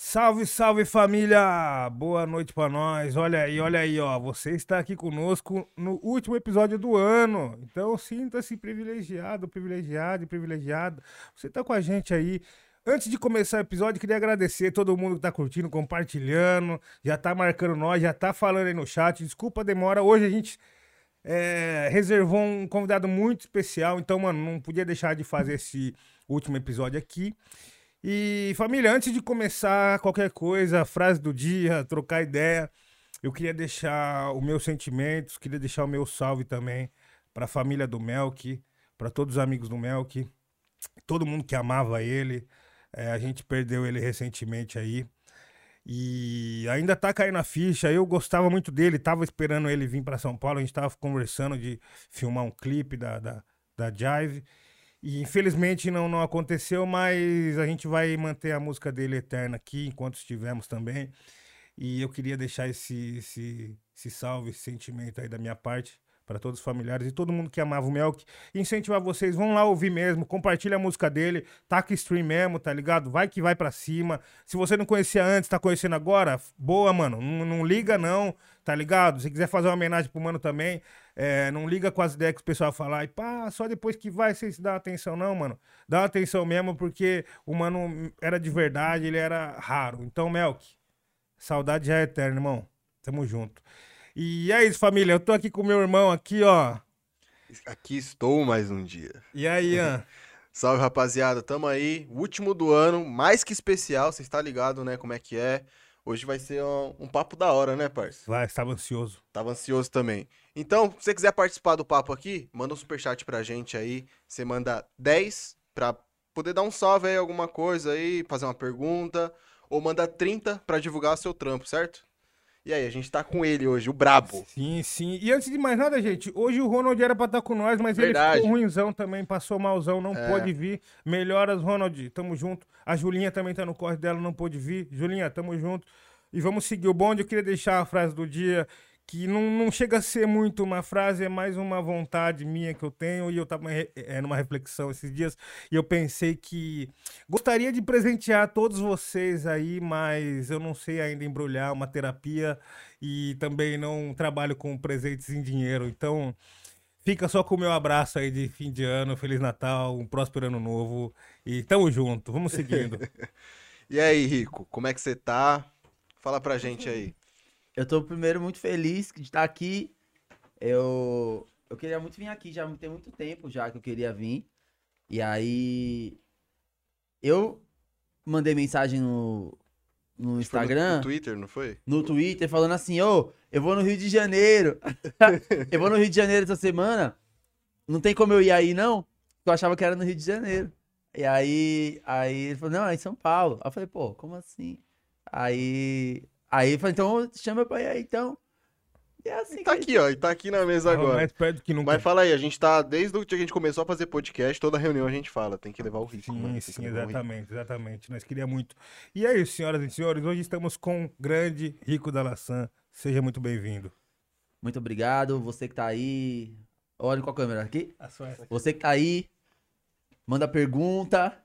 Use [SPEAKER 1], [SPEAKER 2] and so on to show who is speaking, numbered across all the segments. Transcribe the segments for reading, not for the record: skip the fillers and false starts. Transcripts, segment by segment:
[SPEAKER 1] Salve, salve família! Boa noite pra nós. Olha aí, ó. Você está aqui conosco no último episódio do ano. Então sinta-se privilegiado, privilegiado e privilegiado. Você tá com a gente aí. Antes de começar o episódio, queria agradecer todo mundo que tá curtindo, compartilhando, já tá marcando nós, já tá falando aí no chat. Desculpa a demora. Hoje a gente reservou um convidado muito especial, então, mano, não podia deixar de fazer esse último episódio aqui. E família, antes de começar qualquer coisa, frase do dia, trocar ideia, eu queria deixar os meus sentimentos, queria deixar o meu salve também para a família do Melk, para todos os amigos do Melk, todo mundo que amava ele. A gente perdeu ele recentemente aí. E ainda tá caindo a ficha. Eu gostava muito dele, tava esperando ele vir para São Paulo. A gente tava conversando de filmar um clipe da Jive. E infelizmente não aconteceu, mas a gente vai manter a música dele eterna aqui, enquanto estivermos também. E eu queria deixar esse salve, esse sentimento aí da minha parte para todos os familiares e todo mundo que amava o Melk. Incentivar vocês, vão lá ouvir mesmo, compartilha a música dele, taca stream mesmo, tá ligado? Vai que vai pra cima. Se você não conhecia antes, tá conhecendo agora, boa, mano. Não liga não, tá ligado? Se quiser fazer uma homenagem pro mano também, não liga com as ideias que o pessoal falar. E pá, só depois que vai vocês dão atenção não, mano. Dá atenção mesmo porque o mano era de verdade, ele era raro. Então, Melk, saudade já é eterna, irmão. Tamo junto. E é isso, família. Eu tô aqui com meu irmão aqui, ó.
[SPEAKER 2] Aqui estou mais um dia.
[SPEAKER 1] E aí, Ian?
[SPEAKER 2] Salve, rapaziada. Tamo aí. Último do ano, mais que especial. Você está ligado, né? Como é que é. Hoje vai ser um papo da hora, né, parça?
[SPEAKER 1] Vai, estava ansioso.
[SPEAKER 2] Tava ansioso também. Então, se você quiser participar do papo aqui, manda um superchat pra gente aí. Você manda 10 pra poder dar um salve aí, alguma coisa aí, fazer uma pergunta. Ou manda 30 pra divulgar seu trampo, certo? E aí, a gente tá com ele hoje, o brabo.
[SPEAKER 1] Sim, sim. E antes de mais nada, gente, hoje o Ronald era pra estar com nós, mas ele ficou
[SPEAKER 2] Verdade.
[SPEAKER 1] ruinzão também, passou malzão, não
[SPEAKER 2] É.
[SPEAKER 1] pôde vir. Melhoras, Ronald, tamo junto. A Julinha também tá no corre dela, não pôde vir. Julinha, tamo junto. E vamos seguir o bonde. Eu queria deixar a frase do dia, que não chega a ser muito uma frase, é mais uma vontade minha que eu tenho. E eu tava numa reflexão esses dias, e eu pensei que gostaria de presentear todos vocês aí, mas eu não sei ainda embrulhar uma terapia e também não trabalho com presentes em dinheiro. Então, fica só com o meu abraço aí de fim de ano, Feliz Natal, um próspero ano novo e tamo junto, vamos seguindo.
[SPEAKER 2] E aí, Rico, como é que você tá? Fala pra gente aí.
[SPEAKER 3] Eu tô primeiro muito feliz de estar aqui. Eu queria muito vir aqui, já tem muito tempo já que eu queria vir. E aí eu mandei mensagem no
[SPEAKER 2] Foi
[SPEAKER 3] Instagram,
[SPEAKER 2] no Twitter, não foi?
[SPEAKER 3] no Twitter, falando assim, eu vou no Rio de Janeiro. Eu vou no Rio de Janeiro essa semana. Não tem como eu ir aí, não? Eu achava que era no Rio de Janeiro. E aí ele falou, não, é em São Paulo. Aí eu falei, pô, como assim? Aí ele falou, então chama pra ir aí, então. E é assim
[SPEAKER 2] E tá aqui, ó, e tá aqui na mesa
[SPEAKER 1] Tava
[SPEAKER 2] agora.
[SPEAKER 1] mais perto que nunca.
[SPEAKER 2] Mas fala aí, a gente tá, desde o dia que a gente começou a fazer podcast, toda reunião a gente fala, tem que levar o Rico,
[SPEAKER 1] Sim,
[SPEAKER 2] mano. Tem
[SPEAKER 1] sim,
[SPEAKER 2] que levar o Rico.
[SPEAKER 1] exatamente, exatamente. Nós queríamos muito. E é isso, senhoras e senhores, hoje estamos com o grande Rico da Laçã. Seja muito bem-vindo.
[SPEAKER 3] Muito obrigado, você que tá aí. Olha qual câmera aqui.
[SPEAKER 1] A sua
[SPEAKER 3] Você que tá aí, manda pergunta.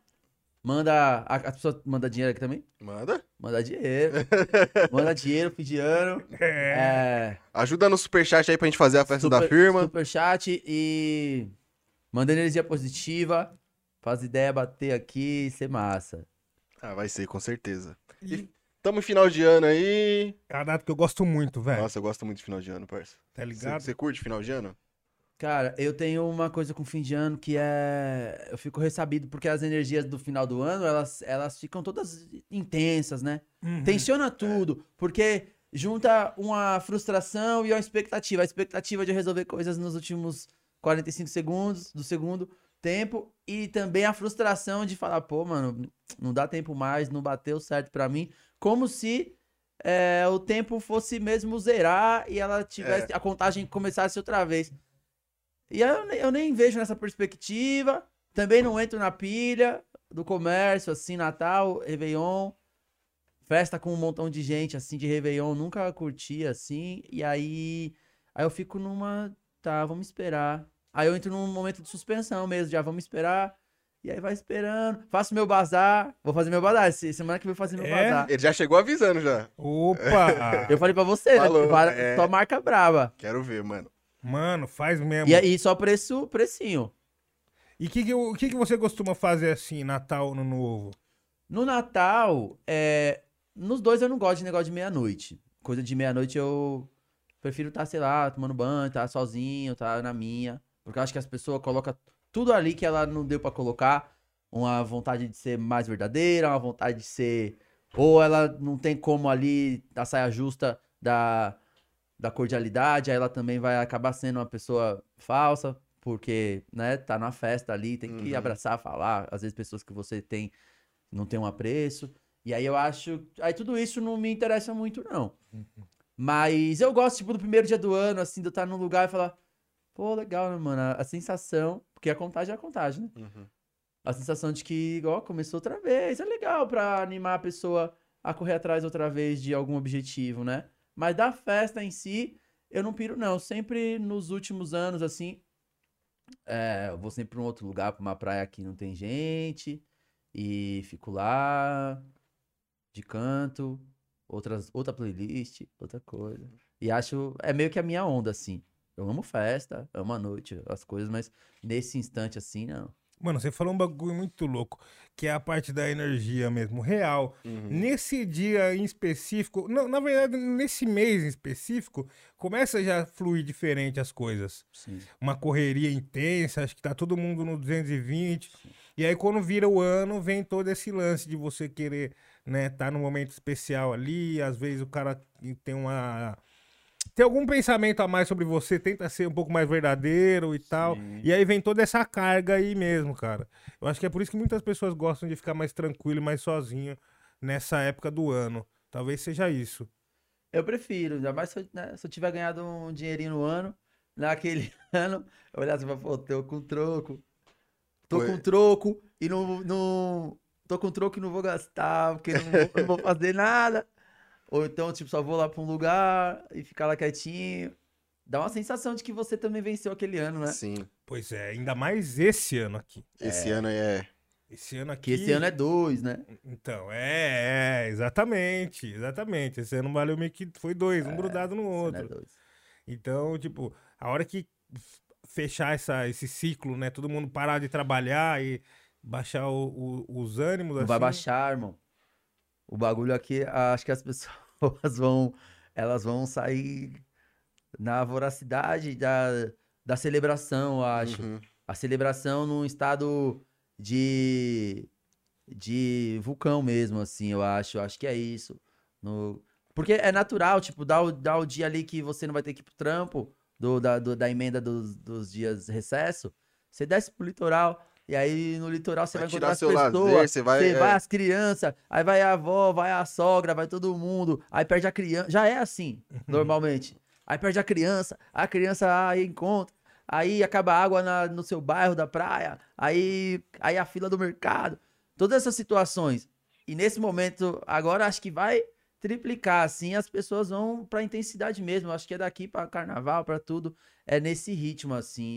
[SPEAKER 3] A pessoa manda dinheiro aqui também?
[SPEAKER 2] Manda.
[SPEAKER 3] Manda dinheiro. Manda dinheiro, fim de ano.
[SPEAKER 2] Ajuda no superchat aí pra gente fazer a festa da firma.
[SPEAKER 3] Superchat e manda energia positiva. Faz ideia bater aqui e ser massa.
[SPEAKER 2] Ah, vai ser, com certeza.
[SPEAKER 1] E
[SPEAKER 2] Tamo em final de ano aí.
[SPEAKER 1] é uma data que eu gosto muito, velho.
[SPEAKER 2] Nossa, eu gosto muito de final de ano, parça.
[SPEAKER 1] Tá ligado?
[SPEAKER 2] Você curte final de ano?
[SPEAKER 3] Cara, eu tenho uma coisa com fim de ano que é... Eu fico ressabido porque as energias do final do ano, elas ficam todas intensas, né?
[SPEAKER 1] Uhum.
[SPEAKER 3] Tensiona tudo, porque junta uma frustração e uma expectativa. A expectativa de resolver coisas nos últimos 45 segundos do segundo tempo e também a frustração de falar, pô, mano, não dá tempo mais, não bateu certo pra mim. Como se o tempo fosse mesmo zerar e ela tivesse a contagem começasse outra vez. E aí eu nem vejo nessa perspectiva. Também não entro na pilha do comércio, assim, Natal, Réveillon. Festa com um montão de gente, assim, de Réveillon. Nunca curti, assim. E aí eu fico numa... Tá, vamos esperar. Aí eu entro num momento de suspensão mesmo. Já vamos esperar. E aí vai esperando. Faço meu bazar. Vou fazer meu bazar. Semana que vem eu vou fazer meu
[SPEAKER 1] É?
[SPEAKER 3] bazar.
[SPEAKER 2] Ele já chegou avisando já.
[SPEAKER 1] Opa!
[SPEAKER 3] Eu falei pra você,
[SPEAKER 2] Falou,
[SPEAKER 3] né? Só marca braba.
[SPEAKER 2] Quero ver, mano.
[SPEAKER 1] Mano, faz mesmo.
[SPEAKER 3] E aí só precinho.
[SPEAKER 1] E o que você costuma fazer assim, Natal, Ano Novo?
[SPEAKER 3] No Natal, nos dois eu não gosto de negócio de meia-noite. Coisa de meia-noite eu prefiro estar, sei lá, tomando banho, estar sozinho, estar na minha. Porque eu acho que as pessoas colocam tudo ali que ela não deu pra colocar. Uma vontade de ser mais verdadeira, uma vontade de ser... Ou ela não tem como ali, a saia justa da cordialidade, aí ela também vai acabar sendo uma pessoa falsa, porque, né, tá na festa ali, tem que abraçar, falar. Às vezes pessoas que você tem não tem um apreço. E aí eu acho... Aí tudo isso não me interessa muito, não. Mas eu gosto, tipo, do primeiro dia do ano, assim, de eu estar num lugar e falar... Pô, legal, né, mano? A sensação... Porque a contagem é a contagem, né? A sensação de que, ó, começou outra vez. É legal pra animar a pessoa a correr atrás outra vez de algum objetivo, né? Mas da festa em si, eu não piro, não. Sempre nos últimos anos, assim... eu vou sempre pra um outro lugar, pra uma praia que não tem gente... E fico lá, de canto, outra playlist, outra coisa. E acho, é meio que a minha onda, assim. Eu amo festa, amo a noite, as coisas, mas nesse instante, assim, não.
[SPEAKER 1] Mano, você falou um bagulho muito louco, que é a parte da energia mesmo, real. Nesse dia em específico, não, na verdade, nesse mês em específico, começa já a fluir diferente as coisas.
[SPEAKER 3] Sim.
[SPEAKER 1] Uma correria intensa, acho que tá todo mundo no 220. E aí quando vira o ano, vem todo esse lance de você querer, né, tá num momento especial ali, às vezes o cara tem algum pensamento a mais sobre você, tenta ser um pouco mais verdadeiro e tal. E aí vem toda essa carga aí mesmo, cara. Eu acho que é por isso que muitas pessoas gostam de ficar mais tranquilo e mais sozinho nessa época do ano. Talvez seja isso.
[SPEAKER 3] Eu prefiro, ainda mais se eu tiver ganhado um dinheirinho no ano, naquele ano, eu olhar assim, pô, tô com troco. Tô com troco e não. Tô com troco e não vou gastar, porque não vou fazer nada. Ou então, tipo, só vou lá pra um lugar e ficar lá quietinho. Dá uma sensação de que você também venceu aquele ano, né?
[SPEAKER 2] Sim.
[SPEAKER 1] Pois é, ainda mais esse ano aqui.
[SPEAKER 2] Esse ano é...
[SPEAKER 1] Esse ano aqui...
[SPEAKER 3] Que esse ano é 2, né?
[SPEAKER 1] Então, exatamente. Esse ano valeu meio que foi 2, um grudado no
[SPEAKER 3] Esse ano é
[SPEAKER 1] outro.
[SPEAKER 3] 2.
[SPEAKER 1] Então, tipo, a hora que fechar esse ciclo, né? Todo mundo parar de trabalhar e baixar os ânimos,
[SPEAKER 3] Não
[SPEAKER 1] assim.
[SPEAKER 3] vai baixar, irmão. O bagulho aqui, acho que as pessoas elas vão sair na voracidade da celebração, eu acho. A celebração num estado de vulcão mesmo, assim, eu acho. Eu acho que é isso. Porque é natural, tipo, dá o dia ali que você não vai ter que ir pro trampo, da emenda dos dias de recesso, você desce pro litoral, e aí no litoral você vai encontrar as pessoas, você vai as crianças, aí vai a avó, vai a sogra, vai todo mundo, aí perde a criança, já é assim, normalmente. Aí perde a criança aí encontra, aí acaba a água no seu bairro da praia, aí a fila do mercado, todas essas situações. E nesse momento, agora acho que vai triplicar, assim, as pessoas vão pra intensidade mesmo. Eu acho que é daqui pra carnaval, pra tudo, é nesse ritmo, assim.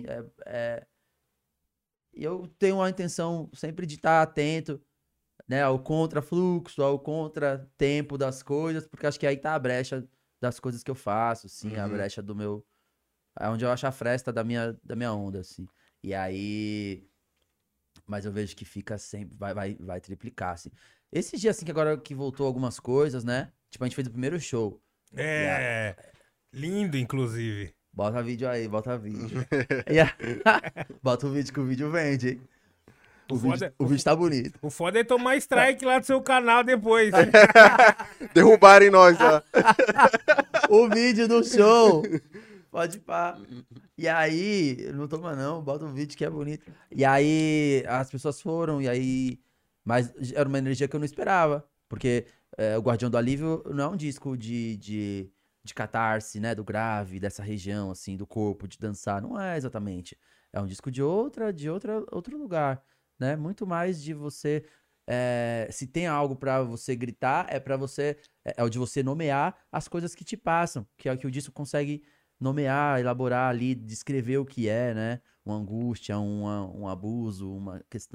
[SPEAKER 3] E eu tenho a intenção sempre de estar atento, né, ao contrafluxo, ao contratempo das coisas, porque acho que aí tá a brecha das coisas que eu faço, assim, a brecha do meu... É onde eu acho a fresta da minha onda, assim. E aí... Mas eu vejo que fica sempre... Vai triplicar, assim. Esses dias, assim, que agora que voltou algumas coisas, né? Tipo, a gente fez o primeiro show.
[SPEAKER 1] Lindo, inclusive.
[SPEAKER 3] Bota vídeo aí, bota vídeo. Bota o vídeo que o vídeo vende, hein? O vídeo tá bonito.
[SPEAKER 1] O foda é tomar strike lá do seu canal depois.
[SPEAKER 2] Derrubarem nós lá.
[SPEAKER 3] O vídeo do show. Pode pá. E aí, não toma não, bota um vídeo que é bonito. E aí, as pessoas foram, e aí... Mas era uma energia que eu não esperava. Porque o Guardião do Alívio não é um disco de catarse, né? Do grave, dessa região, assim, do corpo, de dançar. Não é exatamente. É um disco de outro lugar, né? Muito mais de você... se tem algo pra você gritar, é pra você... É o de você nomear as coisas que te passam. Que é o que o disco consegue nomear, elaborar ali, descrever o que é, né? Uma angústia, um abuso, uma questão.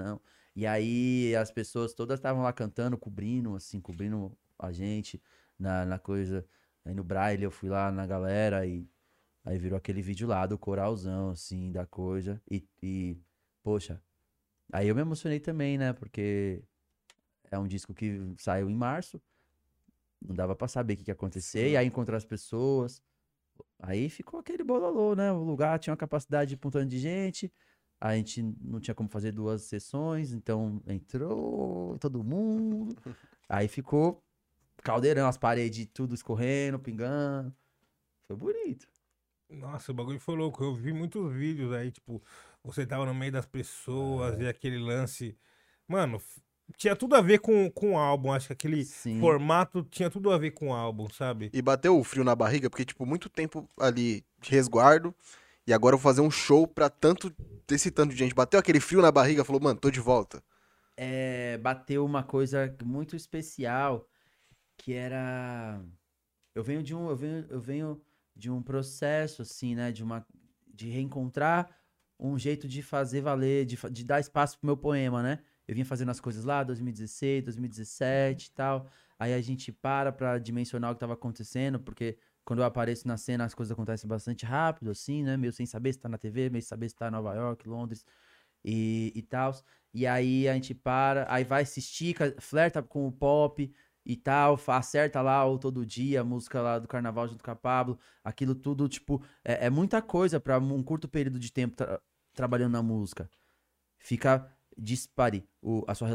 [SPEAKER 3] E aí as pessoas todas estavam lá cantando, cobrindo a gente na coisa. Aí no Braille eu fui lá na galera e aí virou aquele vídeo lá do coralzão, assim, da coisa. Poxa, aí eu me emocionei também, né? Porque é um disco que saiu em março, não dava pra saber o que ia acontecer,
[SPEAKER 2] Sim.
[SPEAKER 3] e aí encontrar as pessoas. Aí ficou aquele bololô, né? O lugar tinha uma capacidade de um tanto de gente, a gente não tinha como fazer 2 sessões, então entrou todo mundo. Aí ficou caldeirão, as paredes tudo escorrendo, pingando. Foi bonito.
[SPEAKER 1] Nossa, o bagulho foi louco. Eu vi muitos vídeos aí, tipo, você tava no meio das pessoas e aquele lance. Mano, tinha tudo a ver com o álbum. Acho que aquele
[SPEAKER 3] Sim.
[SPEAKER 1] formato tinha tudo a ver com o álbum, sabe?
[SPEAKER 2] E bateu o frio na barriga, porque, tipo, muito tempo ali de resguardo. E agora eu vou fazer um show pra desse tanto de gente. Bateu aquele frio na barriga, falou, mano, tô de volta.
[SPEAKER 3] Bateu uma coisa muito especial, que era. Eu venho de um processo, assim, né? De reencontrar um jeito de fazer valer, de dar espaço pro meu poema, né? Eu vinha fazendo as coisas lá, 2016, 2017 e tal. Aí a gente pra dimensionar o que tava acontecendo, porque quando eu apareço na cena as coisas acontecem bastante rápido, assim, né? Meio sem saber se tá na TV, meio sem saber se tá em Nova York, Londres e tal. E aí a gente aí vai, se estica, flerta com o pop e tal, acerta lá o Todo Dia, a música lá do Carnaval junto com a Pablo, aquilo tudo, tipo, é muita coisa pra um curto período de tempo trabalhando na música. Fica dispare a sua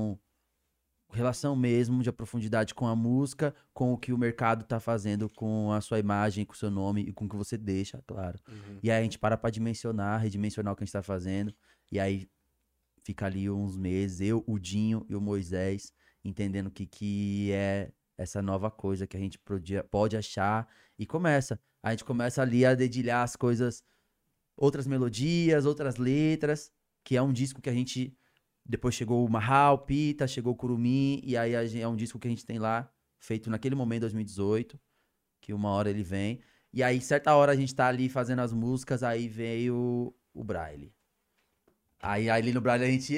[SPEAKER 3] relação mesmo de profundidade com a música, com o que o mercado tá fazendo com a sua imagem, com o seu nome e com o que você deixa, claro. E aí a gente pra dimensionar, redimensionar o que a gente tá fazendo, e aí fica ali uns meses, eu, o Dinho e o Moisés, entendendo o que é essa nova coisa que a gente pode achar, e a gente começa ali a dedilhar as coisas, outras melodias, outras letras, que é um disco que a gente, depois chegou o Marral, Pita, chegou o Curumim, e aí é um disco que a gente tem lá, feito naquele momento, 2018, que uma hora ele vem, e aí certa hora a gente tá ali fazendo as músicas, aí veio o Braille. Aí ali no Braille a gente,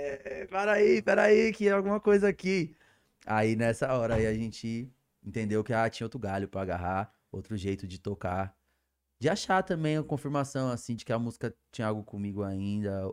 [SPEAKER 3] peraí, que é alguma coisa aqui. Aí nessa hora aí a gente entendeu que tinha outro galho pra agarrar, outro jeito de tocar. De achar também a confirmação, assim, de que a música tinha algo comigo ainda,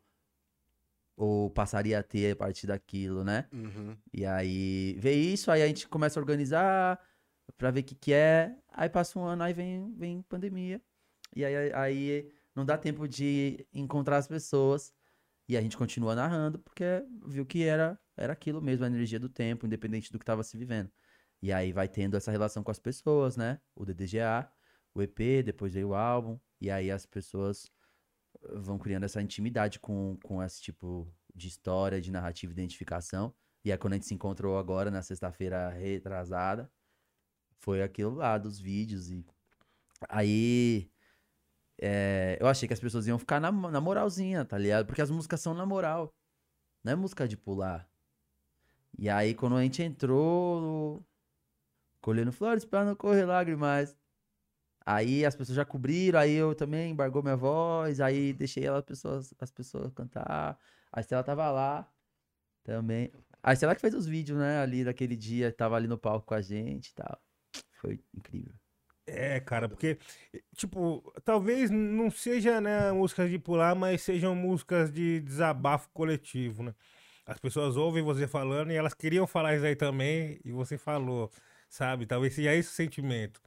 [SPEAKER 3] ou passaria a ter a partir daquilo, né?
[SPEAKER 2] Uhum.
[SPEAKER 3] E aí vê isso, aí a gente começa a organizar pra ver o que é. Aí passa um ano, aí vem pandemia. E aí não dá tempo de encontrar as pessoas. E a gente continua narrando, porque viu que era aquilo mesmo, a energia do tempo, independente do que estava se vivendo. E aí vai tendo essa relação com as pessoas, né? O DDGA, o EP, depois veio o álbum. E aí as pessoas vão criando essa intimidade com esse tipo de história, de narrativa, identificação. E aí quando a gente se encontrou agora, na sexta-feira retrasada, foi aquilo lá dos vídeos. E aí eu achei que as pessoas iam ficar na moralzinha, tá ligado? Porque as músicas são na moral. Não é música de pular. E aí, quando a gente entrou, colhendo flores pra não correr lágrimas. Aí as pessoas já cobriram, aí eu também embargou minha voz, aí deixei as pessoas cantar. A Estela tava lá também. A Estela que fez os vídeos, né, ali daquele dia, tava ali no palco com a gente e tal. Foi incrível.
[SPEAKER 1] É, cara, porque, tipo, talvez não seja, né, músicas de pular, mas sejam músicas de desabafo coletivo, né? As pessoas ouvem você falando e elas queriam falar isso aí também e você falou, sabe? Talvez seja esse o sentimento.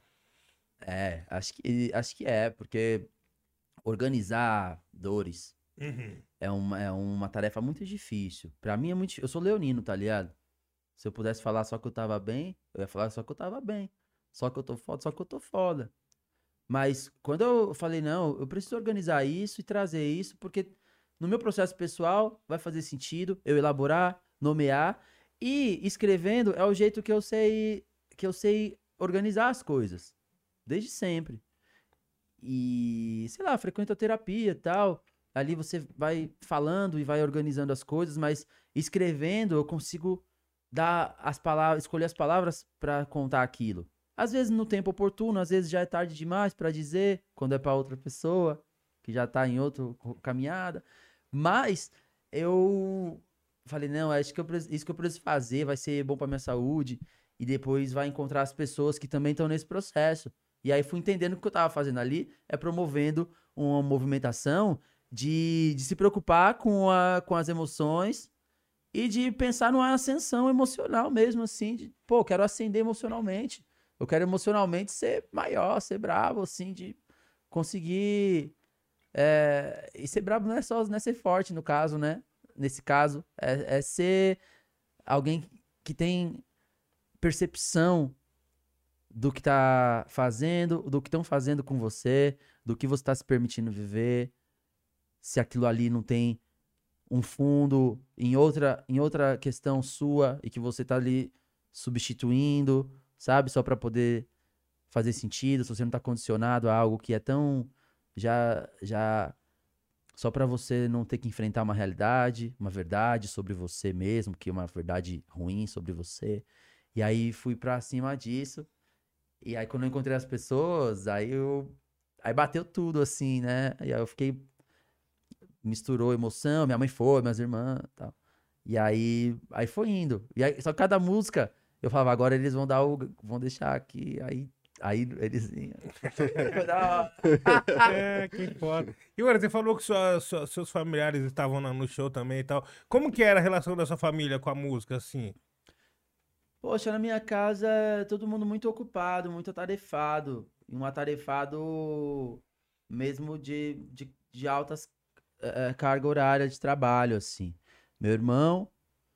[SPEAKER 3] Acho que é, porque organizar dores
[SPEAKER 1] Uhum.
[SPEAKER 3] é uma tarefa muito difícil. Pra mim é muito. Eu sou leonino, tá ligado? Se eu pudesse falar só que eu tava bem, eu ia falar só que eu tava bem. Só que eu tô foda, só que eu tô foda. Mas quando eu falei, não, eu preciso organizar isso e trazer isso, porque no meu processo pessoal vai fazer sentido eu elaborar, nomear, e escrevendo é o jeito que eu sei organizar as coisas. Desde sempre. E, sei lá, frequento a terapia e tal. Ali você vai falando e vai organizando as coisas, mas escrevendo eu consigo dar as palavras, escolher as palavras pra contar aquilo. Às vezes no tempo oportuno, às vezes já é tarde demais pra dizer, quando é pra outra pessoa que já tá em outra caminhada. Mas eu falei, não, é isso que eu preciso fazer, vai ser bom pra minha saúde. E depois vai encontrar as pessoas que também estão nesse processo. E aí fui entendendo que o que eu tava fazendo ali é promovendo uma movimentação de se preocupar com as emoções e de pensar numa ascensão emocional mesmo, assim, de, pô, quero ascender emocionalmente. Eu quero emocionalmente ser maior, ser bravo, assim, de conseguir. E ser bravo não é ser forte, no caso, né? Nesse caso, é ser alguém que tem percepção do que tá fazendo, do que estão fazendo com você, do que você tá se permitindo viver, se aquilo ali não tem um fundo em outra questão sua e que você tá ali substituindo, sabe? Só pra poder fazer sentido, se você não tá condicionado a algo que é tão já só pra você não ter que enfrentar uma realidade, uma verdade sobre você mesmo, que é uma verdade ruim sobre você. E aí fui pra cima disso. E aí quando eu encontrei as pessoas, aí bateu tudo assim, né? E aí eu fiquei misturou emoção, minha mãe foi, minhas irmãs, tal. E aí foi indo. E aí, só que cada música eu falava, agora eles vão deixar aqui, aí eles iam. Foi da hora.
[SPEAKER 1] Que foda. E agora, você falou que seus familiares estavam no show também e tal. Como que era a relação da sua família com a música, assim?
[SPEAKER 3] Poxa, na minha casa é todo mundo muito ocupado, muito atarefado. E um atarefado mesmo de altas carga horária de trabalho, assim. Meu irmão,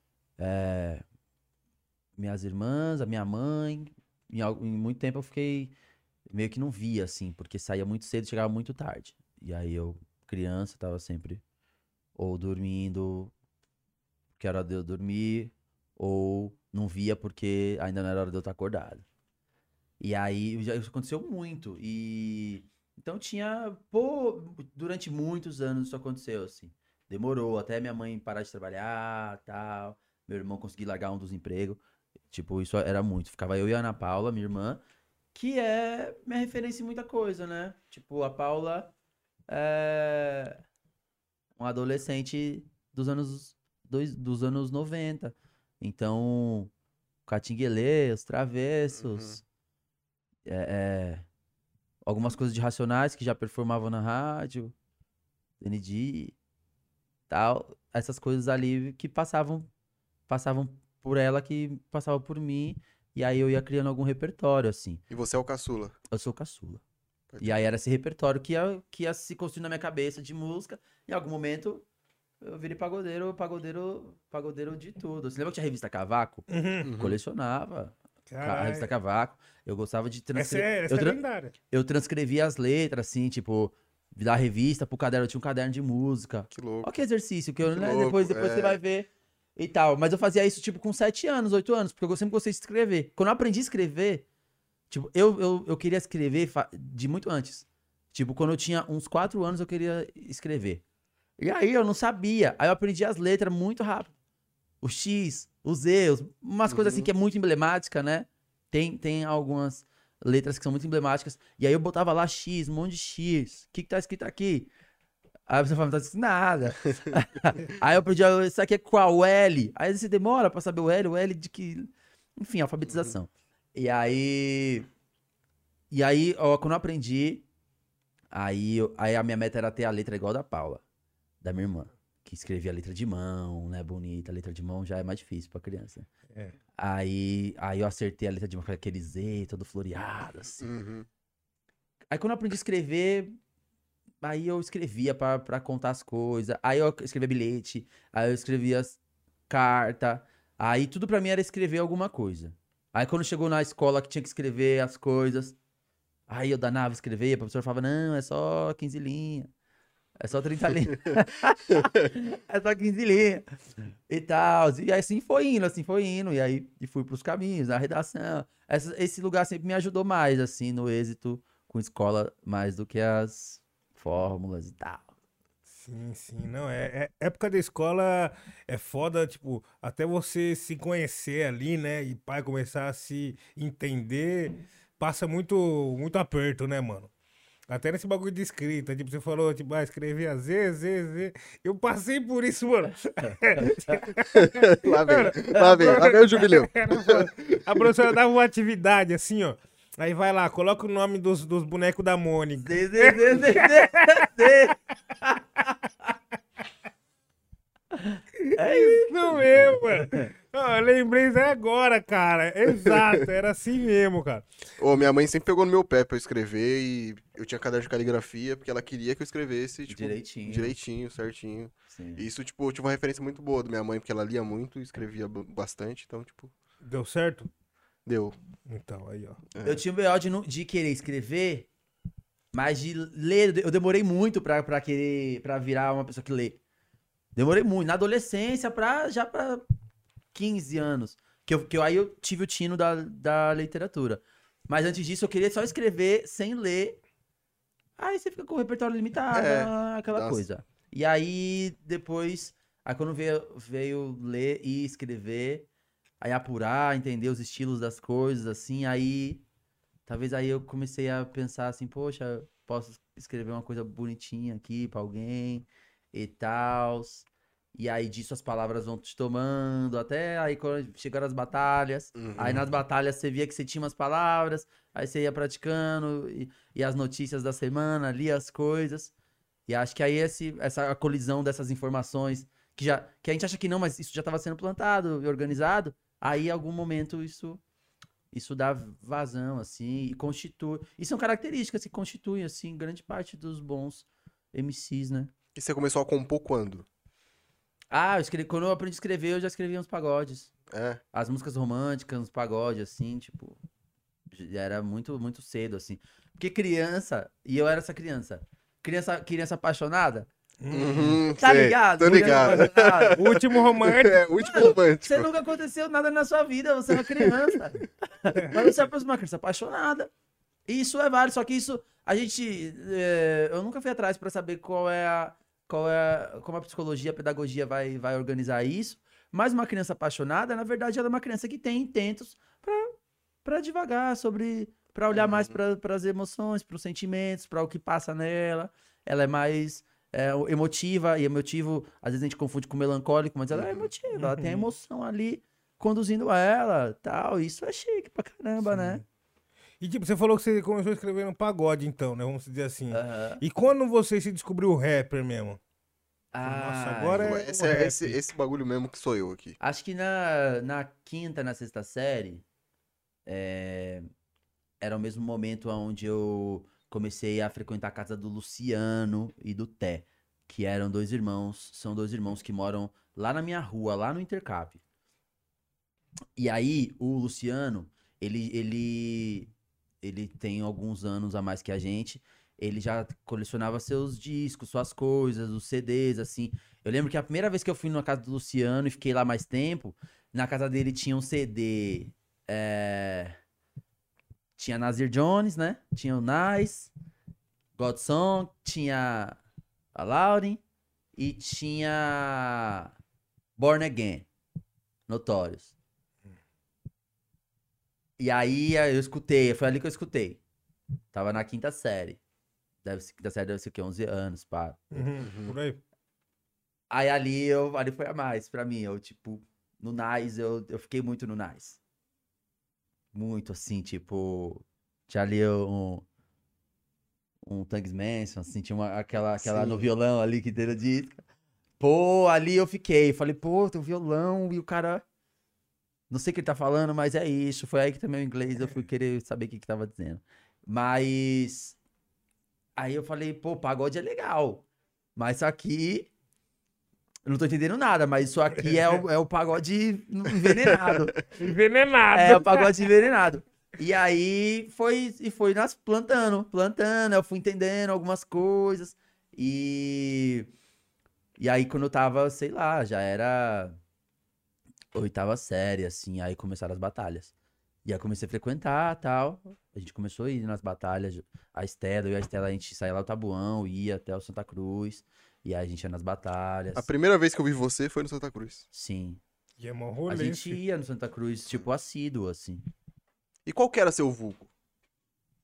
[SPEAKER 3] minhas irmãs, a minha mãe. Em muito tempo eu fiquei meio que não via, assim, porque saía muito cedo e chegava muito tarde. E aí eu, criança, tava sempre ou dormindo, que era hora de eu dormir, ou não via porque ainda não era hora de eu estar acordado. E aí isso aconteceu muito. E então tinha, pô, durante muitos anos isso aconteceu, assim. Demorou até minha mãe parar de trabalhar, tal. Meu irmão conseguir largar um dos empregos. Tipo, isso era muito. Ficava eu e a Ana Paula, minha irmã, que é minha referência em muita coisa, né? Tipo, a Paula é um adolescente dos anos 90. Então, Catinguelê, Os
[SPEAKER 2] Uhum.
[SPEAKER 3] Travessos, algumas coisas de Racionais que já performavam na rádio, ND, tal. Essas coisas ali que passavam por ela, que passavam por mim. E aí eu ia criando algum repertório, assim.
[SPEAKER 2] E você é o caçula.
[SPEAKER 3] Eu sou caçula.
[SPEAKER 2] Pode
[SPEAKER 3] E aí
[SPEAKER 2] crer.
[SPEAKER 3] era esse repertório que ia se construir na minha cabeça de música. Em algum momento eu virei pagodeiro de tudo. Você lembra que tinha a revista Cavaco?
[SPEAKER 1] Uhum.
[SPEAKER 2] Uhum.
[SPEAKER 3] Colecionava a revista
[SPEAKER 1] Caralho.
[SPEAKER 3] Cavaco. Eu gostava de transcrever.
[SPEAKER 1] Essa é lendária.
[SPEAKER 3] Eu transcrevia as letras, assim, tipo, da revista pro caderno. Eu tinha um caderno de música.
[SPEAKER 2] Que
[SPEAKER 3] Olha
[SPEAKER 2] louco.
[SPEAKER 3] que exercício, que eu,
[SPEAKER 2] Que
[SPEAKER 3] né,
[SPEAKER 2] louco.
[SPEAKER 3] depois você vai ver e tal. Mas eu fazia isso, tipo, com 7 anos, 8 anos, porque eu sempre gostei de escrever. Quando eu aprendi a escrever, tipo, eu queria escrever de muito antes. Tipo, quando eu tinha uns 4 anos, eu queria escrever. E aí eu não sabia. Aí eu aprendi as letras muito rápido. O X, o Z, umas coisas assim
[SPEAKER 2] Uhum.
[SPEAKER 3] que é muito emblemática, né? Tem algumas letras que são muito emblemáticas. E aí eu botava lá X, um monte de X. O que tá escrito aqui? Aí você fala, não tá escrito nada. Aí eu aprendi, isso aqui é qual? O L. Aí você demora pra saber o L de que... Enfim,
[SPEAKER 2] Uhum.
[SPEAKER 3] alfabetização. E aí, ó, quando eu aprendi, aí a minha meta era ter a letra igual da Paula, da minha irmã. Que escrevia a letra de mão, né? Bonita. A letra de mão já é mais difícil pra criança.
[SPEAKER 1] É.
[SPEAKER 3] Aí eu acertei a letra de mão com aquele Z todo floreado, assim.
[SPEAKER 2] Uhum.
[SPEAKER 3] Aí quando eu aprendi a escrever, aí eu escrevia pra contar as coisas. Aí eu escrevia bilhete, aí eu escrevia carta. Aí tudo pra mim era escrever alguma coisa. Aí quando chegou na escola que tinha que escrever as coisas, aí eu danava escrever, a professora falava, não, é só 15 linhas. É só 30 linhas. É só 15 linhas. E tal. E assim foi indo. E aí fui pros caminhos, na redação. Esse lugar sempre me ajudou mais, assim, no êxito com escola, mais do que as fórmulas e tal.
[SPEAKER 1] Sim, sim. Não, época da escola é foda, tipo, até você se conhecer ali, né? E pai começar a se entender, passa muito, muito aperto, né, mano? Até nesse bagulho de escrita, tipo, você falou, tipo, escrevia Z, Z, Z. Eu passei por isso, mano.
[SPEAKER 2] Lá vem o jubileu.
[SPEAKER 1] A professora dava uma atividade assim, ó. Aí vai lá, coloca o nome dos bonecos da Mônica.
[SPEAKER 3] É isso.
[SPEAKER 1] Não mesmo, mano. Ó, eu lembrei isso agora, cara. Exato, era assim mesmo, cara.
[SPEAKER 2] Ô, minha mãe sempre pegou no meu pé pra eu escrever e eu tinha caderno de caligrafia porque ela queria que eu escrevesse, tipo, direitinho, certinho.
[SPEAKER 3] Sim.
[SPEAKER 2] E isso, tipo, eu tive uma referência muito boa da minha mãe, porque ela lia muito e escrevia bastante, então, tipo,
[SPEAKER 1] Deu certo?
[SPEAKER 2] deu.
[SPEAKER 1] Então, aí, ó.
[SPEAKER 3] Eu tinha o B.O. de querer escrever, mas de ler, eu demorei muito pra virar uma pessoa que lê. Demorei muito. Na adolescência, já pra 15 anos. Aí eu tive o tino da literatura. Mas antes disso, eu queria só escrever sem ler. Aí você fica com o repertório limitado, aquela
[SPEAKER 2] nossa.
[SPEAKER 3] coisa. E aí, depois, aí quando veio ler e escrever, aí apurar, entender os estilos das coisas, assim, aí... Talvez aí eu comecei a pensar assim, poxa, posso escrever uma coisa bonitinha aqui pra alguém e tal. E aí disso as palavras vão te tomando, até aí quando chegaram as batalhas. Aí nas batalhas você via que você tinha umas palavras, aí você ia praticando, e as notícias da semana, lia as coisas. E acho que aí essa colisão dessas informações, que a gente acha que não, mas isso já estava sendo plantado e organizado, aí em algum momento isso dá vazão, assim, e constitui... E são características que constituem, assim, grande parte dos bons MCs, né?
[SPEAKER 2] E você começou a compor quando?
[SPEAKER 3] Quando eu aprendi a escrever, eu já escrevia uns pagodes.
[SPEAKER 2] É.
[SPEAKER 3] As músicas românticas, uns pagodes, assim, tipo... Já era muito, muito cedo, assim. Porque criança, e eu era essa criança. Criança apaixonada. Tá
[SPEAKER 2] sei,
[SPEAKER 3] ligado?
[SPEAKER 2] Tô ligado.
[SPEAKER 1] O último romântico.
[SPEAKER 2] É, último romântico.
[SPEAKER 3] Você nunca aconteceu nada na sua vida, você é uma criança. Mas você é uma criança apaixonada. E isso é válido, só que isso, a gente... eu nunca fui atrás pra saber como a psicologia, a pedagogia vai organizar isso. Mas uma criança apaixonada, na verdade, ela é uma criança que tem intentos pra divagar pra olhar mais pras emoções, pros sentimentos, pra o que passa nela. Ela é mais... emotiva, e emotivo, às vezes a gente confunde com melancólico, mas ela é emotiva, ela tem a emoção ali conduzindo ela, tal, isso é chique pra caramba, né?
[SPEAKER 1] E tipo, você falou que você começou a escrever um pagode, então, né? Vamos dizer assim.
[SPEAKER 3] Aham.
[SPEAKER 1] E quando você se descobriu rapper mesmo? Nossa, agora é o rap.
[SPEAKER 2] Esse bagulho mesmo que sou eu aqui.
[SPEAKER 3] Acho que na quinta, na sexta série, era o mesmo momento onde eu comecei a frequentar a casa do Luciano e do Té, que eram dois irmãos, são dois irmãos que moram lá na minha rua, lá no Intercap. E aí, o Luciano, ele tem alguns anos a mais que a gente, ele já colecionava seus discos, suas coisas, os CDs, assim. Eu lembro que a primeira vez que eu fui na casa do Luciano e fiquei lá mais tempo, na casa dele tinha um CD... Tinha Nasir Jones, né? Tinha o Nice, Godsong, tinha a Lauren e tinha Born Again, Notorious. E aí eu escutei, foi ali que eu escutei. Tava na quinta série. Quinta série deve ser o quê? 11 anos, pá.
[SPEAKER 1] Por aí.
[SPEAKER 3] Aí ali foi a mais pra mim. Eu, tipo, no Nice, eu fiquei muito no Nice. Muito, assim, tipo... Tinha ali um Thanks Manson, assim, tinha aquela no violão ali que dele disco. Pô, ali eu fiquei. Falei, pô, tem um violão e o cara... Não sei o que ele tá falando, mas é isso. Foi aí que também o inglês eu fui querer saber o que tava dizendo. Mas... Aí eu falei, pô, pagode é legal. Mas isso aqui... Eu não tô entendendo nada, mas isso aqui é o pagode envenenado.
[SPEAKER 1] Envenenado.
[SPEAKER 3] É, o pagode envenenado. E aí foi plantando. Eu fui entendendo algumas coisas. E aí quando eu tava, sei lá, já era 8ª série, assim, aí começaram as batalhas. E aí eu comecei a frequentar e tal. A gente começou a ir nas batalhas. A Estela a gente saía lá do Tabuão, ia até o Santa Cruz. E aí a gente ia nas batalhas.
[SPEAKER 2] A primeira vez que eu vi você foi no Santa Cruz.
[SPEAKER 3] Sim.
[SPEAKER 1] E é mó rolê,
[SPEAKER 3] A gente
[SPEAKER 1] filho.
[SPEAKER 3] ia no Santa Cruz, tipo, assíduo, assim.
[SPEAKER 2] E qual que era seu vulgo?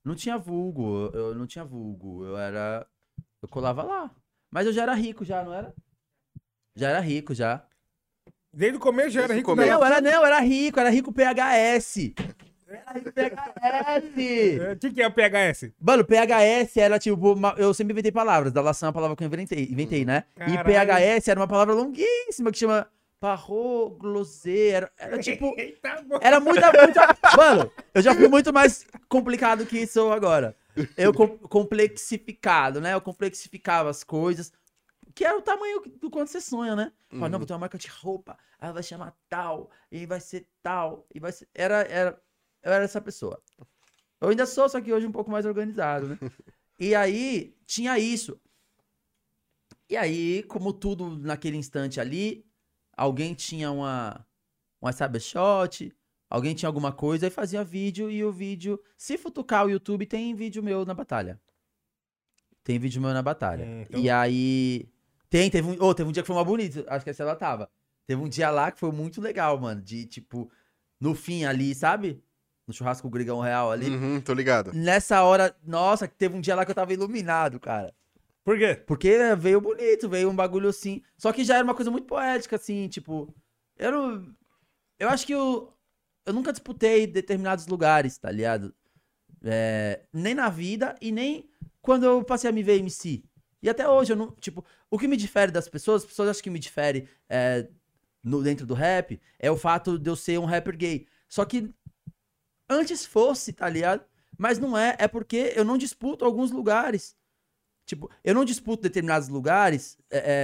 [SPEAKER 3] Não tinha vulgo, eu não tinha vulgo. Eu colava lá. Mas eu já era rico já, não era? Já era rico já.
[SPEAKER 1] Desde o começo já era
[SPEAKER 2] Desde o
[SPEAKER 1] rico.
[SPEAKER 2] começo.
[SPEAKER 3] Não, era rico PHS. Era rico PHS.
[SPEAKER 1] O que é o PHS?
[SPEAKER 3] Mano, PHS era tipo. Eu sempre inventei palavras. Dalação é uma palavra que eu inventei, né? E
[SPEAKER 1] Caralho.
[SPEAKER 3] PHS era uma palavra longuíssima que chama parroglosê. Era tipo.
[SPEAKER 1] Eita, bom.
[SPEAKER 3] Era muita. Mano, eu já fui muito mais complicado que sou agora. Eu complexificado, né? Eu complexificava as coisas. Que era o tamanho do quanto você sonha, né? Fala, não, vou ter uma marca de roupa, ela vai chamar tal, e vai ser tal, e vai ser... Eu era essa pessoa. Eu ainda sou, só que hoje um pouco mais organizado, né? E aí, tinha isso. E aí, como tudo naquele instante ali, alguém tinha uma cybershot, alguém tinha alguma coisa, e fazia vídeo, e o vídeo... Se futucar o YouTube, tem vídeo meu na batalha. Tem vídeo meu na batalha.
[SPEAKER 1] Então-
[SPEAKER 3] E aí... Teve um dia que foi mais bonito. Acho que essa ela tava. Teve um dia lá que foi muito legal, mano. De, tipo, no fim ali, sabe? No churrasco com o Grigão Real ali.
[SPEAKER 2] Uhum, tô ligado.
[SPEAKER 3] Nessa hora, nossa, teve um dia lá que eu tava iluminado, cara.
[SPEAKER 1] Por quê?
[SPEAKER 3] Porque veio bonito, veio um bagulho assim. Só que já era uma coisa muito poética, assim, tipo... Eu acho que eu nunca disputei determinados lugares, tá ligado? Nem na vida e nem quando eu passei a me ver MC. E até hoje, eu não... Tipo, o que me difere das pessoas, as pessoas acham que me difere dentro do rap, é o fato de eu ser um rapper gay. Só que antes fosse, tá ligado? Mas não é, é porque eu não disputo alguns lugares. Tipo, eu não disputo determinados lugares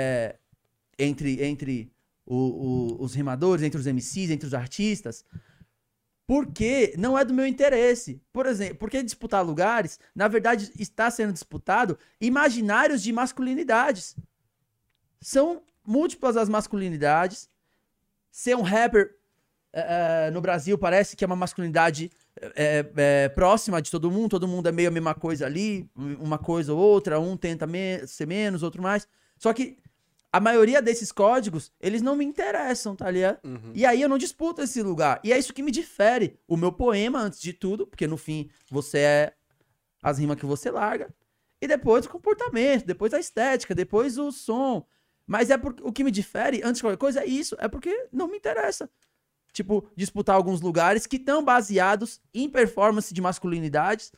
[SPEAKER 3] entre os rimadores, entre os MCs, entre os artistas, porque não é do meu interesse. Por exemplo, porque disputar lugares, na verdade, está sendo disputado imaginários de masculinidades. São múltiplas as masculinidades. Ser um rapper no Brasil parece que é uma masculinidade próxima de todo mundo é meio a mesma coisa ali, uma coisa ou outra, um tenta ser menos, outro mais. Só que a maioria desses códigos, eles não me interessam, tá ligado?
[SPEAKER 2] Uhum.
[SPEAKER 3] E aí eu não disputo esse lugar. E é isso que me difere. O meu poema, antes de tudo, porque no fim você é as rimas que você larga. E depois o comportamento, depois a estética, depois o som. Mas o que me difere, antes de qualquer coisa, é isso. É porque não me interessa. Tipo, disputar alguns lugares que estão baseados em performance de masculinidades.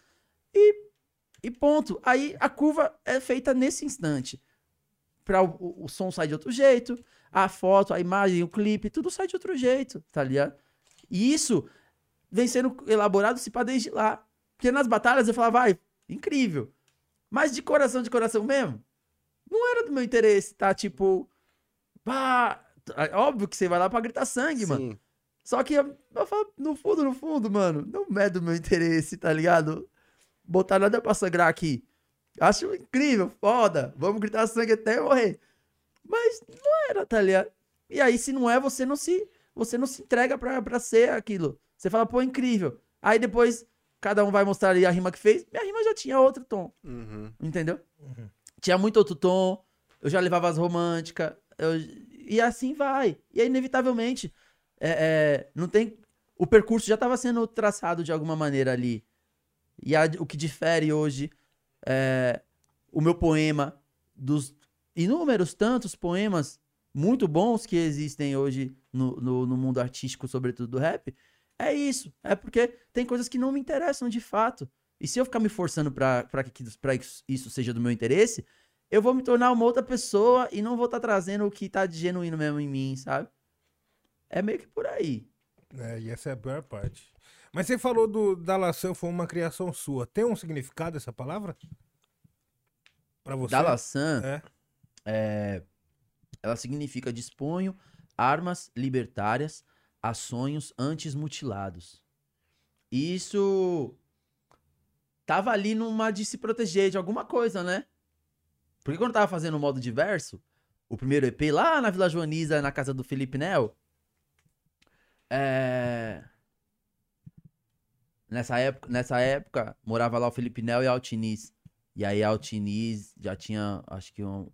[SPEAKER 3] E ponto. Aí a curva é feita nesse instante. Pra o som sai de outro jeito, a foto, a imagem, o clipe, tudo sai de outro jeito, tá ligado? E isso vem sendo elaborado se pá desde lá. Porque nas batalhas eu falava, vai, incrível. Mas de coração mesmo, não era do meu interesse, tá? Tipo, pá, óbvio que você vai lá pra gritar sangue, mano.
[SPEAKER 2] Sim.
[SPEAKER 3] Só que eu falo, no fundo, mano, não é do meu interesse, tá ligado? Botar nada pra sangrar aqui. Acho incrível, foda. Vamos gritar sangue até morrer. Mas não era, tá ligado? E aí, se não é, você não se entrega pra ser aquilo. Você fala, pô, incrível. Aí depois, cada um vai mostrar ali a rima que fez. Minha rima já tinha outro tom.
[SPEAKER 2] Uhum.
[SPEAKER 3] Entendeu? Tinha muito outro tom. Eu já levava as românticas. E assim vai. E aí, inevitavelmente, não tem... O percurso já estava sendo traçado de alguma maneira ali. E o que difere hoje... o meu poema dos inúmeros tantos poemas muito bons que existem hoje no mundo artístico, sobretudo do rap, é isso. É porque tem coisas que não me interessam de fato. E se eu ficar me forçando pra que isso seja do meu interesse, eu vou me tornar uma outra pessoa e não vou estar trazendo o que tá de genuíno mesmo em mim, sabe? É meio que por aí.
[SPEAKER 1] E essa é a pior parte. Mas você falou da lação, foi uma criação sua. Tem um significado essa palavra? Pra você?
[SPEAKER 3] Dalasan,
[SPEAKER 1] É.
[SPEAKER 3] ela significa disponho armas libertárias a sonhos antes mutilados. E isso tava ali numa de se proteger de alguma coisa, né? Porque quando eu tava fazendo o modo diverso, o primeiro EP lá na Vila Joaniza, na casa do Felipe Nel, nessa época, morava lá o Felipe Nel e a Altiniz. E aí a Altiniz já tinha, acho que o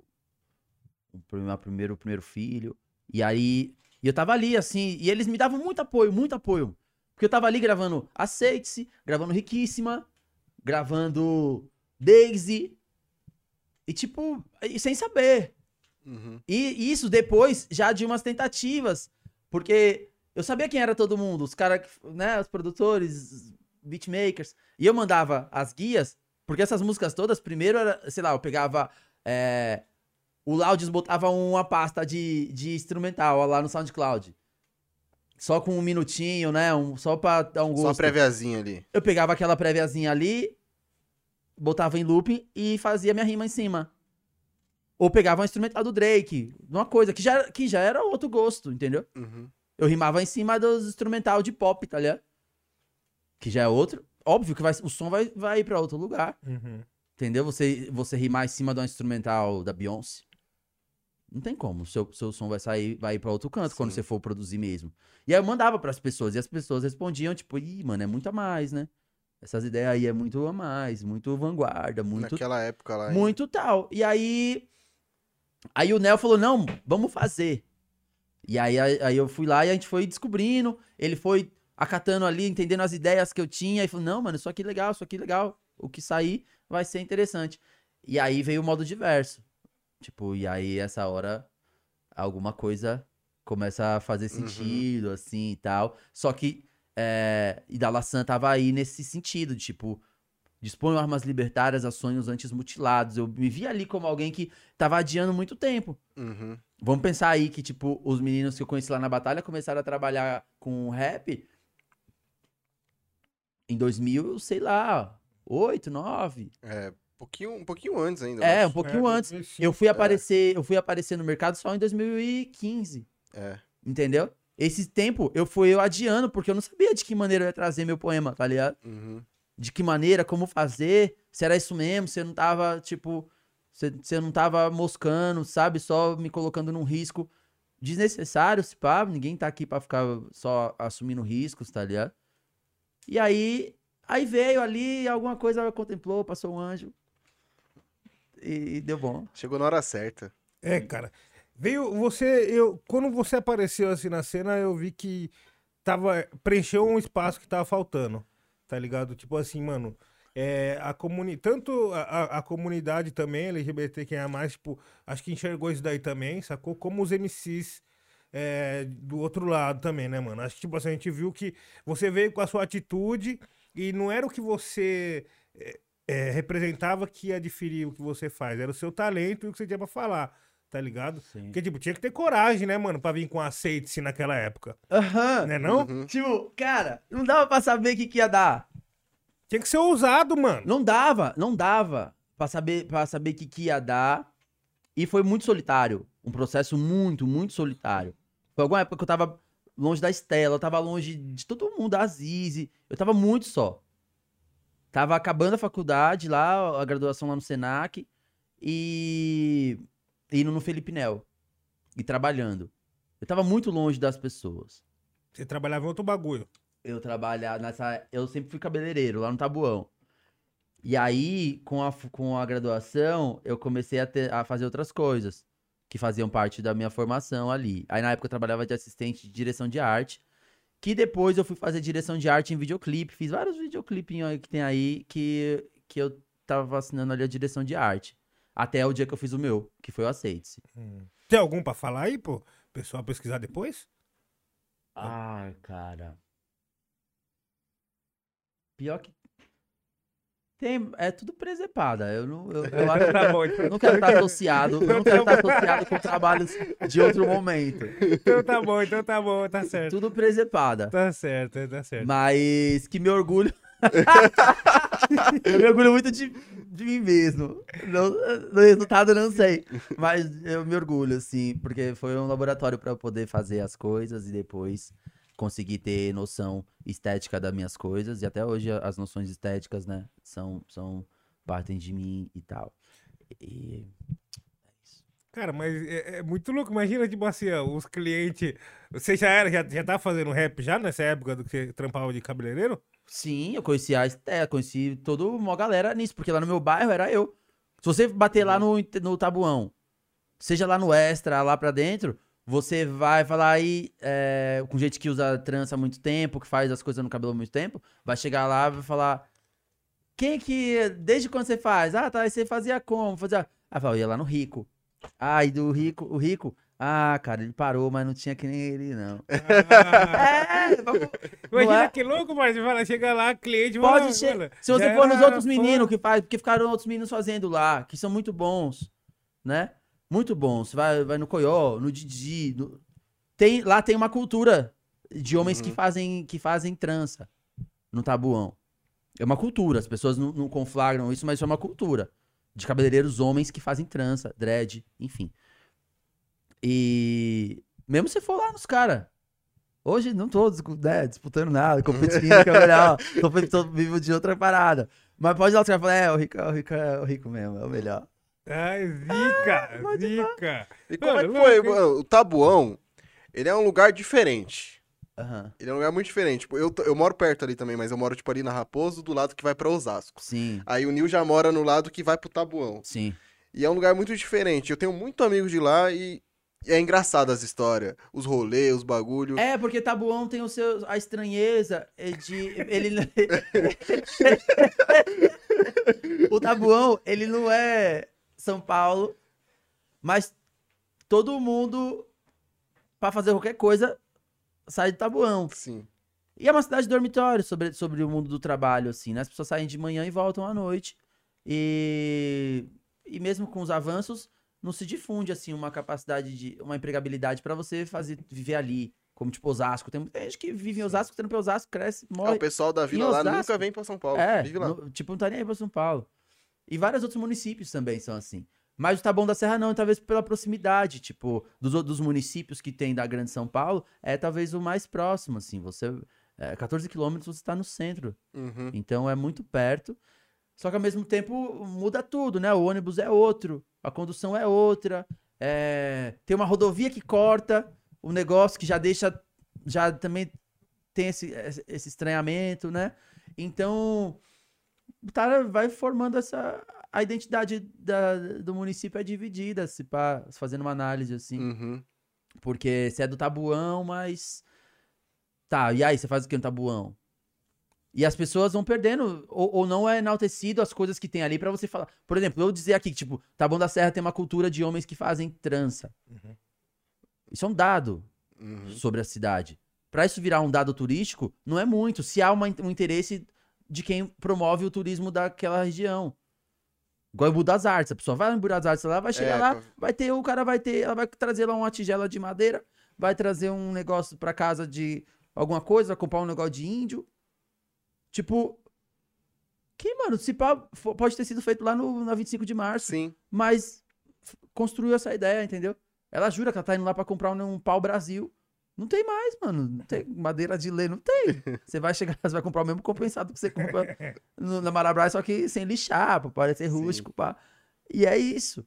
[SPEAKER 3] primeiro filho. E aí, eu tava ali, assim, e eles me davam muito apoio, muito apoio. Porque eu tava ali gravando Aceite-se, gravando Riquíssima, gravando Daisy. E tipo, e sem saber.
[SPEAKER 2] Uhum.
[SPEAKER 3] E isso depois já de umas tentativas. Porque eu sabia quem era todo mundo. Os caras, né? Os produtores, beatmakers. E eu mandava as guias. Porque essas músicas todas, primeiro era, sei lá, eu pegava... o Laudes botava uma pasta de instrumental lá no SoundCloud. Só com um minutinho, né? Só pra dar um gosto.
[SPEAKER 2] Só uma préviazinha ali.
[SPEAKER 3] Eu pegava aquela préviazinha ali, botava em looping e fazia minha rima em cima. Ou pegava um instrumental do Drake. Uma coisa que já era outro gosto, entendeu?
[SPEAKER 2] Uhum.
[SPEAKER 3] Eu rimava em cima dos instrumental de pop, tá ligado? Que já é outro. Óbvio que o som vai ir pra outro lugar.
[SPEAKER 1] Uhum.
[SPEAKER 3] Entendeu? Você rimar em cima de um instrumental da Beyoncé. Não tem como. Seu som vai ir pra outro canto quando você for produzir mesmo. E aí eu mandava pras pessoas. E as pessoas respondiam, tipo, ih, mano, é muito a mais, né? Essas ideias aí é muito a mais, muito vanguarda, muito...
[SPEAKER 2] Naquela época lá.
[SPEAKER 3] Muito tal. E aí o Nel falou, não, vamos fazer. E aí eu fui lá e a gente foi descobrindo. Ele foi acatando ali, entendendo as ideias que eu tinha. E falou, não, mano, isso aqui é legal, isso aqui é legal. O que sair vai ser interessante. E aí veio o modo diverso. Tipo, e aí essa hora alguma coisa começa a fazer sentido, assim, e tal. Só que Idalasan tava aí nesse sentido, de, tipo, disponham armas libertárias a sonhos antes mutilados. Eu me vi ali como alguém que tava adiando muito tempo.
[SPEAKER 2] Uhum.
[SPEAKER 3] Vamos pensar aí que, tipo, os meninos que eu conheci lá na batalha começaram a trabalhar com rap em 2000, sei lá, 8, 9.
[SPEAKER 2] Um pouquinho antes ainda.
[SPEAKER 3] Um pouquinho antes.
[SPEAKER 1] 2005.
[SPEAKER 3] Eu fui aparecer no mercado só em 2015. Entendeu? Esse tempo eu fui adiando, porque eu não sabia de que maneira eu ia trazer meu poema, tá ligado?
[SPEAKER 2] Uhum.
[SPEAKER 3] De que maneira, como fazer, se era isso mesmo, se eu não tava, tipo, se eu não tava moscando, sabe? Só me colocando num risco desnecessário, se pá, ninguém tá aqui pra ficar só assumindo riscos, tá ligado? E aí veio ali, alguma coisa contemplou, passou um anjo e deu bom.
[SPEAKER 2] Chegou na hora certa.
[SPEAKER 1] Cara. Quando você apareceu assim na cena, eu vi que preencheu um espaço que tava faltando, tá ligado? Tipo assim, mano, tanto a comunidade também, LGBTQIA+, tipo, acho que enxergou isso daí também, sacou? Como os MCs do outro lado também, né, mano? Acho que, tipo assim, a gente viu que você veio com a sua atitude e não era o que você representava que ia diferir o que você faz, era o seu talento e o que você tinha pra falar. Tá ligado?
[SPEAKER 3] Sim.
[SPEAKER 1] Porque, tipo, tinha que ter coragem, né, mano, pra vir com aceite-se naquela época.
[SPEAKER 3] Aham.
[SPEAKER 1] Né, não?
[SPEAKER 2] Uhum.
[SPEAKER 3] Tipo, cara, não dava pra saber o que ia dar.
[SPEAKER 1] Tinha que ser ousado, mano.
[SPEAKER 3] Não dava pra saber o que ia dar. E foi muito solitário. Um processo muito, muito solitário. Foi alguma época que eu tava longe da Estela, eu tava longe de todo mundo, da Azize. Eu tava muito só. Tava acabando a faculdade lá, a graduação lá no Senac. E indo no Felipe Nel. E trabalhando. Eu tava muito longe das pessoas.
[SPEAKER 1] Você trabalhava em outro bagulho.
[SPEAKER 3] Eu sempre fui cabeleireiro lá no Tabuão. E aí, com a graduação, eu comecei a fazer outras coisas que faziam parte da minha formação ali. Aí na época eu trabalhava de assistente de direção de arte, que depois eu fui fazer direção de arte em videoclipe. Fiz vários videoclipinhos que tem aí que eu tava assinando ali a direção de arte. Até o dia que eu fiz o meu, que foi o Aceite-se.
[SPEAKER 1] Tem algum pra falar aí, pô? Pessoal pesquisar depois?
[SPEAKER 3] Ai, cara. Pior que é tudo presepada. Eu acho
[SPEAKER 1] Tá bom,
[SPEAKER 3] eu não quero estar associado. Eu não quero estar associado com trabalhos de outro momento.
[SPEAKER 1] então tá bom, tá certo.
[SPEAKER 3] Tudo presepada.
[SPEAKER 1] Tá certo.
[SPEAKER 3] Mas que me orgulho. Eu me orgulho muito de mim mesmo. No resultado eu não sei. Mas eu me orgulho, assim, porque foi um laboratório pra eu poder fazer as coisas e depois conseguir ter noção estética das minhas coisas. E até hoje as noções estéticas, né, partem de mim e tal. E é isso.
[SPEAKER 1] Cara, mas é muito louco. Imagina, tipo assim, ó, os clientes. Você já tá fazendo rap já nessa época do que você trampava de cabeleireiro?
[SPEAKER 3] Sim, eu conheci a Esté, conheci toda uma galera nisso, porque lá no meu bairro era eu. Se você bater lá no Tabuão, seja lá no Extra, lá pra dentro, você vai falar aí com gente que usa trança há muito tempo, que faz as coisas no cabelo há muito tempo, vai chegar lá e vai falar: Quem que, desde quando você faz? Ah, tá, aí você fazia como? Fazia... Ah, eu ia lá no Rico. Ah, e do Rico, o Rico... Ah, cara, ele parou, mas não tinha que nem ele, não.
[SPEAKER 1] Ah,
[SPEAKER 3] Vamos...
[SPEAKER 1] imagina
[SPEAKER 3] é?
[SPEAKER 1] que louco, mas fala, chega lá, cliente,
[SPEAKER 3] Pode
[SPEAKER 1] fala,
[SPEAKER 3] ser.
[SPEAKER 1] fala,
[SPEAKER 3] Se você
[SPEAKER 1] já
[SPEAKER 3] for nos
[SPEAKER 1] era
[SPEAKER 3] outros
[SPEAKER 1] fã.
[SPEAKER 3] meninos que faz, porque ficaram outros meninos fazendo lá, que são muito bons, né? Muito bons. Você vai no Coió, no Didi. Lá tem uma cultura de homens que fazem trança no Tabuão. É uma cultura, as pessoas não conflagram isso, mas isso é uma cultura. De cabeleireiros homens que fazem trança, dread, enfim. E mesmo se for lá nos caras. Hoje não tô disputando nada, competindo, que é melhor. Tô vivo de outra parada. Mas pode ir lá os caras falar, o Rico mesmo, é o melhor.
[SPEAKER 1] Ai, zica, zica.
[SPEAKER 2] E como é que
[SPEAKER 1] Mano,
[SPEAKER 2] foi?
[SPEAKER 1] louco, hein?
[SPEAKER 2] Mano, o Tabuão, ele é um lugar diferente.
[SPEAKER 3] Aham.
[SPEAKER 2] Ele é um lugar muito diferente. Tipo, eu moro perto ali também, mas eu moro, tipo, ali na Raposo, do lado que vai pra Osasco.
[SPEAKER 3] Sim,
[SPEAKER 2] Aí o Nil já mora no lado que vai pro Tabuão.
[SPEAKER 3] sim.
[SPEAKER 2] E é um lugar muito diferente. Eu tenho muito amigos de lá e é engraçado as histórias. Os rolês, os bagulho.
[SPEAKER 3] É, porque Tabuão tem a estranheza de. Ele. O Tabuão, ele não é São Paulo, mas todo mundo, pra fazer qualquer coisa, sai de Tabuão.
[SPEAKER 2] Sim.
[SPEAKER 3] E é uma cidade de dormitório sobre o mundo do trabalho, assim, né? As pessoas saem de manhã e voltam à noite. E mesmo com os avanços, não se difunde, assim, uma capacidade uma empregabilidade pra você viver ali. Como, tipo, Osasco. Tem muita gente que vive em Osasco, trampa em Osasco, cresce, morre.
[SPEAKER 2] O pessoal da vila
[SPEAKER 3] em
[SPEAKER 2] lá
[SPEAKER 3] Osasco.
[SPEAKER 2] nunca vem pra São Paulo.
[SPEAKER 3] É,
[SPEAKER 2] Vive lá.
[SPEAKER 3] tipo, não tá nem aí pra São Paulo. E vários outros municípios também são assim. Mas o Taboão da Serra não, talvez pela proximidade, tipo, dos municípios que tem da Grande São Paulo, é talvez o mais próximo, assim, 14 quilômetros você tá no centro,
[SPEAKER 2] Uhum.
[SPEAKER 3] então é muito perto, só que ao mesmo tempo muda tudo, né, o ônibus é outro, a condução é outra, tem uma rodovia que corta o negócio que já também tem esse estranhamento, né, então o cara vai formando a identidade do município é dividida, fazendo uma análise assim.
[SPEAKER 2] Uhum.
[SPEAKER 3] Porque você é do Tabuão, mas... Tá, e aí, você faz o que no Tabuão? E as pessoas vão perdendo, ou não é enaltecido as coisas que tem ali pra você falar. Por exemplo, eu dizer aqui que, tipo, Taboão da Serra tem uma cultura de homens que fazem trança. Isso é um dado sobre a cidade. Pra isso virar um dado turístico, não é muito. Se há um interesse de quem promove o turismo daquela região. Igual o Embu das Artes. A pessoa vai no Embu das Artes lá, vai chegar lá, ela vai trazer lá uma tigela de madeira, vai trazer um negócio pra casa de alguma coisa, vai comprar um negócio de índio. Tipo, mano, se pá, pode ter sido feito lá na 25 de março.
[SPEAKER 2] Sim.
[SPEAKER 3] Mas construiu essa ideia, entendeu? Ela jura que ela tá indo lá pra comprar um pau-brasil. Não tem mais, mano. Não tem madeira de lei, não tem. Você vai chegar, você vai comprar o mesmo compensado que você compra na Marabras, só que sem lixar, pra parecer rústico, pá. E é isso.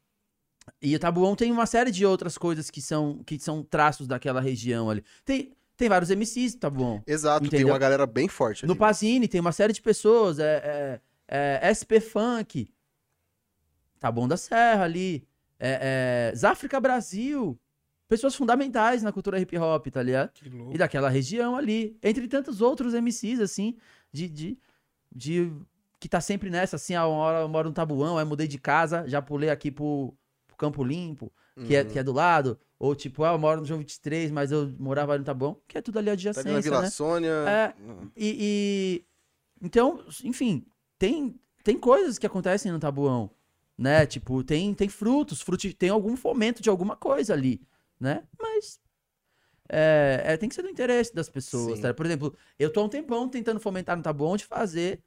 [SPEAKER 3] E o Tabuão tem uma série de outras coisas que são traços daquela região ali. Tem vários MCs do Tabuão.
[SPEAKER 2] Exato,
[SPEAKER 3] Entendeu?
[SPEAKER 2] tem uma galera bem forte ali.
[SPEAKER 3] No Pazini tem uma série de pessoas. SP Funk. Tabuão da Serra ali. Záfrica Brasil. Pessoas fundamentais na cultura hip hop, tá ligado?
[SPEAKER 1] Que louco.
[SPEAKER 3] E daquela região ali. Entre tantos outros MCs, assim, que tá sempre nessa, assim, uma hora eu moro no Tabuão, aí mudei de casa, já pulei aqui pro Campo Limpo, que é do lado. Ou tipo, eu moro no João 23, mas eu morava ali no Tabuão, que é tudo ali
[SPEAKER 2] Tá
[SPEAKER 3] adjacência,
[SPEAKER 2] ali na Vila
[SPEAKER 3] né?
[SPEAKER 2] Sônia.
[SPEAKER 3] Então, enfim, tem coisas que acontecem no Tabuão, né? Tipo, tem frutos, tem algum fomento de alguma coisa ali, né? Mas tem que ser do interesse das pessoas,
[SPEAKER 2] Sim.
[SPEAKER 3] tá? Por exemplo, eu tô há um tempão tentando fomentar no Tabuão de fazer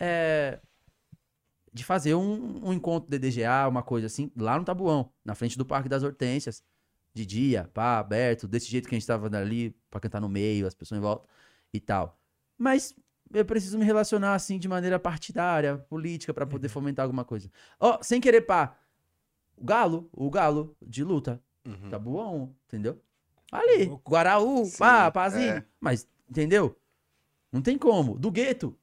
[SPEAKER 3] um encontro de DGA, uma coisa assim, lá no Tabuão, na frente do Parque das Hortênsias, de dia, pá, aberto, desse jeito que a gente tava ali, pra cantar no meio, as pessoas em volta e tal. Mas eu preciso me relacionar, assim, de maneira partidária, política, pra poder fomentar alguma coisa. Ó, sem querer, pá, o Galo de luta, Tabuão, entendeu? Ali,
[SPEAKER 1] Louco.
[SPEAKER 3] Guaraú,
[SPEAKER 2] Sim,
[SPEAKER 3] pá, Pazinho, mas, entendeu? Não tem como. Do Gueto,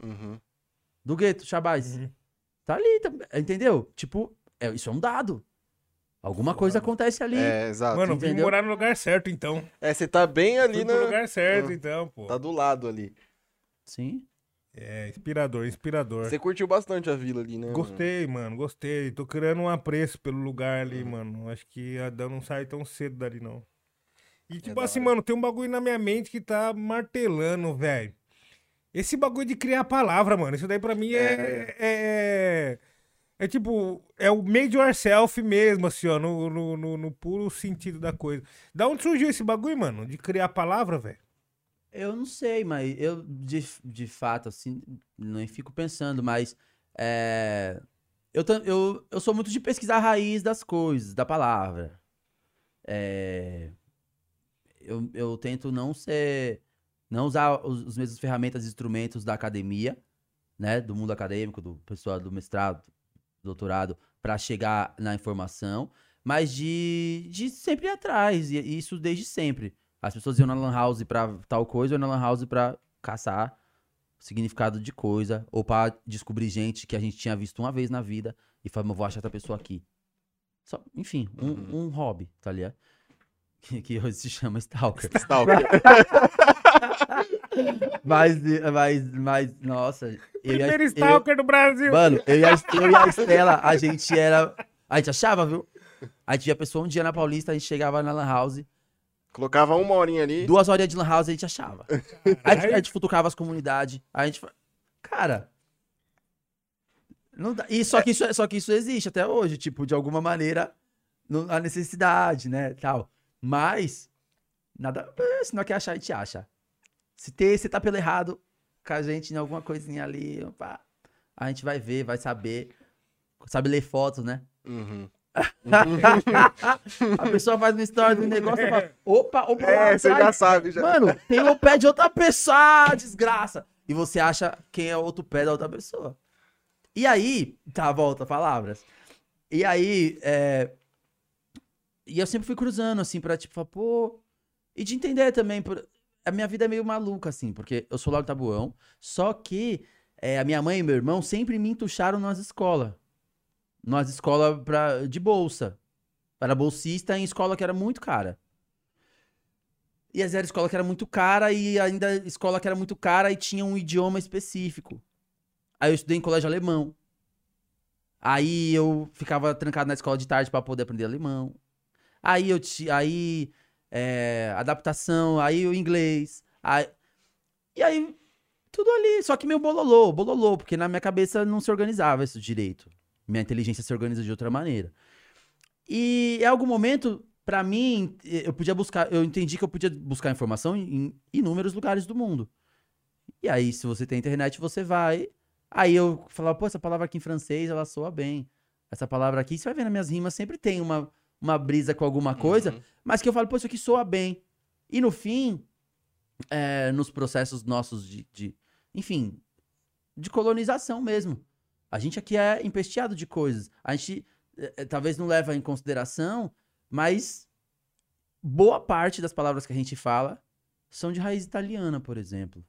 [SPEAKER 3] Shabazz. Tá ali, entendeu? Tipo, isso é um dado. Alguma coisa acontece ali.
[SPEAKER 2] Exato.
[SPEAKER 1] Mano, vim
[SPEAKER 3] entendeu?
[SPEAKER 1] morar no lugar certo, então.
[SPEAKER 2] Você tá bem ali
[SPEAKER 1] Fui pro lugar certo, então, pô.
[SPEAKER 2] Tá do lado ali.
[SPEAKER 3] Sim.
[SPEAKER 1] É, inspirador, inspirador.
[SPEAKER 2] Você curtiu bastante a vila ali, né? mano?
[SPEAKER 1] Gostei, mano, gostei. Tô criando um apreço pelo lugar ali, mano. Acho que a Dan não sai tão cedo dali, não. E tipo
[SPEAKER 2] da
[SPEAKER 1] assim,
[SPEAKER 2] hora.
[SPEAKER 1] mano, tem um bagulho na minha mente que tá martelando, velho. Esse bagulho de criar palavra, mano, isso daí pra mim é tipo, é o made yourself mesmo, assim, ó, no puro sentido da coisa. Da onde surgiu esse bagulho, mano, de criar palavra, velho?
[SPEAKER 3] Eu não sei, mas eu, de fato, assim, nem fico pensando, mas eu sou muito de pesquisar a raiz das coisas, da palavra. É, eu tento não usar os mesmos ferramentas e instrumentos da academia, né, do mundo acadêmico, do pessoal do mestrado, doutorado, para chegar na informação, mas de sempre ir atrás, e isso desde sempre. As pessoas iam na Lan House pra tal coisa, ou na Lan House pra caçar significado de coisa, ou pra descobrir gente que a gente tinha visto uma vez na vida e falar, mas eu vou achar essa pessoa aqui. Só, enfim, um hobby, tá ligado? Que hoje se chama Stalker.
[SPEAKER 2] Stalker.
[SPEAKER 3] Mas, nossa.
[SPEAKER 1] Primeiro stalker do Brasil.
[SPEAKER 3] Mano, eu e a Estela, a gente achava, viu? A gente via a pessoa um dia na Paulista, a gente chegava na Lan House,
[SPEAKER 2] Colocava uma horinha ali.
[SPEAKER 3] 2 horinhas de Lan House a gente achava. Aí a gente futucava as comunidades, a gente. Cara. Não dá. E só que isso existe até hoje, tipo, de alguma maneira, a necessidade, né? Tal. Mas, nada. Se não quer achar, a gente acha. Se tá pelo errado com a gente em alguma coisinha ali, opa, a gente vai ver, vai saber. Sabe ler fotos, né?
[SPEAKER 2] Uhum.
[SPEAKER 3] A pessoa faz uma história do negócio e fala: opa, lá
[SPEAKER 2] você
[SPEAKER 3] atrás,
[SPEAKER 2] já sabe, já.
[SPEAKER 3] mano, tem o pé de outra pessoa, desgraça. E você acha quem é o outro pé da outra pessoa. E aí, tá, volta palavras. E aí, e eu sempre fui cruzando, assim, pra tipo, falar, pô. E de entender também, a minha vida é meio maluca, assim, porque eu sou lá do Tabuão, só que a minha mãe e meu irmão sempre me entucharam nas escolas. Nas escolas de bolsa. Era bolsista em escola que era muito cara. E era escola que era muito cara e ainda escola que era muito cara e tinha um idioma específico. Aí eu estudei em colégio alemão. Aí eu ficava trancado na escola de tarde pra poder aprender alemão. Aí adaptação, aí o inglês. E aí tudo ali, só que meio bololô, porque na minha cabeça não se organizava isso direito. Minha inteligência se organiza de outra maneira. E em algum momento, pra mim, eu entendi que eu podia buscar informação em inúmeros lugares do mundo. E aí, se você tem internet, você vai. Aí eu falava, pô, essa palavra aqui em francês, ela soa bem. Essa palavra aqui, você vai ver nas minhas rimas, sempre tem uma brisa com alguma coisa, mas que eu falo, pô, isso aqui soa bem. E no fim, nos processos nossos enfim, de colonização mesmo. A gente aqui é empesteado de coisas. A gente talvez não leva em consideração, mas boa parte das palavras que a gente fala são de raiz italiana, por exemplo.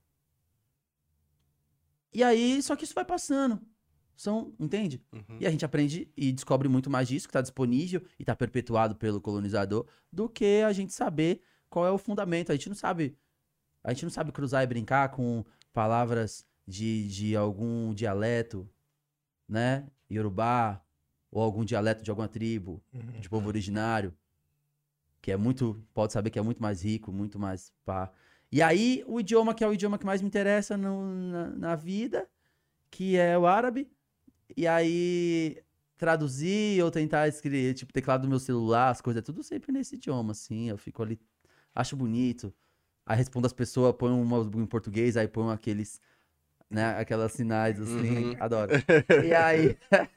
[SPEAKER 3] E aí, só que isso vai passando. Entende? E a gente aprende e descobre muito mais disso, que tá disponível e tá perpetuado pelo colonizador, do que a gente saber qual é o fundamento. A gente não sabe cruzar e brincar com palavras de algum dialeto, né? Yorubá, ou algum dialeto de alguma tribo, de povo originário, que pode saber que é muito mais rico, muito mais pá. E aí, o idioma que é o idioma que mais me interessa na vida, que é o árabe, e aí traduzir ou tentar escrever, tipo, teclado do meu celular, as coisas, tudo sempre nesse idioma, assim, eu fico ali, acho bonito, aí respondo as pessoas, põe em português, aí põe aqueles, né, aquelas sinais, assim, adoro. E aí...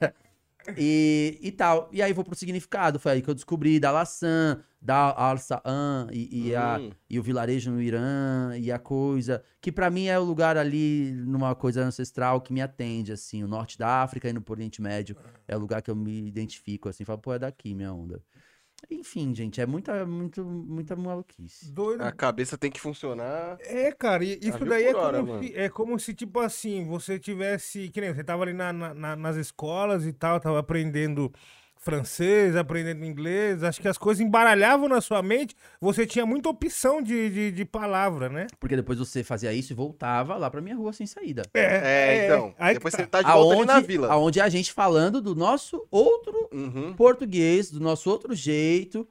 [SPEAKER 3] E tal. E aí vou pro significado. Foi aí que eu descobri da Laçã, da Al-Sa'an e o vilarejo no Irã e a coisa. Que pra mim é o lugar ali, numa coisa ancestral que me atende, assim. O norte da África e no Oriente Médio é o lugar que eu me identifico, assim. Falo, pô, é daqui minha onda. Enfim, gente, é muita maluquice.
[SPEAKER 1] Doido.
[SPEAKER 2] A cabeça tem que funcionar.
[SPEAKER 1] Cara, e isso
[SPEAKER 2] mil
[SPEAKER 1] daí
[SPEAKER 2] por hora, mano.
[SPEAKER 1] é como se, tipo assim, você tivesse, que nem você tava ali nas escolas e tal, tava aprendendo francês, aprendendo inglês. Acho que as coisas embaralhavam na sua mente. Você tinha muita opção de palavra, né?
[SPEAKER 3] Porque depois você fazia isso e voltava lá pra minha rua sem saída.
[SPEAKER 2] Então.
[SPEAKER 1] Aí que
[SPEAKER 2] Depois
[SPEAKER 1] tá.
[SPEAKER 2] você tá de volta ali na vila.
[SPEAKER 3] Aonde a gente falando do nosso outro
[SPEAKER 2] Uhum.
[SPEAKER 3] português, do nosso outro jeito.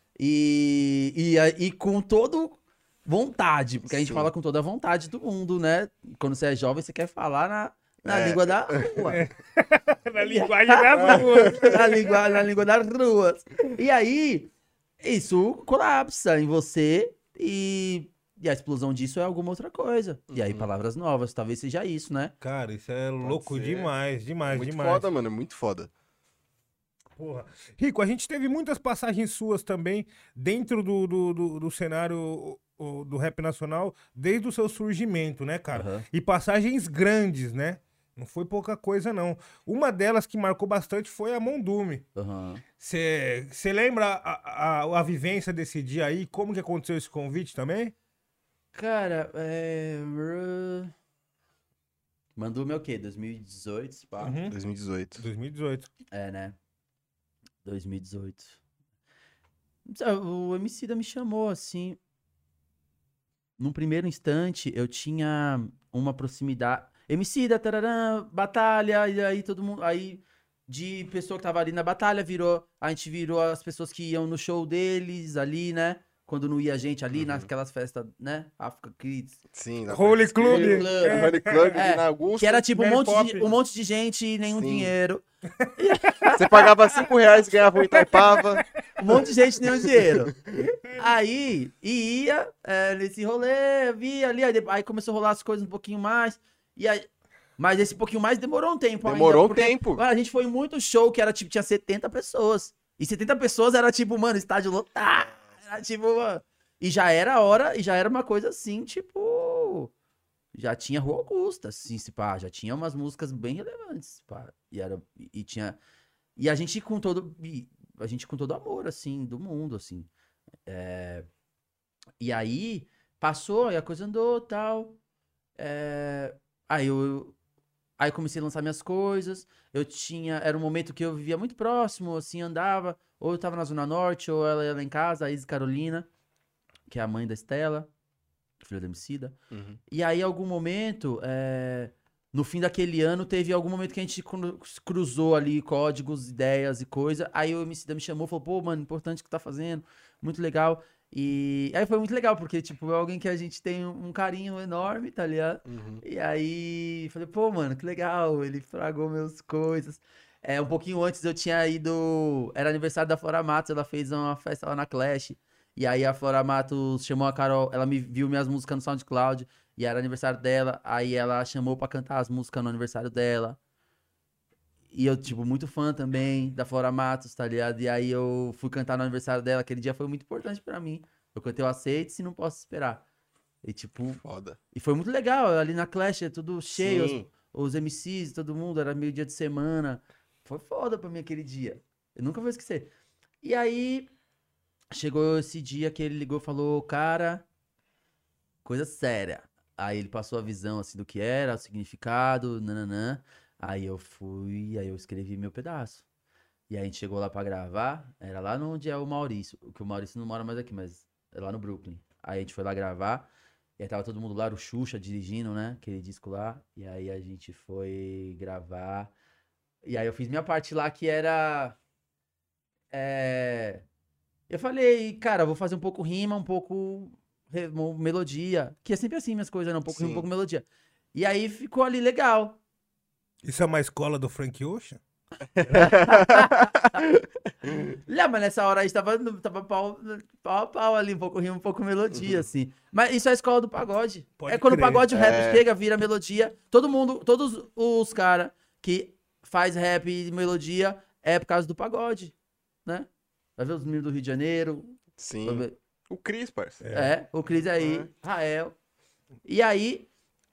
[SPEAKER 3] E com todo vontade. Porque a gente
[SPEAKER 2] Sim.
[SPEAKER 3] fala com toda a vontade do mundo, né? Quando você é jovem, você quer falar na língua da rua.
[SPEAKER 1] Na linguagem das ruas.
[SPEAKER 3] na língua das ruas. E aí, isso colapsa em você e a explosão disso é alguma outra coisa. E aí, palavras novas, talvez seja isso, né?
[SPEAKER 1] Cara, isso é louco
[SPEAKER 2] ser.
[SPEAKER 1] demais, demais,
[SPEAKER 2] Muito
[SPEAKER 1] demais.
[SPEAKER 2] foda, mano. É muito foda.
[SPEAKER 1] Porra. Rico, a gente teve muitas passagens suas também dentro do cenário do rap nacional, desde o seu surgimento, né, cara?
[SPEAKER 3] Aham.
[SPEAKER 1] E passagens grandes, né? Não foi pouca coisa, não. Uma delas que marcou bastante foi a Mondume.
[SPEAKER 3] Aham.
[SPEAKER 1] Você lembra a vivência desse dia aí? Como que aconteceu esse convite também?
[SPEAKER 3] Cara, Mandou-me o quê? 2018, esse pá?
[SPEAKER 1] Uhum.
[SPEAKER 2] 2018.
[SPEAKER 1] 2018.
[SPEAKER 3] É, né? 2018. O Emicida me chamou, assim. Num primeiro instante, eu tinha uma proximidade. Emicida, tararã, batalha, e aí todo mundo. Aí, de pessoa que tava ali na batalha, a gente virou as pessoas que iam no show deles ali, né? Quando não ia a gente ali, naquelas festas, né? Africa Kids.
[SPEAKER 2] Sim. na
[SPEAKER 1] Holy
[SPEAKER 2] Festa
[SPEAKER 1] Club.
[SPEAKER 2] Club.
[SPEAKER 3] É.
[SPEAKER 2] Holy Club
[SPEAKER 3] É,
[SPEAKER 2] ali na Augusta.
[SPEAKER 3] Que era tipo
[SPEAKER 1] Mary Pop.
[SPEAKER 3] um monte de gente e nenhum
[SPEAKER 2] Sim.
[SPEAKER 3] dinheiro.
[SPEAKER 2] Você pagava R$5 e ganhava um Itaipava.
[SPEAKER 3] Um monte de gente e nenhum dinheiro. Aí, ia nesse rolê, via ali, aí começou a rolar as coisas um pouquinho mais. E aí, mas esse pouquinho mais demorou um tempo
[SPEAKER 2] Demorou um
[SPEAKER 3] porque,
[SPEAKER 2] tempo.
[SPEAKER 3] mano, a gente foi em muito show que era tipo, tinha 70 pessoas. E 70 pessoas era tipo, mano, estádio lotado. Era tipo, mano. E já era hora, e já era uma coisa assim, tipo. Já tinha Rua Augusta, assim, se pá, já tinha umas músicas bem relevantes, pá. E tinha. E a gente com todo. A gente com todo amor, assim, do mundo, assim. E aí, passou, e a coisa andou tal. Aí eu comecei a lançar minhas coisas. Era um momento que eu vivia muito próximo, assim, andava. Ou eu tava na Zona Norte, ou ela ia lá em casa, a Izzy Carolina, que é a mãe da Estela, filha da Emicida.
[SPEAKER 2] Uhum.
[SPEAKER 3] E aí, algum momento, no fim daquele ano, teve algum momento que a gente cruzou ali códigos, ideias e coisa. Aí o Emicida me chamou e falou, pô, mano, importante o que tá fazendo, muito legal. E aí foi muito legal, porque, tipo, é alguém que a gente tem um carinho enorme, tá ligado?
[SPEAKER 2] Uhum.
[SPEAKER 3] E aí, falei, pô, mano, que legal, ele fragou meus coisas. Um pouquinho antes eu tinha ido, era aniversário da Flora Matos, ela fez uma festa lá na Clash. E aí a Flora Matos chamou a Carol, ela viu minhas músicas no SoundCloud, e era aniversário dela, aí ela chamou pra cantar as músicas no aniversário dela. E eu, tipo, muito fã também da Flora Matos, tá ligado? E aí eu fui cantar no aniversário dela, aquele dia foi muito importante pra mim. Eu cantei o Aceite-se e Não Posso Esperar. E tipo,
[SPEAKER 2] Foda.
[SPEAKER 3] e foi muito legal, ali na Clash, é tudo cheio,
[SPEAKER 2] Sim.
[SPEAKER 3] os MCs, todo mundo, era meio dia de semana. Foi foda pra mim aquele dia. Eu nunca vou esquecer. E aí, chegou esse dia que ele ligou e falou, cara, coisa séria. Aí ele passou a visão, assim, do que era, o significado, nananã. Aí eu escrevi meu pedaço. E aí a gente chegou lá pra gravar, era lá onde é o Maurício, que o Maurício não mora mais aqui, mas é lá no Brooklyn. Aí a gente foi lá gravar, e aí tava todo mundo lá, o Xuxa dirigindo, né, aquele disco lá. E aí a gente foi gravar. E aí eu fiz minha parte lá, que era... Eu falei, cara, vou fazer um pouco rima, um pouco melodia. Que é sempre assim minhas coisas, né? Um pouco rima, um
[SPEAKER 2] Sim.
[SPEAKER 3] pouco melodia. E aí ficou ali legal.
[SPEAKER 1] Isso é uma escola do Frank Ocean?
[SPEAKER 3] Não, mas nessa hora a gente tava pau a pau ali, um pouco rima, um pouco melodia, assim. Mas isso é a escola do pagode.
[SPEAKER 1] Pode
[SPEAKER 3] Quando
[SPEAKER 1] crer.
[SPEAKER 3] o pagode, o rap
[SPEAKER 2] É.
[SPEAKER 3] chega, vira melodia. Todo mundo, todos os caras que faz rap e melodia é por causa do pagode, né? Vai ver os meninos do Rio de Janeiro. Vai
[SPEAKER 2] Sim.
[SPEAKER 3] ver-
[SPEAKER 2] O Cris, parça.
[SPEAKER 3] o Cris aí, Rael. E aí.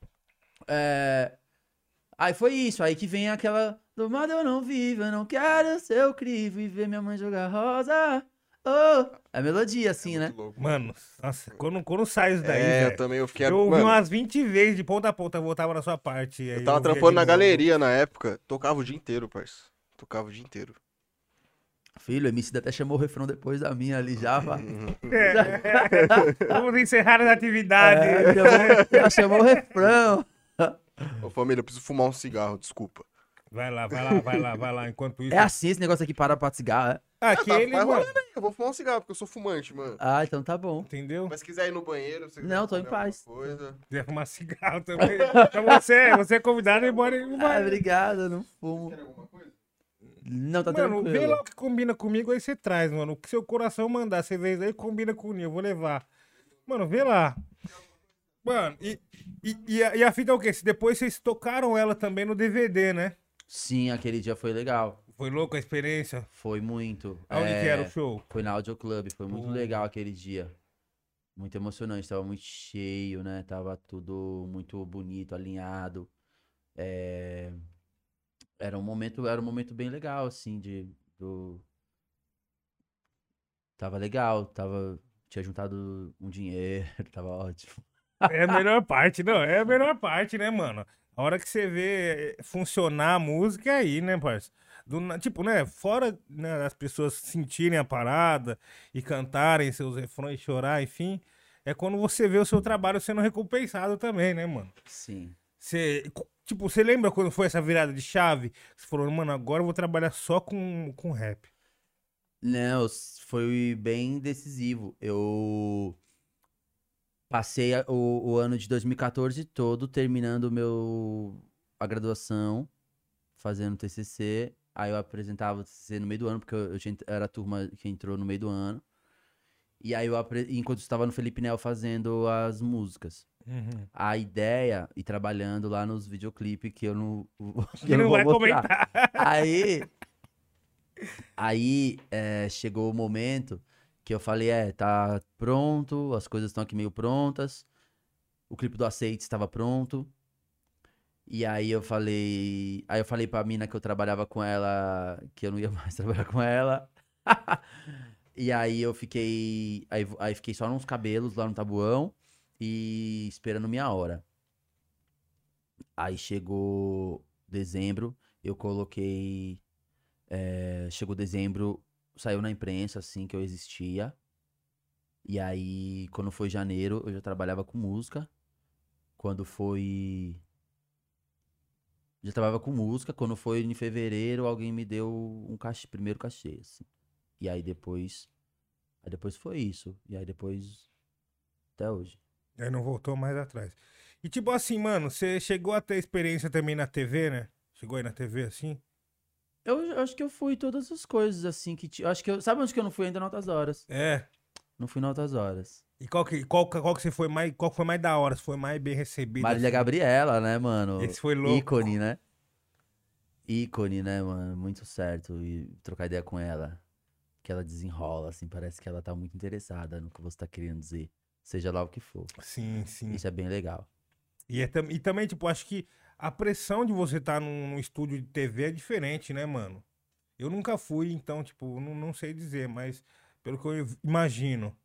[SPEAKER 3] Aí foi isso. Aí que vem aquela. Do modo eu não vivo, eu não quero ser o crivo e ver minha mãe jogar rosa. Oh. É melodia, assim, né?
[SPEAKER 2] Muito louco.
[SPEAKER 1] Mano, nossa, quando sai isso daí,
[SPEAKER 2] Eu
[SPEAKER 1] velho.
[SPEAKER 2] também, eu fiquei...
[SPEAKER 1] Eu ouvi
[SPEAKER 2] Mano,
[SPEAKER 1] umas 20 vezes, de ponta a ponta, eu voltava na sua parte. aí
[SPEAKER 2] eu tava
[SPEAKER 1] ouvia
[SPEAKER 2] trampando
[SPEAKER 1] de
[SPEAKER 2] na
[SPEAKER 1] novo.
[SPEAKER 2] galeria na época, tocava o dia inteiro, parça. Tocava o dia inteiro.
[SPEAKER 3] Filho, o MC até chamou o refrão depois da minha ali já, pá.
[SPEAKER 1] Vamos encerrar as atividades.
[SPEAKER 3] Já chamou o refrão.
[SPEAKER 2] Ô, família, eu preciso fumar um cigarro, desculpa.
[SPEAKER 1] Vai lá. Enquanto isso.
[SPEAKER 3] É assim esse negócio aqui para de cigarro, é?
[SPEAKER 1] Aquele,
[SPEAKER 2] Vai
[SPEAKER 1] mano.
[SPEAKER 2] rolando aí, eu vou fumar um cigarro, porque eu sou fumante, mano.
[SPEAKER 3] Ah, então tá bom.
[SPEAKER 1] Entendeu?
[SPEAKER 2] Mas se quiser ir no banheiro, se quiser
[SPEAKER 3] Não, tô em
[SPEAKER 2] comer alguma
[SPEAKER 3] paz.
[SPEAKER 2] coisa.
[SPEAKER 1] Quiser fumar cigarro também. Então você é convidado a ir embora.
[SPEAKER 3] Ah, obrigado, eu não fumo.
[SPEAKER 2] Quer alguma coisa?
[SPEAKER 3] Não, tá
[SPEAKER 1] Mano, vê
[SPEAKER 3] tranquilo.
[SPEAKER 1] lá o que combina comigo, aí você traz, mano. O que seu coração mandar, você vê aí, combina comigo, eu vou levar. Mano, vê lá. Mano, e a fita é o quê? Depois vocês tocaram ela também no DVD, né?
[SPEAKER 3] Sim, aquele dia foi legal.
[SPEAKER 1] Foi louco a experiência?
[SPEAKER 3] Foi muito.
[SPEAKER 1] Aonde que era o show?
[SPEAKER 3] Foi na Audio Club, foi muito legal aquele dia. Muito emocionante, tava muito cheio, né? Tava tudo muito bonito, alinhado. Era um momento bem legal, assim, Tava legal, tinha juntado um dinheiro, tava ótimo.
[SPEAKER 1] É a melhor parte, não, é a melhor parte, né, mano? A hora que você vê funcionar a música é aí, né, parceiro? Tipo, né, fora né, as pessoas sentirem a parada e cantarem seus refrões, chorar, enfim, é quando você vê o seu trabalho sendo recompensado também, né, mano?
[SPEAKER 3] Sim.
[SPEAKER 1] Você lembra quando foi essa virada de chave? Você falou, mano, agora eu vou trabalhar só com rap.
[SPEAKER 3] Não, foi bem decisivo. Eu passei o ano de 2014 todo terminando a graduação, fazendo TCC. Aí eu apresentava o TCC no meio do ano, porque era a turma que entrou no meio do ano. E aí enquanto eu estava no Felipe Nel fazendo as músicas.
[SPEAKER 1] Uhum.
[SPEAKER 3] A ideia, e trabalhando lá nos videoclipes que eu não, que
[SPEAKER 1] Que
[SPEAKER 3] eu não
[SPEAKER 1] não
[SPEAKER 3] vou
[SPEAKER 1] vai
[SPEAKER 3] mostrar.
[SPEAKER 1] comentar.
[SPEAKER 3] Aí chegou o momento que eu falei, tá pronto, as coisas estão aqui meio prontas. O clipe do Aceite estava pronto. E aí eu falei pra mina que eu trabalhava com ela, que eu não ia mais trabalhar com ela. E aí eu fiquei, aí fiquei só nos cabelos lá no Tabuão e esperando minha hora. Aí chegou dezembro, eu coloquei, chegou dezembro, saiu na imprensa assim que eu existia. E aí quando foi janeiro eu já trabalhava com música. Quando foi quando foi em fevereiro, alguém me deu um cachê, primeiro cachê, assim. E aí depois foi isso. E aí depois, até hoje.
[SPEAKER 1] Aí não voltou mais atrás. E tipo assim, mano, você chegou a ter experiência também na TV, né? Chegou aí na TV assim?
[SPEAKER 3] Eu acho que eu fui todas as coisas, assim, acho que sabe onde que eu não fui ainda? Em Altas Horas.
[SPEAKER 1] É.
[SPEAKER 3] Não fui em Altas Horas.
[SPEAKER 1] E qual que você foi mais, qual que foi mais da hora? Você foi mais bem recebido?
[SPEAKER 3] Marília
[SPEAKER 1] assim?
[SPEAKER 3] Gabriela, né, mano?
[SPEAKER 1] Esse foi louco.
[SPEAKER 3] Ícone, né? Ícone, né, mano? Muito certo. E trocar ideia com ela. Que ela desenrola, assim, parece que ela tá muito interessada no que você tá querendo dizer. Seja lá o que for.
[SPEAKER 1] Sim, sim.
[SPEAKER 3] Isso é bem legal.
[SPEAKER 1] E também, tipo, acho que a pressão de você estar num estúdio de TV é diferente, né, mano? Eu nunca fui, então, tipo, não sei dizer, mas pelo que eu imagino.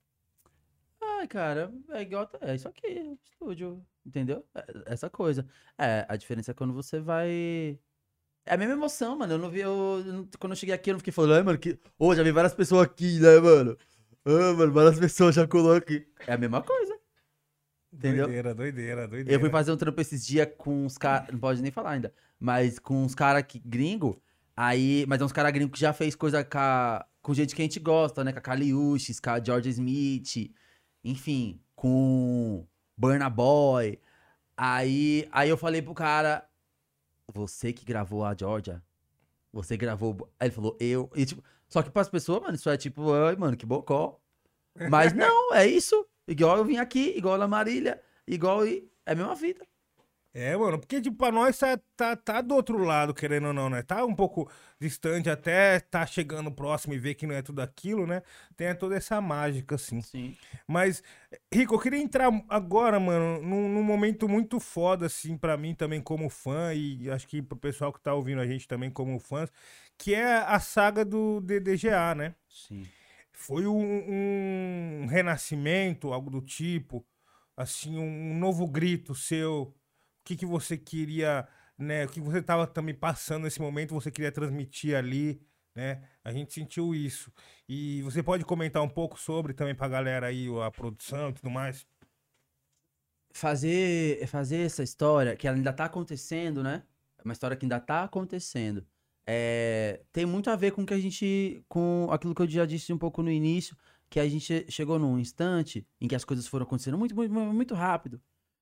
[SPEAKER 3] Ai, cara, é igual. É isso aqui, estúdio. Entendeu? Essa coisa. A diferença é quando você vai. É a mesma emoção, mano. Eu não vi. Quando eu cheguei aqui, eu não fiquei falando, mano, que. Ô, já vi várias pessoas aqui, né, mano? Mano, várias pessoas já colou aqui. É a mesma coisa. Entendeu?
[SPEAKER 1] Doideira.
[SPEAKER 3] Eu fui fazer um trampo esses dias com uns caras. Não pode nem falar ainda. Mas com uns caras gringo. Aí. Mas é uns caras gringos que já fez coisa com gente que a gente gosta, né? Com a Kaliushis, com a George Smith. Enfim, com Burna Boy. Aí eu falei pro cara. Você que gravou a Georgia? Você gravou. Aí ele falou, eu. E, tipo, só que pras pessoas, mano, isso é tipo, ai, mano, que bocó. Mas não, é isso. Igual eu vim aqui, igual a Marília, igual. É a mesma vida.
[SPEAKER 1] É, mano, porque, tipo, pra nós tá do outro lado, querendo ou não, né? Tá um pouco distante até tá chegando próximo e ver que não é tudo aquilo, né? Tem toda essa mágica, assim.
[SPEAKER 3] Sim.
[SPEAKER 1] Mas, Rico, eu queria entrar agora, mano, num momento muito foda, assim, pra mim também como fã, e acho que pro pessoal que tá ouvindo a gente também como fãs, que é a saga do DDGA, né?
[SPEAKER 3] Sim.
[SPEAKER 1] Foi um renascimento, algo do tipo, assim, um novo grito seu. O que você queria, né? O que você tava também passando nesse momento, você queria transmitir ali, né? A gente sentiu isso. E você pode comentar um pouco sobre também pra galera aí a produção e tudo mais?
[SPEAKER 3] Fazer essa história, que ela ainda tá acontecendo, né? É uma história que ainda tá acontecendo. Tem muito a ver com que a gente. Com aquilo que eu já disse um pouco no início, que a gente chegou num instante em que as coisas foram acontecendo muito, muito, muito, muito rápido.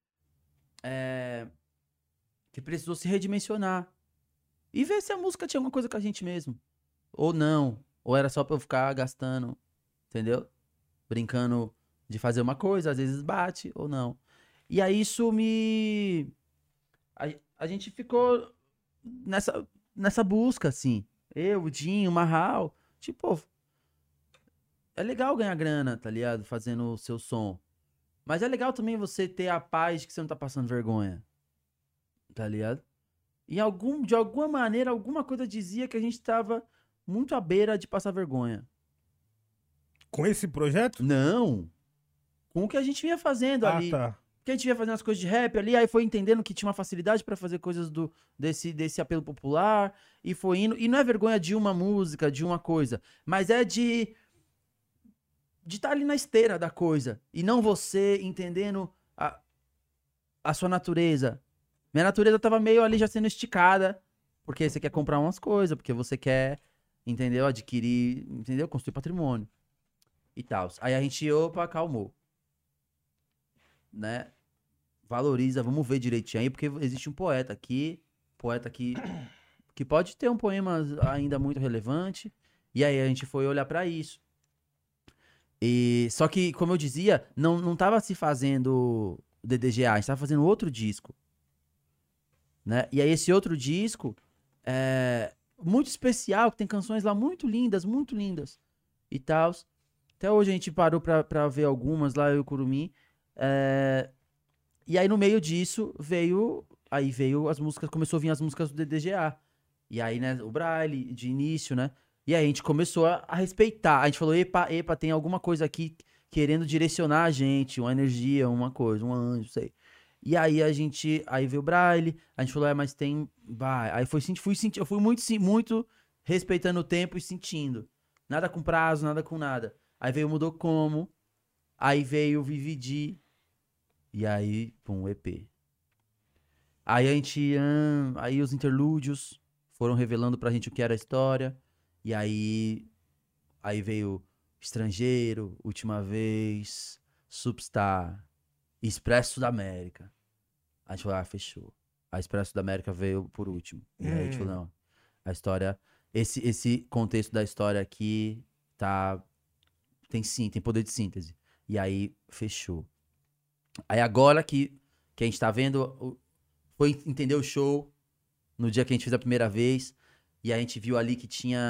[SPEAKER 3] Que precisou se redimensionar. E ver se a música tinha alguma coisa com a gente mesmo. Ou não. Ou era só pra eu ficar gastando, entendeu? Brincando de fazer uma coisa, às vezes bate ou não. E aí isso me. A gente ficou nessa busca, assim. Eu, o Dinho, o Marral. Tipo, é legal ganhar grana, tá ligado? Fazendo o seu som. Mas é legal também você ter a paz de que você não tá passando vergonha. Tá ligado? E de alguma maneira, alguma coisa dizia que a gente tava muito à beira de passar vergonha.
[SPEAKER 1] Com esse projeto?
[SPEAKER 3] Não! Com o que a gente vinha fazendo ali.
[SPEAKER 1] Tá.
[SPEAKER 3] Porque a gente vinha fazendo as coisas de rap ali, aí foi entendendo que tinha uma facilidade pra fazer coisas desse apelo popular, e foi indo. E não é vergonha de uma música, de uma coisa, mas é de estar ali na esteira da coisa. E não você entendendo a sua natureza. Minha natureza tava meio ali já sendo esticada, porque você quer comprar umas coisas, porque você quer, entendeu? Adquirir, entendeu? Construir patrimônio e tal. Aí a gente, opa, acalmou. Né? Valoriza, vamos ver direitinho aí, porque existe um poeta que pode ter um poema ainda muito relevante, e aí a gente foi olhar pra isso. E só que, como eu dizia, não tava se fazendo DDGA, a gente tava fazendo outro disco, né? E aí esse outro disco é muito especial, que tem canções lá muito lindas e tal. Até hoje a gente parou pra ver algumas lá, eu e o Curumim. E aí no meio disso veio as músicas, começou a vir as músicas do DDGA. E aí, né, o Braille de início, né? E aí a gente começou a respeitar. A gente falou, epa, tem alguma coisa aqui querendo direcionar a gente, uma energia, uma coisa, um anjo, sei. E aí aí veio o Braille, a gente falou, mas tem, vai. Aí eu fui muito respeitando o tempo e sentindo. Nada com prazo, nada com nada. Aí veio Mudou Como, aí veio Vividi, e aí, pum, EP. Aí aí os interlúdios foram revelando pra gente o que era a história. E aí veio Estrangeiro, Última Vez, Substar, Expresso da América. A gente falou, fechou. A Expresso da América veio por último. E aí a gente falou, não, a história, esse contexto da história aqui tem poder de síntese. E aí fechou. Aí agora que a gente tá vendo, foi entender o show no dia que a gente fez a primeira vez, e a gente viu ali que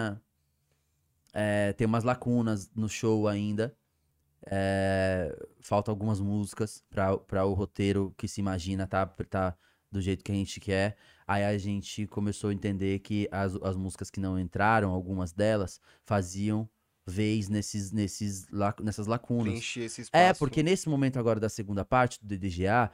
[SPEAKER 3] tem umas lacunas no show ainda. Faltam algumas músicas pra o roteiro que se imagina tá do jeito que a gente quer. Aí a gente começou a entender que as músicas que não entraram, algumas delas, faziam vez nessas lacunas.
[SPEAKER 2] Preencher esse espaço.
[SPEAKER 3] Porque nesse momento agora da segunda parte do DDGA,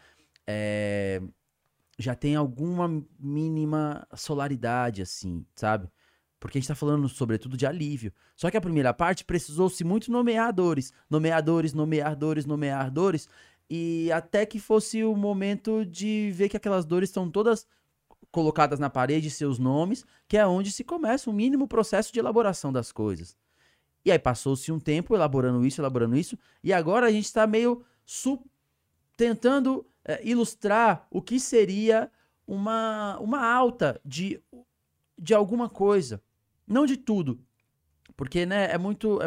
[SPEAKER 3] já tem alguma mínima solaridade, assim, sabe? Porque a gente tá falando, sobretudo, de alívio. Só que a primeira parte precisou-se muito nomear dores. Nomear dores. E até que fosse o momento de ver que aquelas dores estão todas colocadas na parede, seus nomes, que é onde se começa o mínimo processo de elaboração das coisas. E aí passou-se um tempo elaborando isso, e agora a gente tá meio tentando ilustrar o que seria uma alta de alguma coisa. Não de tudo. Porque, né, é muito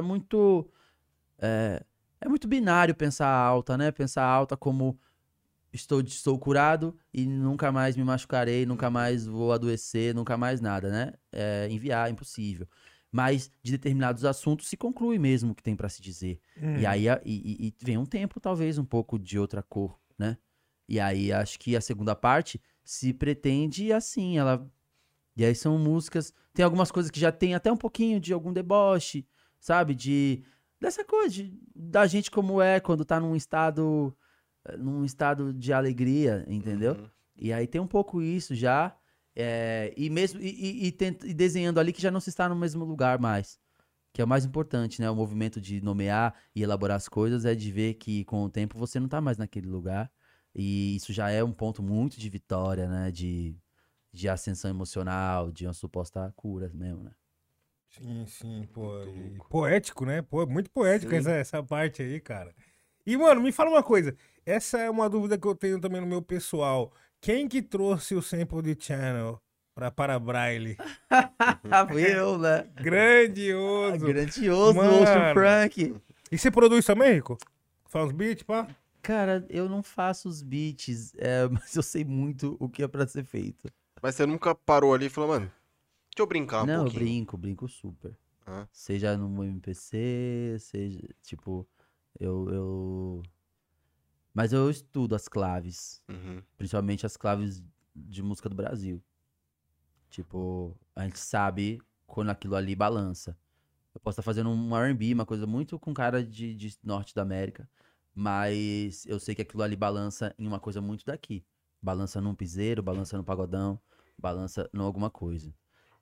[SPEAKER 3] binário pensar alta, né? Pensar alta como estou curado e nunca mais me machucarei, nunca mais vou adoecer, nunca mais nada, né? Enviar, impossível. Mas de determinados assuntos se conclui mesmo o que tem pra se dizer. E aí e vem um tempo, talvez, um pouco de outra cor, né? E aí acho que a segunda parte se pretende assim, E aí são músicas... Tem algumas coisas que já tem até um pouquinho de algum deboche, sabe? Dessa coisa, da gente como é quando tá num estado de alegria, entendeu?
[SPEAKER 2] Uhum.
[SPEAKER 3] E aí tem um pouco isso já. E mesmo e desenhando ali que já não se está no mesmo lugar mais. Que é o mais importante, né? O movimento de nomear e elaborar as coisas é de ver que com o tempo você não tá mais naquele lugar. E isso já é um ponto muito de vitória, né? De ascensão emocional, de uma suposta cura mesmo, né?
[SPEAKER 1] Sim, pô.
[SPEAKER 2] Muito
[SPEAKER 1] E
[SPEAKER 2] louco.
[SPEAKER 1] poético, né? Pô, muito poético
[SPEAKER 2] Sim.
[SPEAKER 1] essa parte aí, cara. E, mano, me fala uma coisa. Essa é uma dúvida que eu tenho também no meu pessoal. Quem que trouxe o sample de Channel para Braille?
[SPEAKER 3] Fui eu, né?
[SPEAKER 1] Grandioso.
[SPEAKER 3] Grandioso,
[SPEAKER 1] Mano.
[SPEAKER 3] Ocean Frank.
[SPEAKER 1] E você produz também, Rico? Faz uns beats, pá?
[SPEAKER 3] Cara, eu não faço os beats, mas eu sei muito o que é pra ser feito.
[SPEAKER 2] Mas você nunca parou ali e falou, mano, deixa eu brincar um
[SPEAKER 3] Não, eu
[SPEAKER 2] pouquinho.
[SPEAKER 3] brinco super.
[SPEAKER 2] Ah,
[SPEAKER 3] Seja no MPC, seja, tipo, eu... Mas eu estudo as claves,
[SPEAKER 2] uhum.
[SPEAKER 3] principalmente as claves de música do Brasil. Tipo, a gente sabe quando aquilo ali balança. Eu posso estar fazendo um R&B, uma coisa muito com cara de norte da América, mas eu sei que aquilo ali balança em uma coisa muito daqui. Balança num piseiro, balança no pagodão, balança em alguma coisa.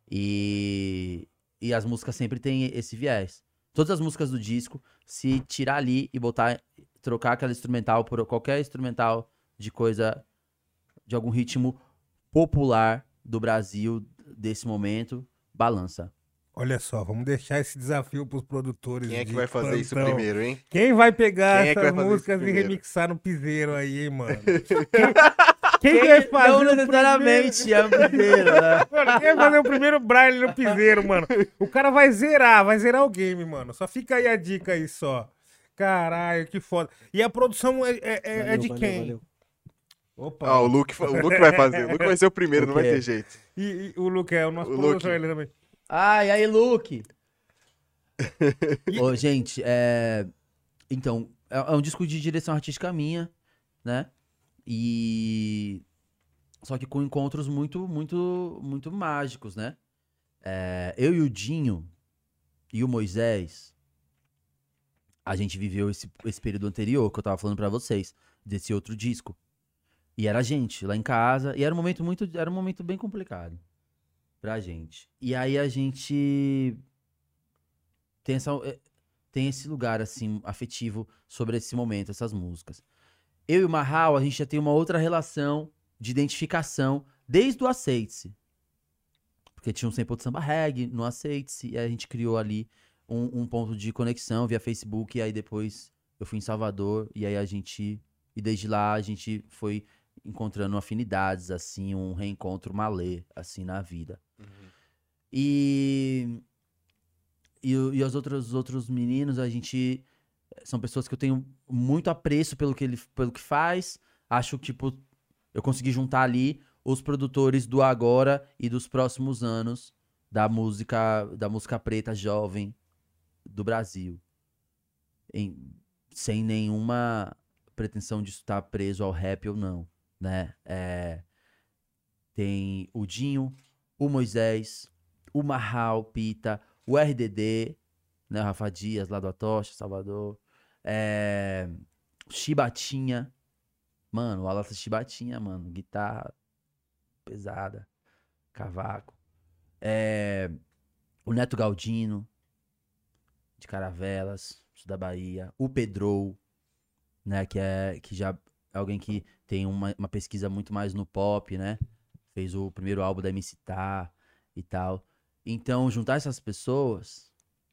[SPEAKER 3] E as músicas sempre têm esse viés. Todas as músicas do disco, se tirar ali e botar, trocar aquela instrumental por qualquer instrumental de coisa, de algum ritmo popular do Brasil desse momento, balança.
[SPEAKER 1] Olha só, vamos deixar esse desafio pros produtores
[SPEAKER 2] Quem é que
[SPEAKER 1] de
[SPEAKER 2] vai fazer isso
[SPEAKER 1] plantão.
[SPEAKER 2] primeiro, hein?
[SPEAKER 1] Quem vai pegar
[SPEAKER 2] Quem é que vai
[SPEAKER 1] essas
[SPEAKER 2] fazer isso
[SPEAKER 1] músicas e
[SPEAKER 2] primeiro?
[SPEAKER 1] remixar no piseiro aí, hein, mano? Quem vai fazer
[SPEAKER 3] Não
[SPEAKER 1] o
[SPEAKER 3] necessariamente é um piseiro, né?
[SPEAKER 1] Mano, quem vai fazer o primeiro Braille no piseiro, mano? O cara vai zerar o game, mano. Só fica aí a dica aí só. Caralho, que foda. E a produção é de quem?
[SPEAKER 4] Valeu.
[SPEAKER 1] Opa.
[SPEAKER 2] Ah, o Luke vai fazer. O Luke vai ser o primeiro, não vai
[SPEAKER 3] O quê?
[SPEAKER 2] ter jeito.
[SPEAKER 1] E o Luke é o nosso
[SPEAKER 2] O
[SPEAKER 1] produtor,
[SPEAKER 2] Luke.
[SPEAKER 1] ele também.
[SPEAKER 3] E aí, Luke? Ô, gente, então, é um disco de direção artística minha, né? E... Só que com encontros muito mágicos, né? Eu e o Dinho e o Moisés, a gente viveu esse período anterior que eu tava falando pra vocês, desse outro disco. E era a gente lá em casa, e era um momento bem complicado pra gente. E aí a gente tem esse lugar, assim, afetivo sobre esse momento, essas músicas. Eu e o Marral, a gente já tem uma outra relação de identificação desde o Aceite-se. Porque tinha um sample de samba reggae no Aceite-se, e a gente criou ali um ponto de conexão via Facebook, e aí depois eu fui em Salvador, e aí e desde lá a gente foi encontrando afinidades, assim, um reencontro malê, assim, na vida. E os outros meninos, a gente... São pessoas que eu tenho muito apreço pelo que faz. Acho que, tipo, eu consegui juntar ali os produtores do agora e dos próximos anos da música preta jovem do Brasil. Sem nenhuma pretensão de estar preso ao rap ou não, né? Tem o Dinho, o Moisés, o Marral, Pita, o RDD, né? O Rafa Dias, lá do Atocha, Salvador. Chibatinha. Mano, o Alas Chibatinha, mano. Guitarra pesada. Cavaco. O Neto Galdino, de Caravelas, da Bahia. O Pedrou, né? Que já é alguém que tem uma pesquisa muito mais no pop, né? Fez o primeiro álbum da MC Tá e tal. Então, juntar essas pessoas...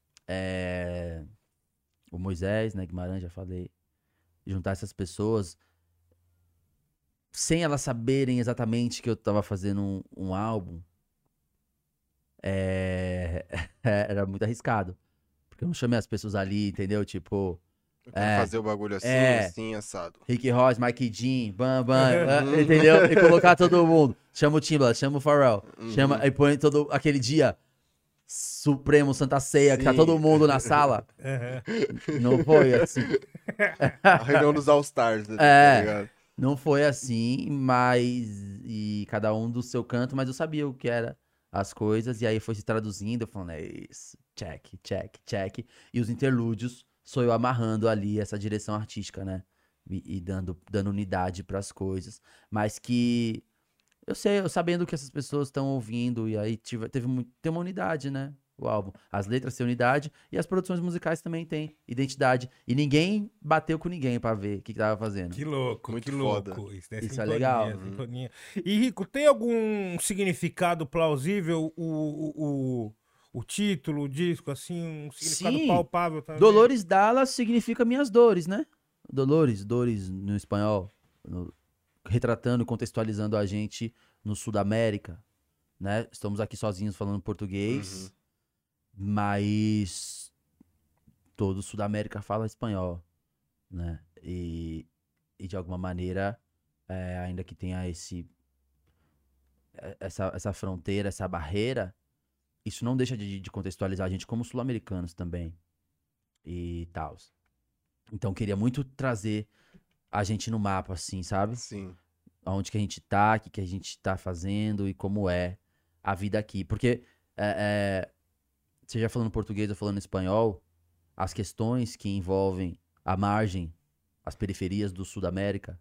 [SPEAKER 3] O Moisés, né? Guimarães, já falei. Juntar essas pessoas sem elas saberem exatamente que eu tava fazendo um álbum era muito arriscado. Porque eu não chamei as pessoas ali, entendeu? Tipo,
[SPEAKER 2] Eu quero fazer o bagulho assim, assim, assado.
[SPEAKER 3] Rick Ross, Mike Jean, Bam, entendeu? E colocar todo mundo. Chama o Timbaland, chama o Pharrell, chama, e põe todo aquele dia Supremo Santa Ceia, que tá
[SPEAKER 2] Sim.
[SPEAKER 3] todo mundo na sala. Não foi assim.
[SPEAKER 2] A reunião dos All-Stars, tá ligado?
[SPEAKER 3] Não foi assim, mas... E cada um do seu canto, mas eu sabia o que era as coisas, e aí foi se traduzindo, eu falando, é isso, check, check, check. E os interlúdios, sou eu amarrando ali essa direção artística, né? E dando unidade pras coisas. Mas que Eu sei, eu sabendo que essas pessoas estão ouvindo, e aí tem uma unidade, né? O álbum. As letras têm unidade e as produções musicais também têm identidade. E ninguém bateu com ninguém pra ver o que tava fazendo.
[SPEAKER 1] Que louco,
[SPEAKER 2] Muito
[SPEAKER 1] que
[SPEAKER 2] foda.
[SPEAKER 1] louco. Isso é
[SPEAKER 3] Isso é
[SPEAKER 1] sintonia,
[SPEAKER 3] legal.
[SPEAKER 1] sintonia. E, Rico, tem algum significado plausível o título, o disco, assim, um significado
[SPEAKER 3] Sim.
[SPEAKER 1] palpável também?
[SPEAKER 3] Dolores Dallas significa minhas dores, né? Dolores, dores no espanhol, retratando, contextualizando a gente no Sul da América, né? Estamos aqui sozinhos falando português, mas todo o Sul da América fala espanhol, né? E de alguma maneira, ainda que tenha essa fronteira, essa barreira, isso não deixa de contextualizar a gente como sul-americanos também e tal. Então queria muito trazer a gente no mapa, assim, sabe?
[SPEAKER 2] Sim.
[SPEAKER 3] Aonde que a gente tá, o que a gente tá fazendo e como é a vida aqui. Porque, seja falando português ou falando espanhol, as questões que envolvem a margem, as periferias do Sul da América,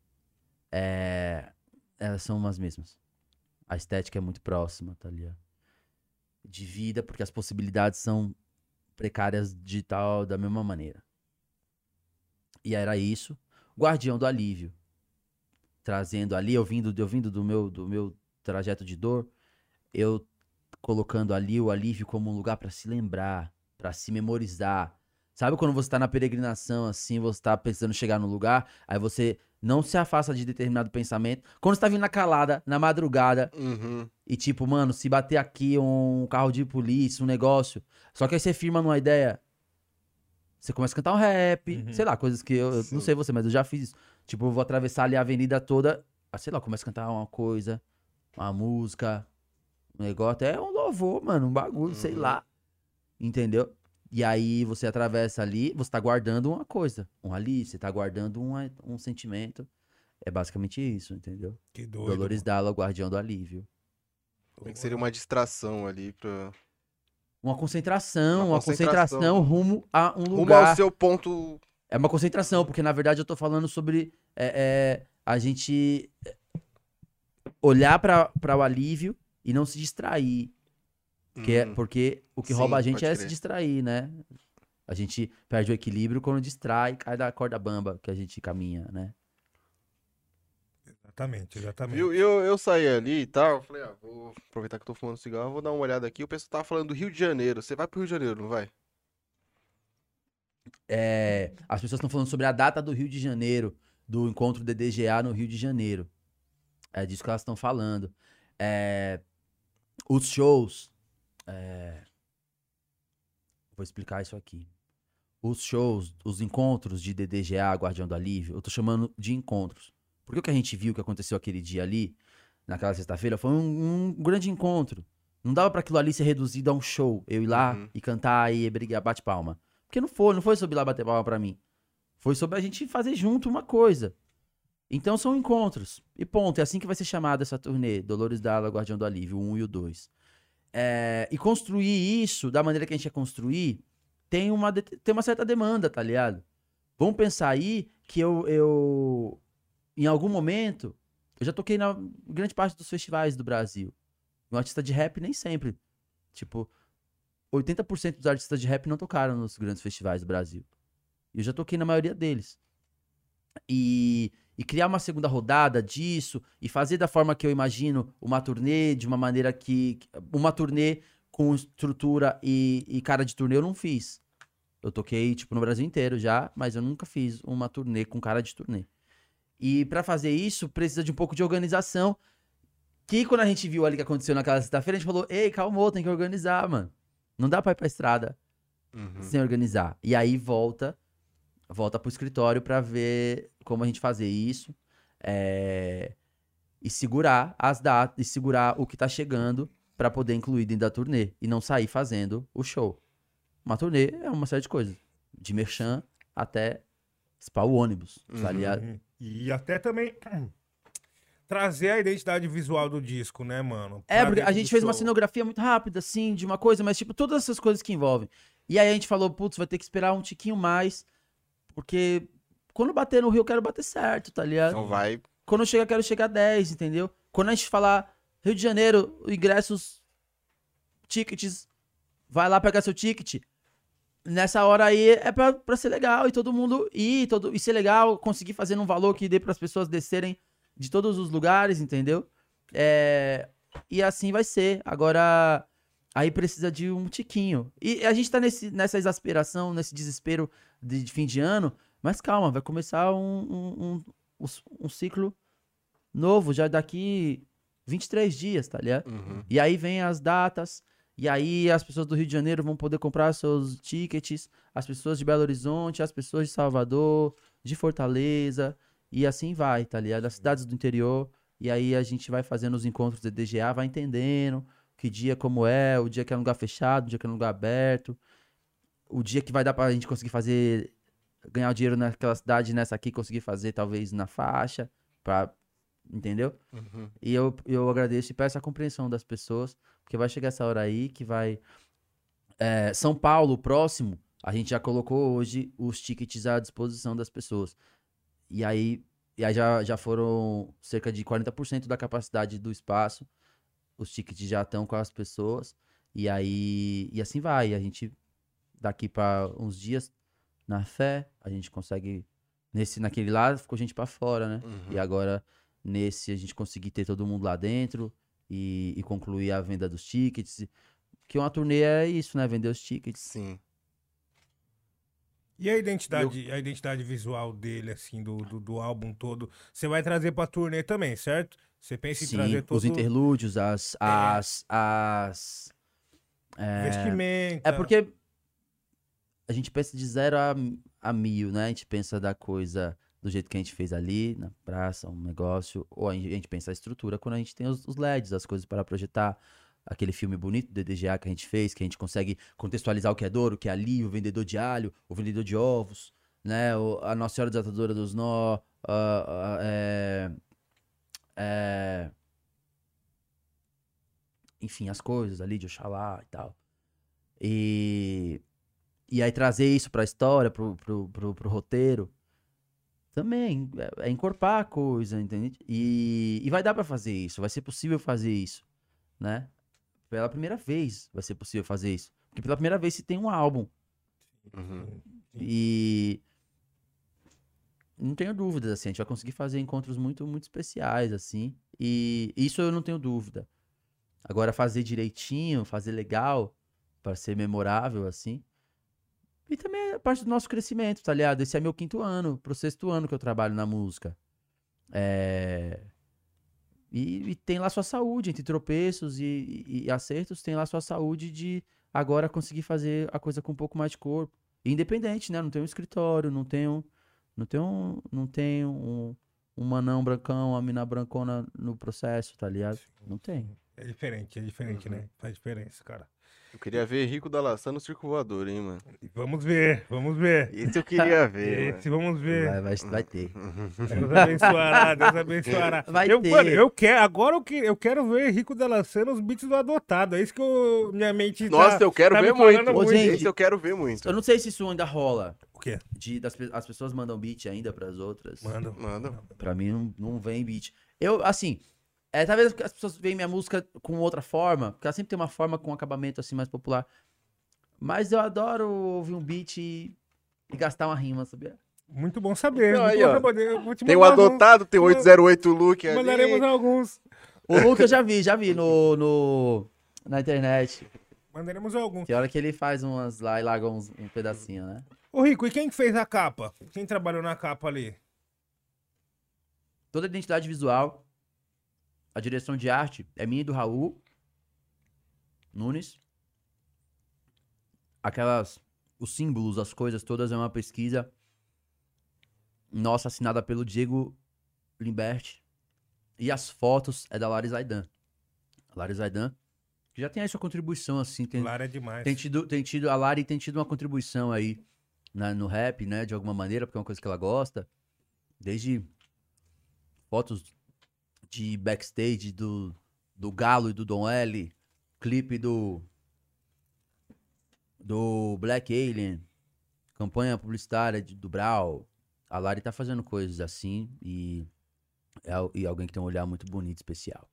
[SPEAKER 3] elas são as mesmas. A estética é muito próxima, tá ligado? De vida, porque as possibilidades são precárias de tal, da mesma maneira. E era isso. Guardião do Alívio. Trazendo ali, eu vindo do meu trajeto de dor, eu colocando ali o alívio como um lugar pra se lembrar, pra se memorizar. Sabe quando você tá na peregrinação, assim, você tá pensando em chegar no lugar, aí você não se afasta de determinado pensamento. Quando você tá vindo na calada, na madrugada, e tipo, mano, se bater aqui um carro de polícia, um negócio, só que aí você firma numa ideia, você começa a cantar um rap, sei lá, coisas que eu não sei você, mas eu já fiz isso. Tipo, eu vou atravessar ali a avenida toda, sei lá, começo a cantar uma coisa, uma música, um negócio, até um louvor, mano, um bagulho, sei lá. Entendeu? E aí você atravessa ali, você tá guardando uma coisa, um alívio, você tá guardando um sentimento. É basicamente isso, entendeu?
[SPEAKER 1] Que doido.
[SPEAKER 3] Dolores Dalla, o guardião do alívio.
[SPEAKER 2] Como é que seria uma distração ali pra...
[SPEAKER 3] Uma concentração
[SPEAKER 2] Uma concentração.
[SPEAKER 3] rumo a um
[SPEAKER 2] Rumo
[SPEAKER 3] lugar.
[SPEAKER 2] ao seu ponto...
[SPEAKER 3] É uma concentração, porque na verdade eu tô falando sobre a gente olhar pra o alívio e não se distrair. Porque o que
[SPEAKER 2] Sim,
[SPEAKER 3] rouba a gente
[SPEAKER 2] pode
[SPEAKER 3] é
[SPEAKER 2] crer.
[SPEAKER 3] se distrair, né? A gente perde o equilíbrio quando distrai, cai da corda bamba que a gente caminha, né?
[SPEAKER 1] Exatamente, exatamente.
[SPEAKER 2] Viu? Eu saí ali e tal, falei, vou aproveitar que eu tô fumando cigarro, vou dar uma olhada aqui. O pessoal tava falando do Rio de Janeiro. Você vai pro Rio de Janeiro, não vai?
[SPEAKER 3] As pessoas estão falando sobre a data do Rio de Janeiro, do encontro DDGA no Rio de Janeiro. É disso que elas estão falando. Os shows. Vou explicar isso aqui. Os shows, os encontros de DDGA, Guardião do Alívio, eu tô chamando de encontros. Porque o que a gente viu que aconteceu aquele dia ali, naquela sexta-feira, foi um grande encontro. Não dava pra aquilo ali ser reduzido a um show. Eu ir lá e cantar e brigar, bate palma. Porque não foi sobre ir lá bater palma pra mim. Foi sobre a gente fazer junto uma coisa. Então são encontros. E ponto. É assim que vai ser chamada essa turnê. Dolores Dalla, Guardião do Alívio, o 1 e o 2. E construir isso da maneira que a gente quer construir tem uma certa demanda, tá ligado? Vamos pensar aí que eu em algum momento, eu já toquei na grande parte dos festivais do Brasil. Um artista de rap nem sempre. Tipo, 80% dos artistas de rap não tocaram nos grandes festivais do Brasil. E eu já toquei na maioria deles. E criar uma segunda rodada disso, e fazer da forma que eu imagino uma turnê, de uma maneira que... Uma turnê com estrutura e cara de turnê eu não fiz. Eu toquei, tipo, no Brasil inteiro já, mas eu nunca fiz uma turnê com cara de turnê. E pra fazer isso, precisa de um pouco de organização. Que quando a gente viu ali o que aconteceu naquela sexta-feira, a gente falou, ei, calma, tem que organizar, mano. Não dá pra ir pra estrada sem organizar. E aí volta pro escritório pra ver como a gente fazer isso. E segurar as datas, e segurar o que tá chegando pra poder incluir dentro da turnê. E não sair fazendo o show. Uma turnê é uma série de coisas. De merchan até spar o ônibus, tá ligado?
[SPEAKER 1] E até também trazer a identidade visual do disco, né, mano?
[SPEAKER 3] Porque a gente fez uma cenografia muito rápida, assim, de uma coisa, mas, tipo, todas essas coisas que envolvem. E aí a gente falou, putz, vai ter que esperar um tiquinho mais, porque quando bater no Rio, eu quero bater certo, tá ligado?
[SPEAKER 2] Então vai...
[SPEAKER 3] Quando eu chegar, eu quero chegar a 10, entendeu? quando a gente falar Rio de Janeiro, ingressos, tickets, vai lá pegar seu ticket. Nessa hora aí é pra ser legal e todo mundo ir, e ser legal, conseguir fazer num valor que dê pras pessoas descerem de todos os lugares, entendeu? E assim vai ser. Agora, aí precisa de um tiquinho. E a gente tá nessa exasperação, nesse desespero de fim de ano, mas calma, vai começar um ciclo novo já daqui 23 dias, tá ligado?
[SPEAKER 2] Uhum.
[SPEAKER 3] E aí vem as datas, e aí as pessoas do Rio de Janeiro vão poder comprar seus tickets, as pessoas de Belo Horizonte, as pessoas de Salvador, de Fortaleza, e assim vai, tá ligado? As cidades do interior, e aí a gente vai fazendo os encontros do DGA, vai entendendo que dia como é, o dia que é um lugar fechado, o dia que é um lugar aberto, o dia que vai dar pra gente conseguir fazer, ganhar dinheiro naquela cidade, nessa aqui, conseguir fazer talvez na faixa, entendeu?
[SPEAKER 2] Uhum.
[SPEAKER 3] E eu agradeço e peço a compreensão das pessoas, porque vai chegar essa hora aí que vai... São Paulo, próximo, a gente já colocou hoje os tickets à disposição das pessoas. E aí já foram cerca de 40% da capacidade do espaço. Os tickets já estão com as pessoas. E assim vai. A gente, daqui para uns dias, na fé, a gente consegue... Naquele lado ficou gente para fora, né?
[SPEAKER 2] Uhum.
[SPEAKER 3] E agora... Nesse, a gente conseguir ter todo mundo lá dentro e concluir a venda dos tickets. Que uma turnê é isso, né? Vender os tickets.
[SPEAKER 2] Sim.
[SPEAKER 1] E a identidade visual dele, assim, do álbum todo, você vai trazer pra turnê também, certo? Você pensa em trazer todo...
[SPEAKER 3] os interlúdios,
[SPEAKER 1] vestimenta.
[SPEAKER 3] É porque a gente pensa de 0 a 1000, né? A gente pensa da coisa... do jeito que a gente fez ali, na praça, um negócio, ou a gente pensa a estrutura quando a gente tem os LEDs, as coisas para projetar, aquele filme bonito do DDGA que a gente fez, que a gente consegue contextualizar o que é Douro, o que é ali, o vendedor de alho, o vendedor de ovos, né, a Nossa Senhora Desatadora dos Nó, enfim, as coisas ali de Oxalá e tal. E aí trazer isso pra história, pro roteiro, também, é encorpar a coisa, entende? E vai dar pra fazer isso, vai ser possível fazer isso, né? Pela primeira vez vai ser possível fazer isso. Porque pela primeira vez se tem um álbum.
[SPEAKER 2] Uhum.
[SPEAKER 3] E não tenho dúvidas, assim, a gente vai conseguir fazer encontros muito, muito especiais, assim. E isso eu não tenho dúvida. Agora, fazer direitinho, fazer legal, pra ser memorável, assim... E também é parte do nosso crescimento, tá ligado? Esse é meu 5º ano, pro 6º ano que eu trabalho na música. E tem lá sua saúde, entre tropeços e acertos, tem lá sua saúde de agora conseguir fazer a coisa com um pouco mais de corpo. Independente, né? Não tem um escritório, não tem um manão brancão, uma mina brancona no processo, tá ligado? Não tem.
[SPEAKER 1] É diferente, né? Faz diferença, cara.
[SPEAKER 2] Eu queria ver Rico da Laçã no Circo Voador, hein, mano.
[SPEAKER 1] Vamos ver.
[SPEAKER 2] Esse eu queria ver,
[SPEAKER 1] Esse vamos ver.
[SPEAKER 3] Vai ter.
[SPEAKER 1] Deus abençoará.
[SPEAKER 3] Vai ter.
[SPEAKER 1] Mano, eu quero ver Rico da Laçã nos beats do Adotado. É isso que minha mente
[SPEAKER 2] Nossa, eu quero
[SPEAKER 1] tá
[SPEAKER 2] ver
[SPEAKER 1] me falando
[SPEAKER 2] muito.
[SPEAKER 3] Ô, gente,
[SPEAKER 2] Esse eu quero ver muito.
[SPEAKER 3] Eu não sei se isso ainda rola.
[SPEAKER 1] O quê?
[SPEAKER 3] As pessoas mandam beat ainda pras outras.
[SPEAKER 1] Manda.
[SPEAKER 3] Pra mim não vem beat. Assim, talvez as pessoas veem minha música com outra forma, porque ela sempre tem uma forma com um acabamento assim mais popular. Mas eu adoro ouvir um beat e gastar uma rima, sabia?
[SPEAKER 1] Muito bom saber.
[SPEAKER 2] Então,
[SPEAKER 1] muito
[SPEAKER 2] aí,
[SPEAKER 1] bom
[SPEAKER 2] ó.
[SPEAKER 1] saber. Eu vou te
[SPEAKER 2] Tem o
[SPEAKER 1] mandar
[SPEAKER 2] Adotado, tem o 808 Luke ali.
[SPEAKER 1] Mandaremos alguns.
[SPEAKER 3] O Luke eu já vi na internet.
[SPEAKER 1] Mandaremos alguns.
[SPEAKER 3] Tem hora que ele faz umas lá e larga um pedacinho, né?
[SPEAKER 1] Ô, Rico, e quem que fez a capa? Quem trabalhou na capa ali?
[SPEAKER 3] Toda a identidade visual, a direção de arte é minha e do Raul Nunes. Os símbolos, as coisas todas é uma pesquisa nossa assinada pelo Diego Limberti. E as fotos é da Lari Zaidan. A Lari Zaidan, que já tem aí sua contribuição, assim.
[SPEAKER 1] Lara é demais.
[SPEAKER 3] A Lari tem tido uma contribuição aí no rap, né, de alguma maneira, porque é uma coisa que ela gosta. Desde fotos de backstage do Galo e do Dom L, clipe do Black Alien, campanha publicitária do Brau. A Lari tá fazendo coisas assim e E alguém que tem um olhar muito bonito, especial.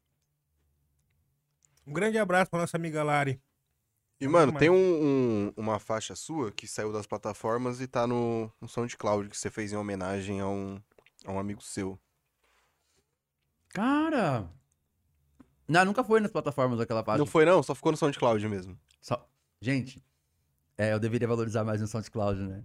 [SPEAKER 1] Um grande abraço pra nossa amiga Lari.
[SPEAKER 2] E, mano, tem uma faixa sua que saiu das plataformas e tá no SoundCloud, que você fez em homenagem a um amigo seu.
[SPEAKER 3] Cara! Não, nunca foi nas plataformas aquela página.
[SPEAKER 2] Não foi, não? Só ficou no SoundCloud mesmo.
[SPEAKER 3] Gente, eu deveria valorizar mais o SoundCloud, né?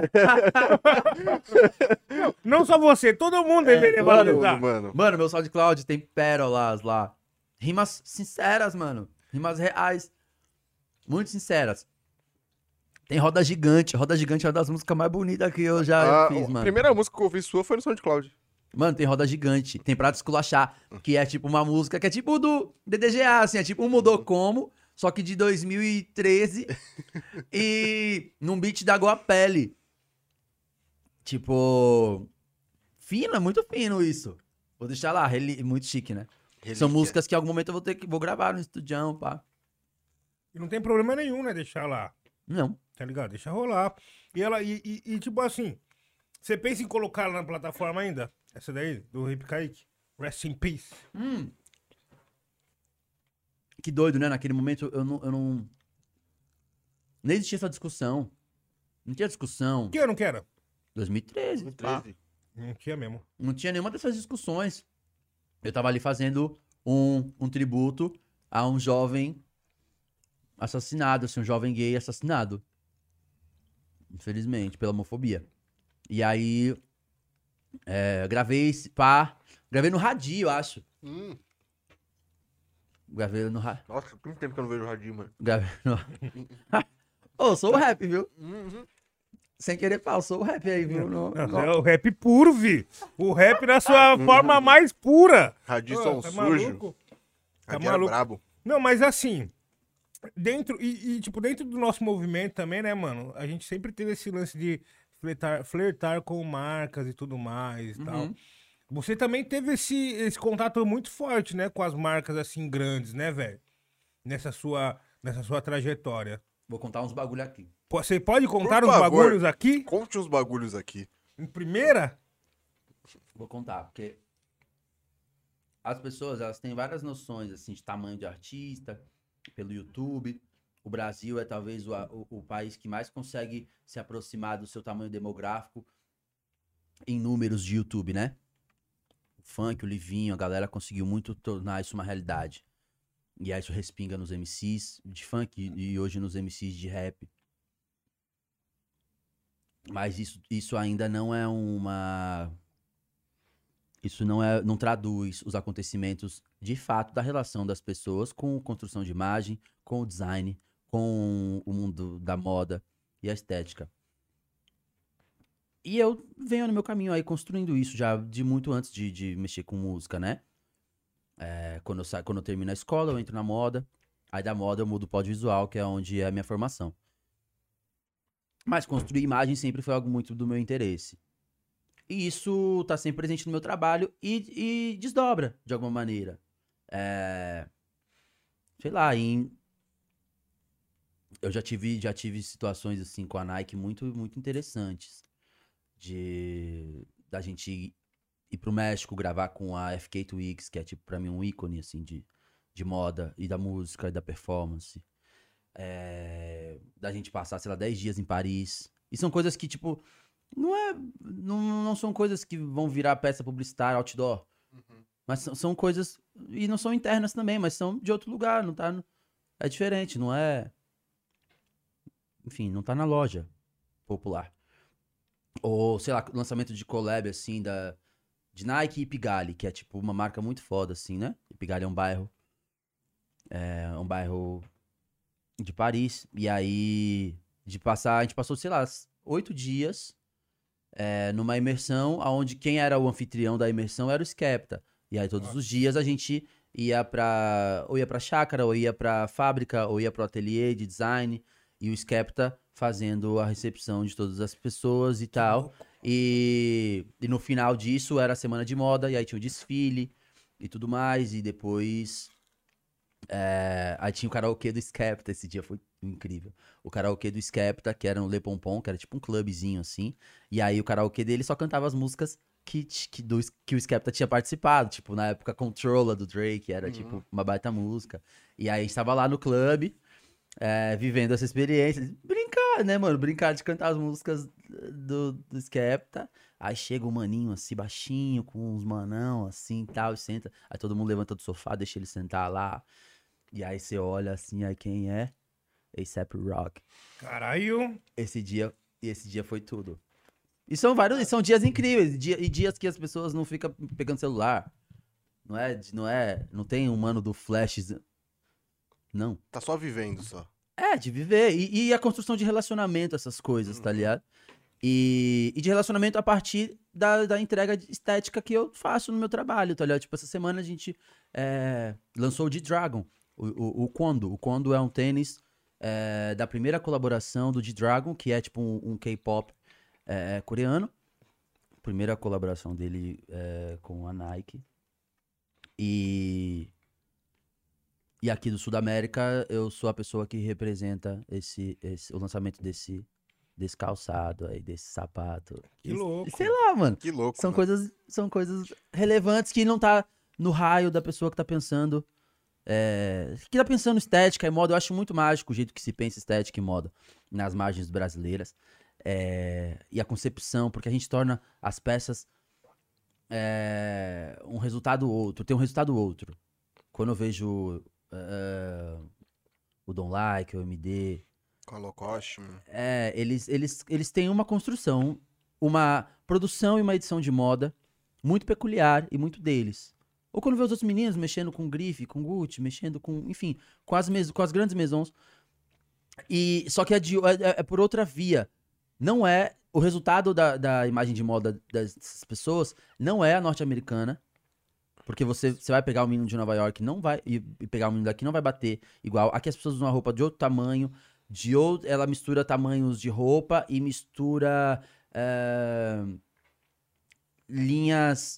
[SPEAKER 1] Não só você, todo mundo deveria valorizar.
[SPEAKER 2] Mano.
[SPEAKER 3] Mano, meu SoundCloud tem pérolas lá. Rimas sinceras, mano. Rimas reais. Muito sinceras. Tem Roda Gigante. Roda Gigante é uma das músicas mais bonitas que eu já fiz, mano.
[SPEAKER 2] A primeira música que eu ouvi sua foi no SoundCloud.
[SPEAKER 3] Mano, tem Roda Gigante. Tem Pra Desculachar, que é tipo uma música que é tipo do DDGA, assim. É tipo um Mudou Como, só que de 2013. E num beat da Goapele. Tipo... Fino, é muito fino isso. Vou deixar lá, muito chique, né? São músicas que em algum momento eu vou gravar no estudião, pá.
[SPEAKER 1] E não tem problema nenhum, né? Deixar lá.
[SPEAKER 3] Não.
[SPEAKER 1] Tá ligado? Deixa rolar. E ela, tipo assim, você pensa em colocar ela na plataforma ainda? Essa daí, do Rip Kaique? Rest in Peace.
[SPEAKER 3] Que doido, né? Naquele momento eu não... Nem existia essa discussão. Não tinha discussão.
[SPEAKER 1] Que ano que era?
[SPEAKER 3] 2013. pá.
[SPEAKER 2] 2013.
[SPEAKER 1] Não tinha mesmo.
[SPEAKER 3] Não tinha nenhuma dessas discussões. Eu tava ali fazendo um tributo a um jovem assassinado, assim, um jovem gay assassinado. Infelizmente, pela homofobia. E aí, gravei no Radinho, eu acho. Gravei no Radinho.
[SPEAKER 2] Nossa, tem tempo que eu não vejo o Radinho, mano.
[SPEAKER 3] Gravei no... Ô, sou o rap, viu? Sem querer falar, eu sou o rap aí, viu?
[SPEAKER 1] É o rap puro, vi. O rap na sua forma mais pura.
[SPEAKER 2] Radinho
[SPEAKER 1] Ô,
[SPEAKER 2] são
[SPEAKER 1] tá
[SPEAKER 2] sujo.
[SPEAKER 1] maluco? Tá
[SPEAKER 2] Radinho era
[SPEAKER 1] maluco?
[SPEAKER 2] brabo.
[SPEAKER 1] Não, mas assim, dentro do nosso movimento também, né, mano? A gente sempre teve esse lance de flertar com marcas e tudo mais e tal. Você também teve esse contato muito forte, né, com as marcas, assim, grandes, né, velho? Nessa sua trajetória.
[SPEAKER 3] Vou contar uns bagulho aqui.
[SPEAKER 1] Você pode contar
[SPEAKER 2] Por
[SPEAKER 1] uns
[SPEAKER 2] favor.
[SPEAKER 1] bagulhos aqui?
[SPEAKER 2] Conte uns bagulhos aqui.
[SPEAKER 1] Em primeira?
[SPEAKER 3] Vou contar, porque as pessoas, elas têm várias noções, assim, de tamanho de artista, pelo YouTube. O Brasil é talvez o país que mais consegue se aproximar do seu tamanho demográfico em números de YouTube, né? O funk, o Livinho, a galera conseguiu muito tornar isso uma realidade. E aí isso respinga nos MCs de funk e hoje nos MCs de rap. Mas isso ainda não é uma... Isso não traduz os acontecimentos de fato da relação das pessoas com construção de imagem, com o design, com o mundo da moda e a estética. E eu venho no meu caminho aí construindo isso já de muito antes de mexer com música, né? Quando eu termino a escola, eu entro na moda. Aí da moda eu mudo pro audiovisual, que é onde é a minha formação. Mas construir imagem sempre foi algo muito do meu interesse. E isso tá sempre presente no meu trabalho e desdobra, de alguma maneira. Sei lá, eu já tive situações assim com a Nike muito, muito interessantes. Da gente ir pro México gravar com a FK Twigs, que é tipo pra mim um ícone assim de moda e da música e da performance. Da gente passar, sei lá, 10 dias em Paris. E são coisas que, tipo, não são coisas que vão virar peça publicitária, outdoor. Mas são coisas, e não são internas também, mas são de outro lugar, não tá... É diferente, não é... Enfim, não tá na loja popular. Ou, sei lá, lançamento de collab, assim, de Nike e Ipigali, que é, tipo, uma marca muito foda, assim, né? Ipigali é um bairro... É um bairro de Paris. E aí, a gente passou, sei lá, 8 dias numa imersão, onde quem era o anfitrião da imersão era o Skepta. E aí, todos os dias, a gente ou ia pra chácara, ou ia pra fábrica, ou ia pro ateliê de design, e o Skepta fazendo a recepção de todas as pessoas e tal. E no final disso, era a semana de moda, e aí tinha o desfile e tudo mais, e depois... aí tinha o karaokê do Skepta, esse dia foi incrível. O karaokê do Skepta, que era no Le Pompom, que era tipo um clubzinho assim. E aí o karaokê dele só cantava as músicas que o Skepta tinha participado. Tipo, na época, Controlla do Drake, era tipo uma baita música. E aí a gente tava lá no clube, vivendo essa experiência. Brincar, né, mano? Brincar de cantar as músicas do Skepta. Aí chega o maninho assim, baixinho, com uns manão assim e tal, e senta. Aí todo mundo levanta do sofá, deixa ele sentar lá. E aí você olha assim, aí quem é? A$AP Rocky.
[SPEAKER 1] Caralho.
[SPEAKER 3] Esse dia foi tudo. E são dias incríveis, dias que as pessoas não ficam pegando celular. Não tem um mano do Flash. Não.
[SPEAKER 2] Tá só vivendo só.
[SPEAKER 3] De viver. E a construção de relacionamento, essas coisas, tá ligado? E de relacionamento a partir da entrega estética que eu faço no meu trabalho, tá ligado? Tipo, essa semana a gente lançou o D-Dragon, o Kondo. O Kondo é um tênis da primeira colaboração do D-Dragon, que é tipo um K-pop coreano. Primeira colaboração dele com a Nike. E aqui do Sul da América, eu sou a pessoa que representa o lançamento desse calçado aí, desse sapato.
[SPEAKER 1] Que louco.
[SPEAKER 3] Sei lá, mano.
[SPEAKER 2] Que louco,
[SPEAKER 3] São
[SPEAKER 2] mano.
[SPEAKER 3] coisas relevantes que não tá no raio da pessoa que tá pensando. Que tá pensando estética e moda. Eu acho muito mágico o jeito que se pensa estética e moda nas margens brasileiras. E a concepção, porque a gente torna as peças um resultado outro. Tem um resultado outro. Quando eu vejo o Don't Like, o MD.
[SPEAKER 2] Com a Locosh, mano.
[SPEAKER 3] Eles têm uma construção, uma produção e uma edição de moda muito peculiar e muito deles. Ou quando vê os outros meninos mexendo com grife, com Gucci, mexendo com, enfim, com as grandes maisons. Só que é por outra via. Não é o resultado da imagem de moda dessas pessoas, não é a norte-americana. Porque você vai pegar o menino de Nova York e pegar o menino daqui, não vai bater igual. Aqui as pessoas usam uma roupa de outro tamanho, ela mistura tamanhos de roupa e mistura linhas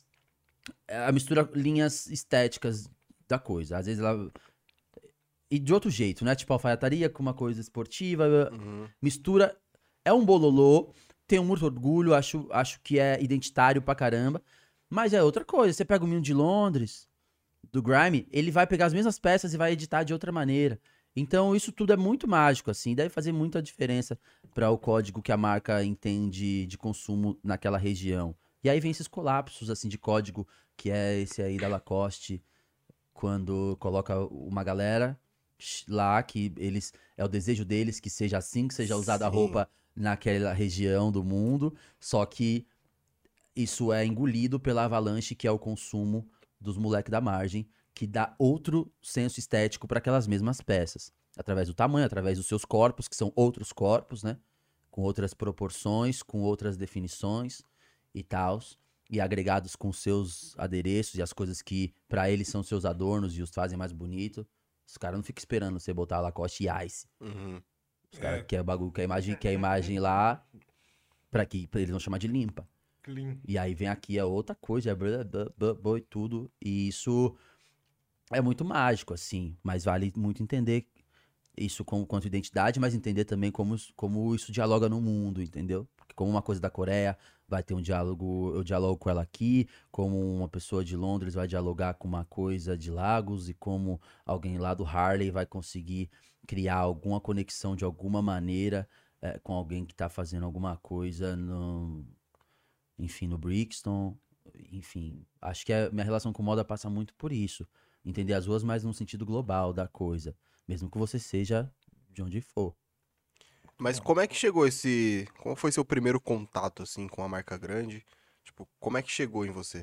[SPEAKER 3] estéticas da coisa. Às vezes ela... E de outro jeito, né? Tipo alfaiataria com uma coisa esportiva, mistura... É um bololô, tenho muito orgulho, acho que é identitário pra caramba. Mas é outra coisa, você pega o menino de Londres, do Grime, ele vai pegar as mesmas peças e vai editar de outra maneira. Então isso tudo é muito mágico, assim, deve fazer muita diferença para o código que a marca entende de consumo naquela região. E aí vem esses colapsos, assim, de código, que é esse aí da Lacoste, quando coloca uma galera lá, que é o desejo deles que seja assim, que seja usada a roupa naquela região do mundo, só que isso é engolido pela avalanche que é o consumo dos moleques da margem, que dá outro senso estético para aquelas mesmas peças. Através do tamanho, através dos seus corpos, que são outros corpos, né? Com outras proporções, com outras definições e tal. E agregados com seus adereços e as coisas que para eles são seus adornos e os fazem mais bonito. Os caras não ficam esperando você botar Lacoste e Ice. Os caras querem bagulho, quer a imagem lá pra eles não chamar de limpa.
[SPEAKER 1] Clean.
[SPEAKER 3] E aí vem aqui a outra coisa, e tudo. E isso é muito mágico, assim. Mas vale muito entender isso quanto identidade, mas entender também como isso dialoga no mundo, entendeu? Porque como uma coisa da Coreia vai ter um diálogo, eu dialogo com ela aqui, como uma pessoa de Londres vai dialogar com uma coisa de Lagos, e como alguém lá do Harley vai conseguir criar alguma conexão de alguma maneira com alguém que tá fazendo alguma coisa no Brixton. Enfim, acho que a minha relação com moda passa muito por isso. Entender as ruas, mas num sentido global da coisa. Mesmo que você seja de onde for.
[SPEAKER 2] Mas como é que chegou Como foi seu primeiro contato, assim, com a marca grande? Tipo, como é que chegou em você?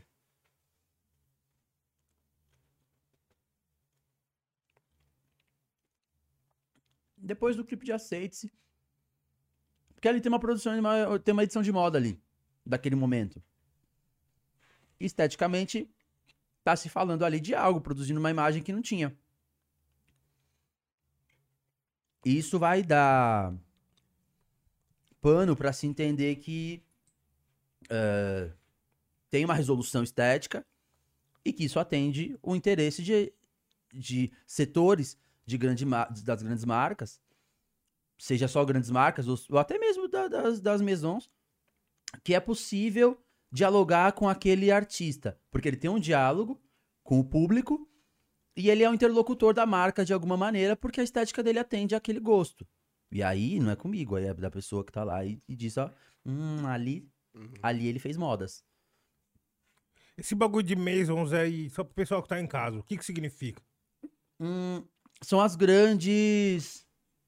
[SPEAKER 3] Depois do clipe de Aceite-se. Porque ali tem uma produção, tem uma edição de moda ali. Daquele momento. Esteticamente, tá se falando ali de algo, produzindo uma imagem que não tinha. E isso vai dar pano pra se entender que tem uma resolução estética e que isso atende o interesse de setores das grandes marcas, seja só grandes marcas ou até mesmo das maisons, que é possível dialogar com aquele artista. Porque ele tem um diálogo com o público e ele é um interlocutor da marca de alguma maneira, porque a estética dele atende àquele gosto. E aí não é comigo, aí é da pessoa que tá lá e diz, ó, ali ele fez modas.
[SPEAKER 1] Esse bagulho de Masons aí, só pro pessoal que tá em casa, o que significa?
[SPEAKER 3] São as grandes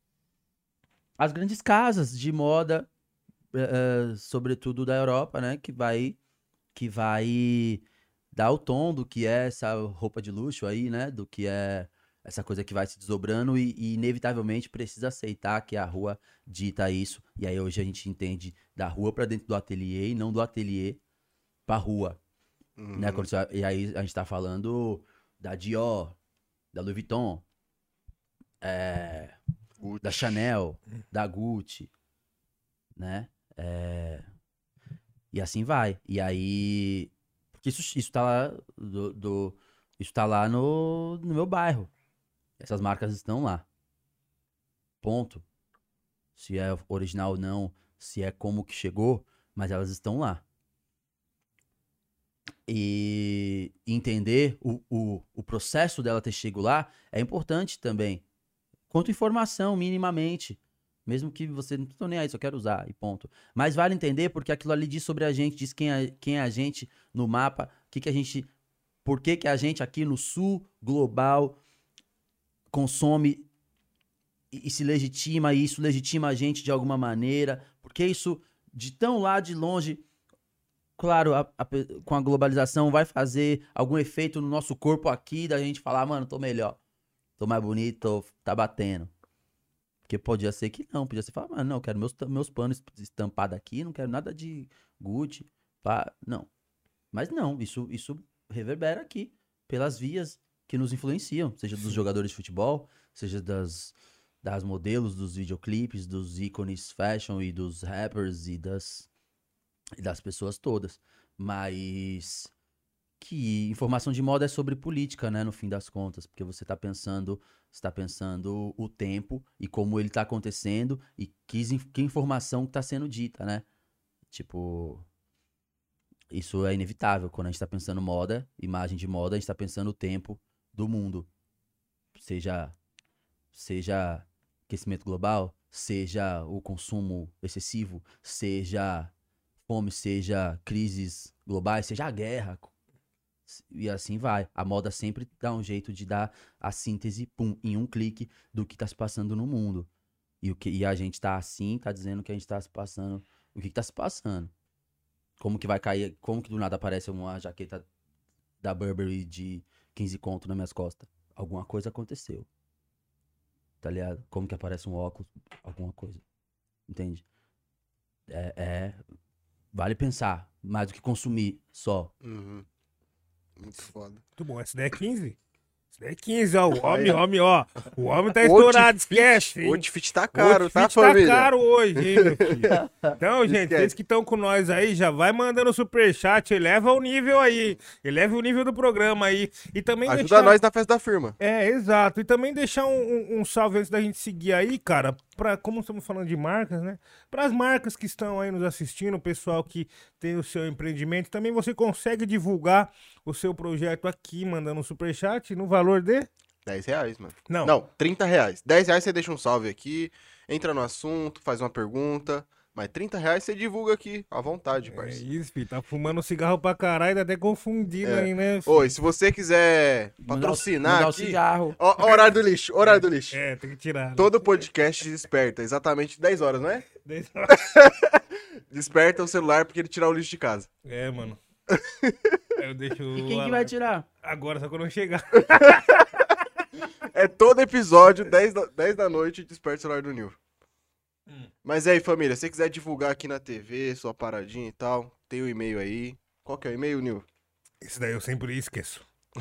[SPEAKER 3] casas de moda, sobretudo da Europa, né? Que vai dar o tom do que é essa roupa de luxo aí, né? Do que é essa coisa que vai se desdobrando e inevitavelmente precisa aceitar que a rua dita isso. E aí hoje a gente entende da rua pra dentro do ateliê e não do ateliê pra rua. Né? E aí a gente tá falando da Dior, da Louis Vuitton, da Chanel, da Gucci, né? E assim vai. E aí... Porque isso tá lá, isso tá lá no meu bairro. Essas marcas estão lá. Ponto. Se é original ou não, se é como que chegou, mas elas estão lá. E entender o processo dela ter chegado lá é importante também. Quanto informação, minimamente. Mesmo que você não tô nem aí, só quero usar e ponto. Mas vale entender porque aquilo ali diz sobre a gente, diz quem é a gente no mapa, por que a gente aqui no sul global consome e se legitima, e isso legitima a gente de alguma maneira, porque isso de tão lá de longe, claro, com a globalização vai fazer algum efeito no nosso corpo aqui, da gente falar, mano, tô melhor, tô mais bonito, tá batendo. Porque podia ser que não, podia ser falar, mano, não, eu quero meus panos estampados aqui, não quero nada de Gucci, não. Mas não, isso reverbera aqui, pelas vias que nos influenciam, seja dos jogadores de futebol, seja das modelos, dos videoclipes, dos ícones fashion e dos rappers e das pessoas todas. Mas que informação de moda é sobre política, né, no fim das contas, porque você tá pensando o tempo e como ele tá acontecendo e que informação que tá sendo dita, né? Tipo, isso é inevitável. Quando a gente tá pensando moda, imagem de moda, a gente tá pensando o tempo do mundo. Seja aquecimento global, seja o consumo excessivo, seja fome, seja crises globais, seja a guerra. E assim vai. A moda sempre dá um jeito de dar a síntese, em um clique, do que tá se passando no mundo. E a gente tá assim, tá dizendo que a gente tá se passando. O que tá se passando? Como que vai cair? Como que do nada aparece uma jaqueta da Burberry de 15 conto nas minhas costas? Alguma coisa aconteceu. Tá ligado? Como que aparece um óculos? Alguma coisa. Entende? Vale pensar mais do que consumir só.
[SPEAKER 2] Muito foda.
[SPEAKER 1] Muito bom. Essa daí é 15? Essa daí é 15, ó. O homem, ó. O homem tá estourado, esquece.
[SPEAKER 2] O outfit tá caro, tá,
[SPEAKER 1] família?
[SPEAKER 2] família?
[SPEAKER 1] Tá caro hoje, hein, meu filho? Então, gente, vocês que estão com nós aí, já vai mandando superchat, eleva o nível aí. Eleva o nível do programa aí. E também
[SPEAKER 2] ajuda nós na festa da firma.
[SPEAKER 1] Exato. E também deixar um salve antes da gente seguir aí, cara, como estamos falando de marcas, né? Para as marcas que estão aí nos assistindo, o pessoal que tem o seu empreendimento, também você consegue divulgar o seu projeto aqui, mandando um superchat no valor de...
[SPEAKER 2] R$10, mano.
[SPEAKER 1] Não,
[SPEAKER 2] R$30. R$10 você deixa um salve aqui, entra no assunto, faz uma pergunta, mas R$30 você divulga aqui, à vontade, parceiro.
[SPEAKER 1] É isso, filho. Tá fumando cigarro pra caralho, tá até confundido aí, né? Filho?
[SPEAKER 2] Oi, se você quiser patrocinar
[SPEAKER 3] mandar o
[SPEAKER 2] aqui...
[SPEAKER 3] cigarro.
[SPEAKER 2] Ó, horário do lixo, horário do lixo.
[SPEAKER 1] Tem que tirar.
[SPEAKER 2] Todo podcast desperta, exatamente 10 horas, não é? Desperta o celular porque ele tirar o lixo de casa.
[SPEAKER 1] Mano. Eu deixo...
[SPEAKER 3] E quem que vai tirar?
[SPEAKER 1] Agora, só quando eu chegar.
[SPEAKER 2] É todo episódio, 10 da noite, desperta o celular do Nil. Mas aí, família, se você quiser divulgar aqui na TV, sua paradinha e tal, tem o e-mail aí. Qual que é o e-mail, Nil?
[SPEAKER 1] Esse daí eu sempre esqueço.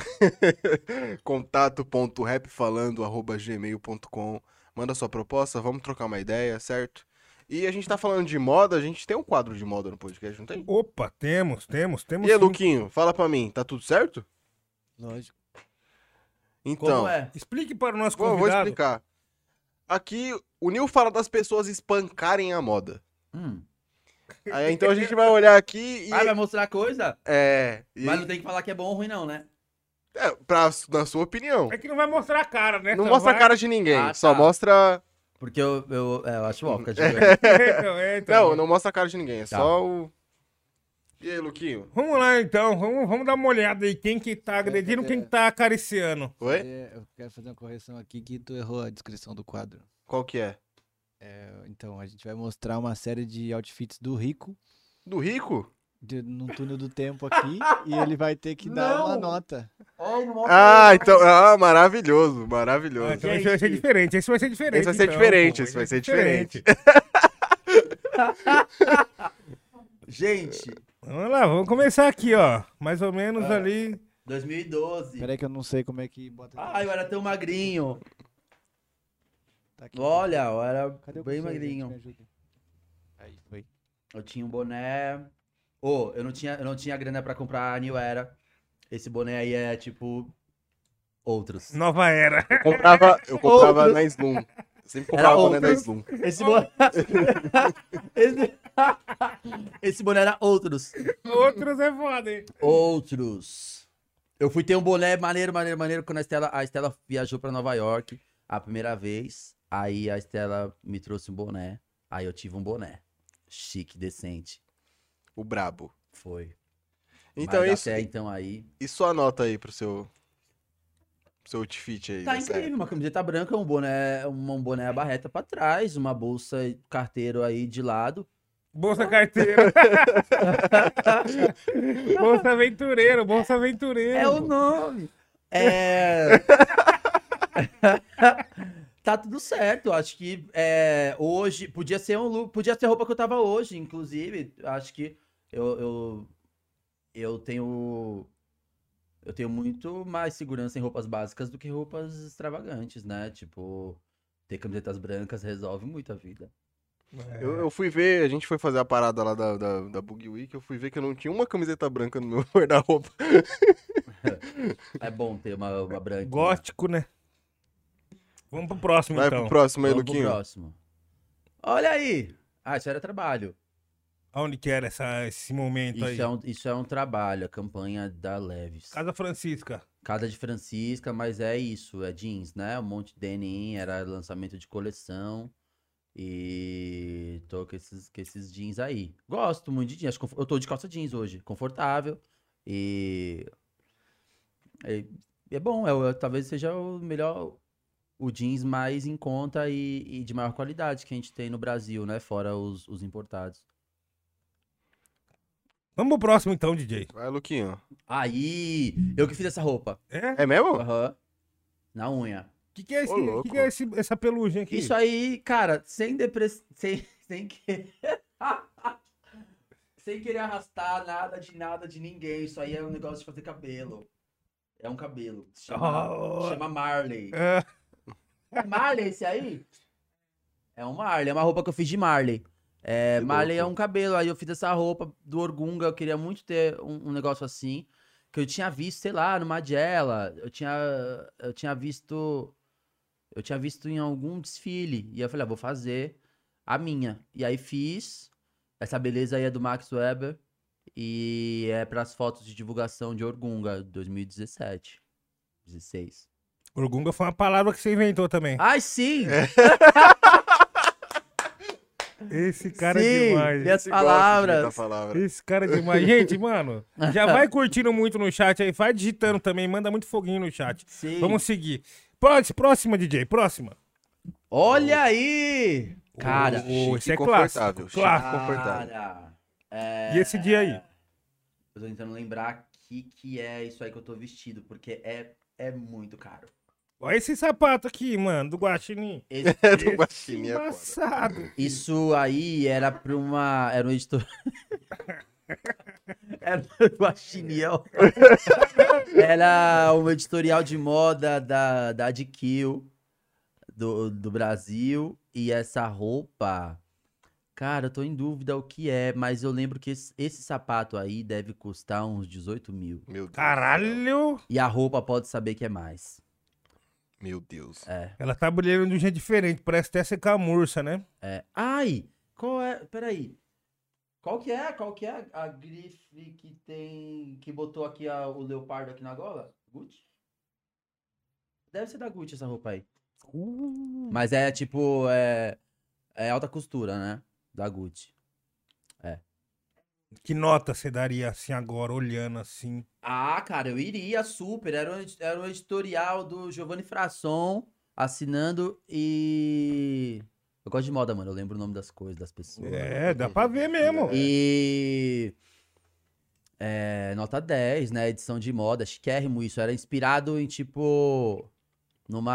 [SPEAKER 2] contato.rapfalando@gmail.com. Manda sua proposta, vamos trocar uma ideia, certo? E a gente tá falando de moda, a gente tem um quadro de moda no podcast, não tem?
[SPEAKER 1] Opa, temos.
[SPEAKER 2] E aí,
[SPEAKER 1] sim.
[SPEAKER 2] Luquinho, fala pra mim, tá tudo certo?
[SPEAKER 3] Lógico.
[SPEAKER 2] Então,
[SPEAKER 3] Como é?
[SPEAKER 1] Explique para o nosso
[SPEAKER 2] vou
[SPEAKER 1] convidado.
[SPEAKER 2] explicar. Aqui, o Nil fala das pessoas espancarem a moda. Aí, então a gente vai olhar aqui e...
[SPEAKER 3] Ah, vai mostrar coisa?
[SPEAKER 2] E
[SPEAKER 3] Mas não tem que falar que é bom ou ruim, não, né?
[SPEAKER 2] na sua opinião.
[SPEAKER 1] É que não vai mostrar a cara, né?
[SPEAKER 2] Não
[SPEAKER 1] Só
[SPEAKER 2] mostra a
[SPEAKER 1] vai-
[SPEAKER 2] cara de ninguém,
[SPEAKER 3] Ah,
[SPEAKER 2] só
[SPEAKER 3] tá.
[SPEAKER 2] mostra...
[SPEAKER 3] Porque eu acho ó, fica de
[SPEAKER 1] Então.
[SPEAKER 2] Não, não mostra a cara de ninguém, é
[SPEAKER 3] Tá.
[SPEAKER 2] só o... E aí, Luquinho?
[SPEAKER 1] Vamos lá, então. Vamos dar uma olhada aí. Quem que tá agredindo, quem que tá acariciando.
[SPEAKER 2] Oi?
[SPEAKER 4] Eu quero fazer uma correção aqui que tu errou a descrição do quadro.
[SPEAKER 2] Qual que é?
[SPEAKER 4] Então, a gente vai mostrar uma série de outfits do Rico
[SPEAKER 2] Do Rico?
[SPEAKER 4] num túnel do tempo aqui e ele vai ter que dar uma nota.
[SPEAKER 2] Então... Ah, maravilhoso, maravilhoso.
[SPEAKER 1] Então esse vai ser diferente. Esse vai ser diferente.
[SPEAKER 2] Esse vai ser
[SPEAKER 1] então,
[SPEAKER 2] diferente,
[SPEAKER 1] pô.
[SPEAKER 2] esse vai ser diferente.
[SPEAKER 3] Gente,
[SPEAKER 1] Vamos lá, vamos começar aqui, ó. Mais ou menos ali.
[SPEAKER 3] 2012.
[SPEAKER 4] Peraí que eu não sei como é que bota.
[SPEAKER 3] Ai, eu era tão magrinho.
[SPEAKER 4] Tá aqui.
[SPEAKER 3] Olha, eu era
[SPEAKER 4] Cadê o
[SPEAKER 3] bem
[SPEAKER 4] cursor, gente?
[SPEAKER 3] magrinho.
[SPEAKER 4] Me ajuda. Aí, foi.
[SPEAKER 3] Eu tinha um boné. Eu não tinha grana pra comprar a New Era. Esse boné aí é tipo. Outros.
[SPEAKER 1] Nova era.
[SPEAKER 2] Eu comprava na Slum. Eu sempre comprava boné na
[SPEAKER 3] outros.
[SPEAKER 2] Slum.
[SPEAKER 3] Esse boné. Esse boné era outros.
[SPEAKER 1] Outros é foda, hein?
[SPEAKER 3] Outros. Eu fui ter um boné maneiro quando a Estela viajou pra Nova York a primeira vez. Aí a Estela me trouxe um boné. Aí eu tive um boné. Chique, decente.
[SPEAKER 2] O brabo.
[SPEAKER 3] Foi.
[SPEAKER 2] Então
[SPEAKER 3] Mas
[SPEAKER 2] isso...
[SPEAKER 3] até então aí.
[SPEAKER 2] E sua nota aí pro seu outfit aí?
[SPEAKER 3] Tá
[SPEAKER 2] dessa
[SPEAKER 3] incrível, uma camiseta branca, um boné a barreta pra trás, uma bolsa carteiro aí de lado.
[SPEAKER 1] Bolsa carteira. Bolsa aventureiro, bolsa aventureiro.
[SPEAKER 3] É o nome. Tá tudo certo. Acho que hoje podia ser um look, podia ser a roupa que eu tava hoje, inclusive. Acho que eu tenho muito mais segurança em roupas básicas do que roupas extravagantes, né? Tipo, ter camisetas brancas resolve muito a vida.
[SPEAKER 2] Eu fui ver, a gente foi fazer a parada lá da Boogie Week, eu fui ver que eu não tinha uma camiseta branca no meu guarda-roupa.
[SPEAKER 3] É bom ter uma branca.
[SPEAKER 1] Gótico, né? Vamos pro próximo,
[SPEAKER 2] Vai
[SPEAKER 1] então.
[SPEAKER 2] pro próximo aí,
[SPEAKER 3] Vamos pro
[SPEAKER 2] Luquinho.
[SPEAKER 3] próximo. Olha aí! Ah, isso era trabalho.
[SPEAKER 1] Aonde que era esse momento aí?
[SPEAKER 3] Isso é um trabalho, a campanha da Levis.
[SPEAKER 1] Casa Francisca.
[SPEAKER 3] Casa de Francisca, mas é isso, é jeans, né? Um monte de denim, era lançamento de coleção. E tô com esses jeans aí. Gosto muito de jeans. Eu tô de calça jeans hoje, confortável. E é bom, talvez seja o melhor, o jeans mais em conta e de maior qualidade que a gente tem no Brasil, né? Fora os importados.
[SPEAKER 1] Vamos pro próximo, então, DJ.
[SPEAKER 2] Vai, Luquinho.
[SPEAKER 3] Aí, eu que fiz essa roupa.
[SPEAKER 2] É mesmo?
[SPEAKER 3] Aham. Na unha.
[SPEAKER 1] O que é,
[SPEAKER 2] Ô, louco.
[SPEAKER 1] essa pelugem aqui?
[SPEAKER 3] Isso aí, cara, sem depressão. Sem querer arrastar nada de ninguém. Isso aí é um negócio de fazer cabelo. É um cabelo. Chama Marley. É Marley esse aí? É um Marley. É uma roupa que eu fiz de Marley.
[SPEAKER 2] Que
[SPEAKER 3] Marley
[SPEAKER 2] louco.
[SPEAKER 3] é um cabelo. Aí eu fiz essa roupa do Orgunga. Eu queria muito ter um negócio assim. Que eu tinha visto, sei lá, no Magella. Eu tinha visto em algum desfile. E aí eu falei, vou fazer a minha. E aí fiz. Essa beleza aí é do Max Weber. E é pras fotos de divulgação de Orgunga, 2017. 16.
[SPEAKER 1] Orgunga foi uma palavra que você inventou também.
[SPEAKER 3] Ai, sim!
[SPEAKER 1] Esse cara
[SPEAKER 3] sim,
[SPEAKER 1] é demais.
[SPEAKER 3] minhas
[SPEAKER 2] Você gosta de
[SPEAKER 3] palavras.
[SPEAKER 2] inventar palavra.
[SPEAKER 1] Esse cara é demais. Gente, mano, já vai curtindo muito no chat aí. Vai digitando também. Manda muito foguinho no chat.
[SPEAKER 3] Sim.
[SPEAKER 1] Vamos seguir. Próxima, DJ. Próxima.
[SPEAKER 3] Olha aí! Cara,
[SPEAKER 2] Chique
[SPEAKER 1] esse é
[SPEAKER 2] e confortável,
[SPEAKER 1] clássico.
[SPEAKER 2] chique.
[SPEAKER 1] Clássico.
[SPEAKER 2] confortável.
[SPEAKER 3] cara,
[SPEAKER 1] E esse dia aí?
[SPEAKER 3] Eu tô tentando lembrar que é isso aí que eu tô vestido, porque é muito caro.
[SPEAKER 1] Olha esse sapato aqui, mano, do Guaxinim.
[SPEAKER 3] Esse-
[SPEAKER 2] Do Guaxinim é foda.
[SPEAKER 1] Embaçado.
[SPEAKER 3] Isso aí era pra era um editor. Era o Guaxiniel. Era um editorial de moda da GQ do Brasil. E essa roupa, cara, eu tô em dúvida o que é, mas eu lembro que esse sapato aí deve custar uns 18 mil.
[SPEAKER 2] Meu Deus.
[SPEAKER 1] Caralho.
[SPEAKER 3] E a roupa pode saber que é mais.
[SPEAKER 2] Meu Deus.
[SPEAKER 1] Ela tá brilhando de um jeito diferente. Parece até ser camurça, né?
[SPEAKER 3] Ai, qual é? Peraí. Qual que é a grife que tem... Que botou aqui o leopardo aqui na gola? Gucci? Deve ser da Gucci essa roupa aí. Mas é tipo... É alta costura, né? Da Gucci.
[SPEAKER 1] Que nota você daria assim agora, olhando assim?
[SPEAKER 3] Ah, cara, eu iria super. Era um editorial do Giovanni Frasson assinando e... Eu gosto de moda, mano. Eu lembro o nome das coisas, das pessoas.
[SPEAKER 1] Dá pra ver mesmo.
[SPEAKER 3] E... nota 10, né? Edição de moda. Chiquérrimo isso. Era inspirado em, tipo... Num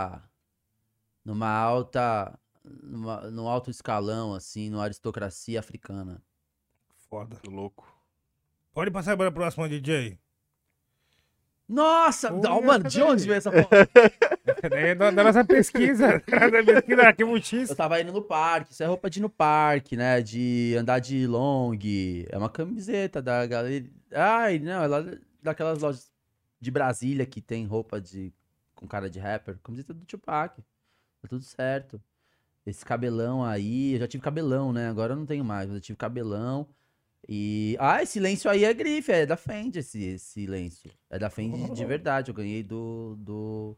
[SPEAKER 3] alto escalão, assim, numa aristocracia africana.
[SPEAKER 1] Foda.
[SPEAKER 2] Louco.
[SPEAKER 1] Pode passar para a próxima, DJ.
[SPEAKER 3] Nossa!
[SPEAKER 1] Olha
[SPEAKER 3] Não, mano,
[SPEAKER 1] essa
[SPEAKER 3] de onde
[SPEAKER 1] daí.
[SPEAKER 3] veio essa foto?
[SPEAKER 1] Essa daí é da nossa pesquisa. Da pesquisa Arquivo
[SPEAKER 3] Eu
[SPEAKER 1] X.
[SPEAKER 3] tava indo no parque. Isso é roupa de ir no parque, né? De andar de long. É uma camiseta da galera. Ai, não, é lá daquelas lojas de Brasília que tem roupa com cara de rapper. Camiseta do Tupac. Tá tudo certo. Esse cabelão aí. Eu já tive cabelão, né? Agora eu não tenho mais, mas eu tive cabelão. E. Ah, esse lenço aí é grife, é da Fendi esse lenço. É da Fendi de verdade. Eu ganhei do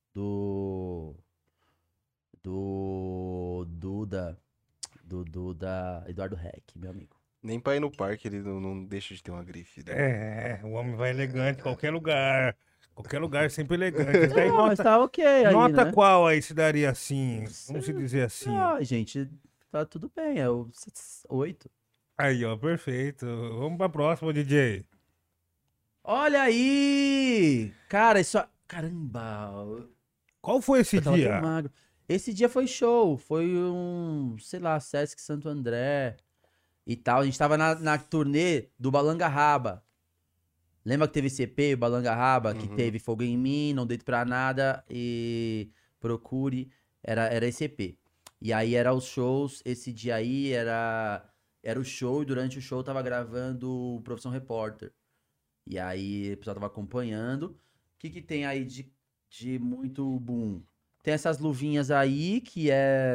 [SPEAKER 3] Duda Eduardo Reck, meu amigo.
[SPEAKER 2] Nem pra ir no parque ele não deixa de ter uma grife. Né?
[SPEAKER 1] O homem vai elegante, qualquer lugar. Qualquer lugar sempre elegante. Daí
[SPEAKER 3] Não, mas tá ok aí,
[SPEAKER 1] nota
[SPEAKER 3] né?
[SPEAKER 1] qual aí se daria assim? Vamos se dizer assim.
[SPEAKER 3] Ah, gente, tá tudo bem, é o 8.
[SPEAKER 1] Aí, ó, perfeito. Vamos pra próxima, DJ.
[SPEAKER 3] Olha aí! Cara, isso... Caramba!
[SPEAKER 1] Qual foi esse
[SPEAKER 3] Eu tava tão
[SPEAKER 1] dia?
[SPEAKER 3] magro. Esse dia foi show. Foi sei lá, Sesc Santo André e tal. A gente tava na turnê do Balanga Raba. Lembra que teve esse EP, o Balanga Raba? Que teve Fogo em Mim, Não Deito Pra Nada e Procure. Era esse EP. E aí era os shows. Esse dia aí era o show. E durante o show eu tava gravando o Profissão Repórter. E aí o pessoal tava acompanhando. O que tem aí de muito boom? Tem essas luvinhas aí, que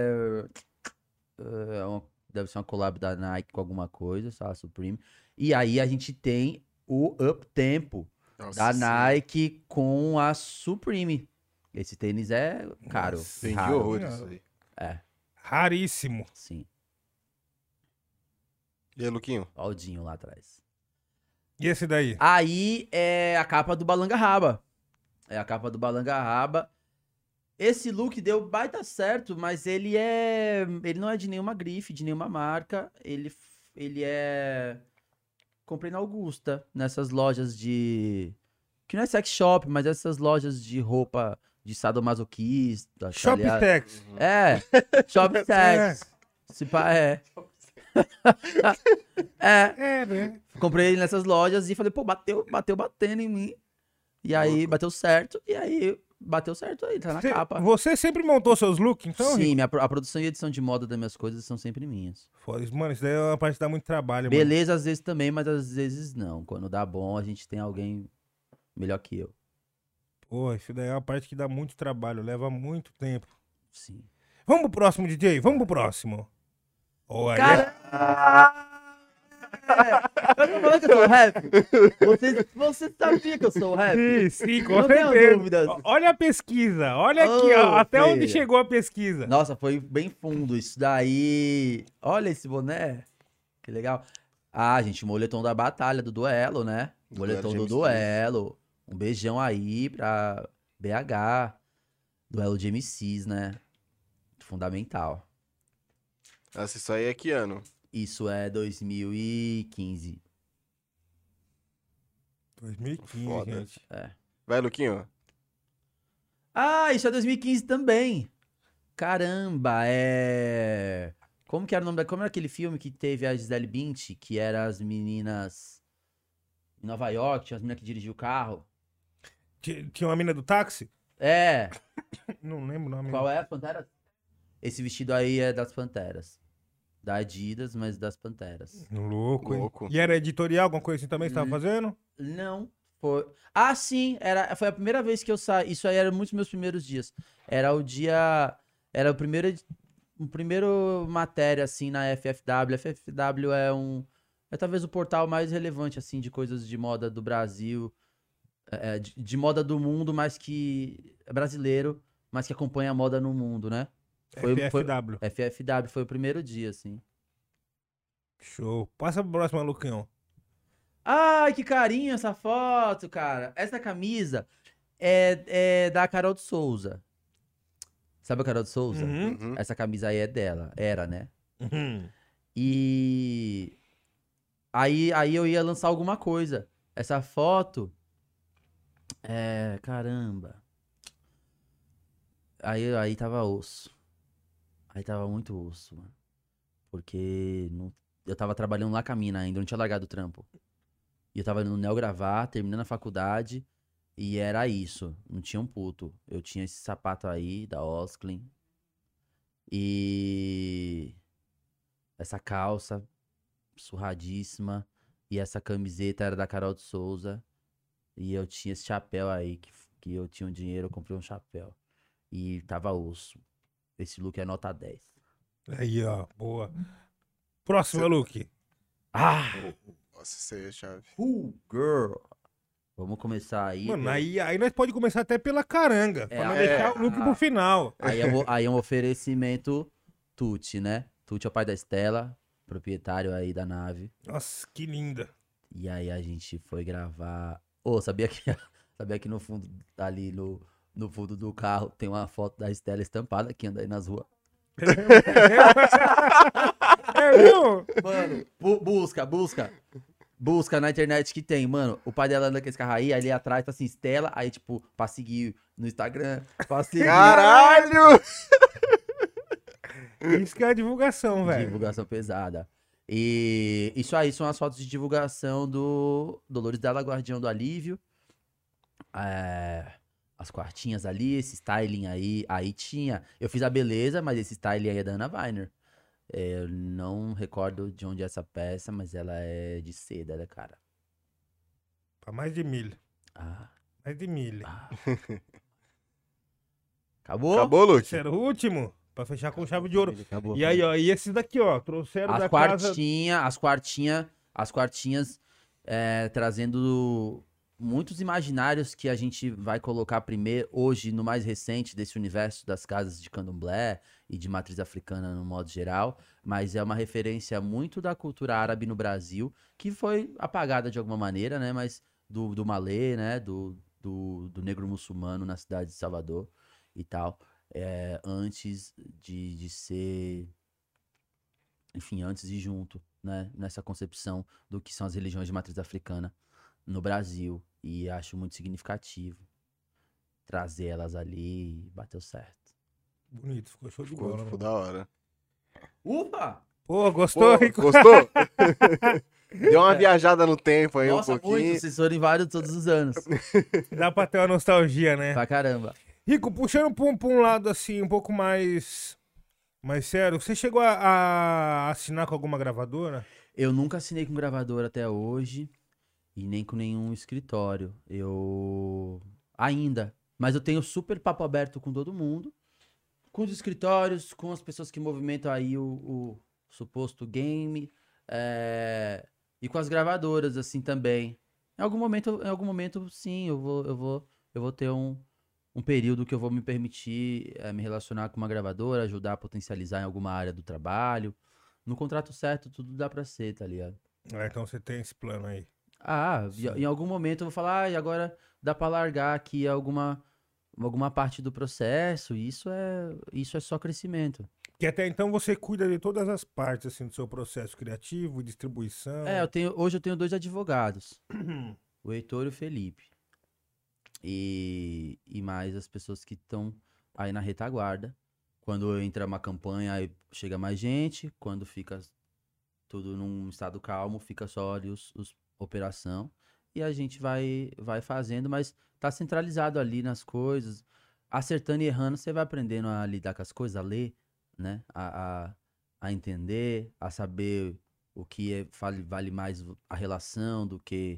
[SPEAKER 3] deve ser uma collab da Nike com alguma coisa, sabe? Supreme. E aí a gente tem o Up Tempo da Nike com a Supreme. Esse tênis é caro.
[SPEAKER 1] Nossa,
[SPEAKER 2] Vendi
[SPEAKER 3] raro.
[SPEAKER 2] horrores isso aí.
[SPEAKER 1] Raríssimo.
[SPEAKER 3] Sim.
[SPEAKER 2] E aí, Luquinho?
[SPEAKER 3] Olha o Dinho lá atrás.
[SPEAKER 1] E esse daí?
[SPEAKER 3] Aí é a capa do Balanga Raba. É a capa do Balanga Raba. Esse look deu baita certo, mas ele não é de nenhuma grife, de nenhuma marca. Ele é... Comprei na Augusta, nessas lojas de... Que não é sex shop, mas essas lojas de roupa de sadomasoquista.
[SPEAKER 1] Shop
[SPEAKER 3] tá ligado?
[SPEAKER 1] Tex.
[SPEAKER 3] É, shop sex. Se pá, é.
[SPEAKER 1] Né?
[SPEAKER 3] Comprei ele nessas lojas e falei, pô, bateu batendo em mim. E aí, bateu certo. E aí, bateu certo aí, tá na capa.
[SPEAKER 1] Você sempre montou seus looks, então?
[SPEAKER 3] Sim, a produção e edição de moda das minhas coisas são sempre minhas.
[SPEAKER 1] Foda, mano, isso daí é uma parte que dá muito trabalho,
[SPEAKER 3] Beleza, às vezes também, mas às vezes não. Quando dá bom, a gente tem alguém melhor que eu.
[SPEAKER 1] mano. Pô, isso daí é uma parte que dá muito trabalho, leva muito tempo.
[SPEAKER 3] Sim.
[SPEAKER 1] Vamos pro próximo, DJ? Vamos pro próximo. Olha.
[SPEAKER 3] Cara! Eu não falei que eu sou rap? Você sabia que eu sou rap?
[SPEAKER 1] Sim, com
[SPEAKER 3] Não tenho
[SPEAKER 1] certeza.
[SPEAKER 3] dúvidas.
[SPEAKER 1] Olha a pesquisa, olha aqui,
[SPEAKER 3] Ô,
[SPEAKER 1] ó, até onde
[SPEAKER 3] feia.
[SPEAKER 1] chegou a pesquisa.
[SPEAKER 3] Nossa, foi bem fundo isso daí. Olha esse boné. Que legal. Ah, gente, o moletom da batalha, do duelo, né?
[SPEAKER 2] Do
[SPEAKER 3] Moletom
[SPEAKER 2] duelo
[SPEAKER 3] do
[SPEAKER 2] de MCs.
[SPEAKER 3] duelo. Um beijão aí pra BH. Duelo de MCs, né? Fundamental.
[SPEAKER 2] Nossa, isso aí é que ano?
[SPEAKER 3] Isso é 2015.
[SPEAKER 1] 2015,
[SPEAKER 2] Foda.
[SPEAKER 1] gente.
[SPEAKER 2] Vai, Luquinho.
[SPEAKER 3] Ah, isso é 2015 também. Caramba, Como que era o nome Como era aquele filme que teve a Gisele Bündchen, que era as meninas em Nova York, tinha as meninas que dirigiam o carro?
[SPEAKER 1] Tinha uma mina do táxi?
[SPEAKER 3] É.
[SPEAKER 1] Não lembro o nome.
[SPEAKER 3] Qual é? Panteras? Esse vestido aí é das Panteras. Da Adidas, mas das Panteras.
[SPEAKER 1] Louco, hein?
[SPEAKER 2] Louco.
[SPEAKER 1] E era editorial, alguma coisa assim também que você tava fazendo?
[SPEAKER 3] Não, foi... Ah, sim, foi a primeira vez que eu saí. Isso aí era muitos meus primeiros dias. Era o dia... Era o primeiro primeiro matéria, assim, na FFW. FFW é talvez o portal mais relevante, assim, de coisas de moda do Brasil, de moda do mundo, mas que é brasileiro, mas que acompanha a moda no mundo, né?
[SPEAKER 1] FFW.
[SPEAKER 3] FFW foi o primeiro dia, assim.
[SPEAKER 1] Show. Passa pro próximo, Luquinho.
[SPEAKER 3] Ai, que carinho essa foto, cara. Essa camisa é da Carol de Souza. Sabe a Carol de Souza?
[SPEAKER 1] Uhum.
[SPEAKER 2] Uhum.
[SPEAKER 3] Essa camisa aí é dela. Era, né?
[SPEAKER 1] Uhum.
[SPEAKER 3] E aí eu ia lançar alguma coisa. Essa foto. Caramba. Aí tava osso. Aí tava muito osso, mano. Porque eu tava trabalhando lá com a mina ainda, não tinha largado o trampo. E eu tava no Neo Gravar, terminando a faculdade. E era isso. Não tinha um puto. Eu tinha esse sapato aí da Osklin. E essa calça surradíssima. E essa camiseta era da Carol de Souza. E eu tinha esse chapéu aí, que eu tinha um dinheiro, eu comprei um chapéu. E tava osso. Esse look é nota 10.
[SPEAKER 1] Aí, ó. Boa. Próximo, Luke.
[SPEAKER 3] Ah!
[SPEAKER 2] Nossa, isso aí é chave.
[SPEAKER 3] Girl! Vamos começar aí.
[SPEAKER 1] Mano, aí nós pode começar até pela caranga. Pra não
[SPEAKER 3] É,
[SPEAKER 1] deixar o Luke pro final.
[SPEAKER 3] Aí é um oferecimento Tuti, né? Tuti é o pai da Estela, proprietário aí da nave.
[SPEAKER 1] Nossa, que linda.
[SPEAKER 3] E aí a gente foi gravar. Sabia que no fundo, ali no fundo do carro, tem uma foto da Estela estampada que anda aí nas ruas.
[SPEAKER 1] É, viu?
[SPEAKER 3] Mano, busca na internet que tem, mano. O pai dela anda com esse carro aí, ali atrás tá assim, Estela, aí tipo, pra seguir no Instagram, pra seguir.
[SPEAKER 2] Caralho!
[SPEAKER 1] Isso que é a divulgação, velho.
[SPEAKER 3] Divulgação pesada. E isso aí são as fotos de divulgação do Dolores Della, Guardião do Alívio. As quartinhas ali, esse styling aí tinha. Eu fiz a beleza, mas esse styling aí é da Ana Weiner. Eu não recordo de onde é essa peça, mas ela é de seda, né, cara?
[SPEAKER 1] Pra mais de 1000.
[SPEAKER 3] Ah,
[SPEAKER 1] Mais de 1000.
[SPEAKER 3] acabou?
[SPEAKER 2] Acabou, Luke?
[SPEAKER 1] Esse era o último. Pra fechar com chave de ouro.
[SPEAKER 3] Acabou.
[SPEAKER 1] E aí, ó. E esses daqui, ó. Trouxeram da casa...
[SPEAKER 3] As quartinhas trazendo muitos imaginários que a gente vai colocar primeiro, hoje, no mais recente desse universo das casas de candomblé e de matriz africana no modo geral, mas é uma referência muito da cultura árabe no Brasil, que foi apagada de alguma maneira, né, mas do malê, né, do negro muçulmano na cidade de Salvador e tal, antes de ser, enfim, antes e junto, né, nessa concepção do que são as religiões de matriz africana no Brasil, e acho muito significativo trazer elas ali e bateu certo.
[SPEAKER 1] Bonito, ficou show de
[SPEAKER 2] Ficou,
[SPEAKER 1] bola.
[SPEAKER 2] ficou
[SPEAKER 1] mano.
[SPEAKER 2] da hora.
[SPEAKER 3] Ufa!
[SPEAKER 1] Pô, gostou,
[SPEAKER 2] Pô,
[SPEAKER 1] Rico?
[SPEAKER 2] gostou? Deu uma viajada no tempo aí
[SPEAKER 3] Nossa,
[SPEAKER 2] um pouquinho.
[SPEAKER 3] muito, vocês foram em vários todos os anos.
[SPEAKER 1] Dá pra ter uma nostalgia, né?
[SPEAKER 3] Pra caramba.
[SPEAKER 1] Rico, puxando pra um lado assim, um pouco mais sério, você chegou a assinar com alguma gravadora?
[SPEAKER 3] Eu nunca assinei com gravadora até hoje e nem com nenhum escritório. Ainda. Mas eu tenho super papo aberto com todo mundo. Com os escritórios, com as pessoas que movimentam aí o suposto game. E com as gravadoras, assim, também. Em algum momento, sim, eu vou ter um período que eu vou me permitir me relacionar com uma gravadora, ajudar a potencializar em alguma área do trabalho. No contrato certo, tudo dá pra ser, tá ligado?
[SPEAKER 1] Então você tem esse plano aí.
[SPEAKER 3] Em algum momento eu vou falar, e agora dá pra largar aqui alguma parte do processo. Isso é só crescimento.
[SPEAKER 1] Que até então você cuida de todas as partes assim do seu processo criativo, distribuição.
[SPEAKER 3] Hoje eu tenho 2 advogados, o Heitor e o Felipe. E mais as pessoas que estão aí na retaguarda. Quando entra uma campanha, aí chega mais gente. Quando fica tudo num estado calmo, fica só ali os operação. E a gente vai fazendo, mas tá centralizado ali nas coisas. Acertando e errando, você vai aprendendo a lidar com as coisas, a ler, né? A entender, a saber o que vale mais a relação do que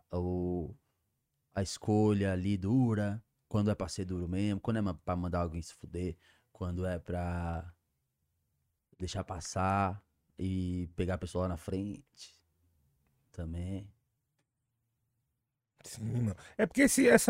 [SPEAKER 3] a escolha ali dura, quando é pra ser duro mesmo, quando é pra mandar alguém se fuder, quando é pra deixar passar e pegar a pessoa lá na frente também.
[SPEAKER 1] Sim, mano. É porque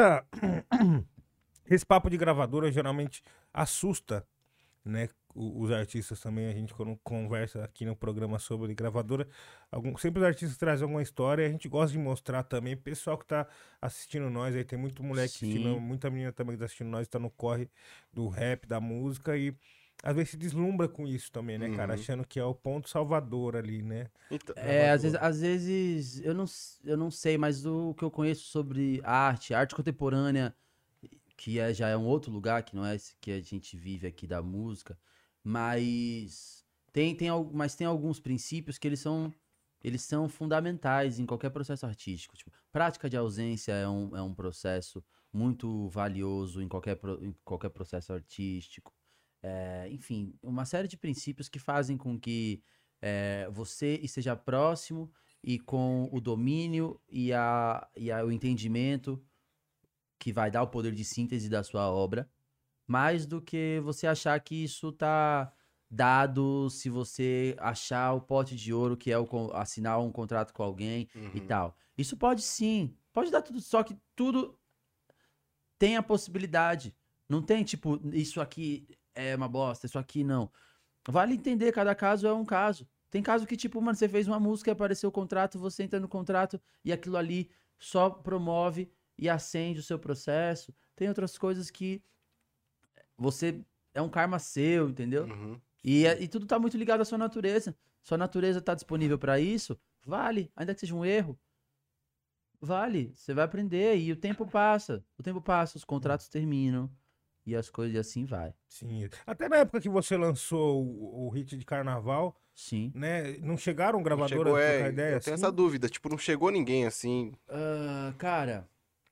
[SPEAKER 1] esse papo de gravadora geralmente assusta, né? Os artistas também, a gente quando conversa aqui no programa sobre gravadora, sempre os artistas trazem alguma história e a gente gosta de mostrar também pro pessoal que tá assistindo nós, aí tem muito moleque assistindo,
[SPEAKER 3] Sim.
[SPEAKER 1] muita menina também que tá assistindo nós, tá no corre do rap, da música e às vezes se deslumbra com isso também, né, cara?
[SPEAKER 2] Uhum.
[SPEAKER 1] Achando que é o ponto salvador ali, né?
[SPEAKER 2] Então,
[SPEAKER 3] Às vezes eu não sei, mas o que eu conheço sobre arte contemporânea, que já é um outro lugar, que não é esse que a gente vive aqui da música, mas mas tem alguns princípios que eles são fundamentais em qualquer processo artístico. Tipo, prática de ausência é um processo muito valioso em qualquer processo artístico. Enfim, uma série de princípios que fazem com que você esteja próximo e com o domínio o entendimento que vai dar o poder de síntese da sua obra, mais do que você achar que isso tá dado se você achar o pote de ouro, que é assinar um contrato com alguém e tal. Isso pode sim, pode dar tudo, só que tudo tem a possibilidade. Não tem, tipo, isso aqui é uma bosta, isso aqui não. Vale entender, cada caso é um caso. Tem caso que, tipo, mano, você fez uma música, apareceu o contrato, você entra no contrato e aquilo ali só promove e acende o seu processo. Tem outras coisas que você é um karma seu, entendeu?
[SPEAKER 2] Uhum.
[SPEAKER 3] E tudo tá muito ligado à sua natureza. Sua natureza tá disponível pra isso, vale, ainda que seja um erro. Vale, você vai aprender e o tempo passa. O tempo passa, os contratos terminam e as coisas e assim vai.
[SPEAKER 1] Sim. Até na época que você lançou o hit de carnaval,
[SPEAKER 3] Sim.
[SPEAKER 1] né? Não chegaram
[SPEAKER 2] Não
[SPEAKER 1] gravadoras
[SPEAKER 2] chegou,
[SPEAKER 1] a trocar ideia
[SPEAKER 2] eu tenho
[SPEAKER 1] assim?
[SPEAKER 2] essa dúvida, tipo, não chegou ninguém assim.
[SPEAKER 3] Cara,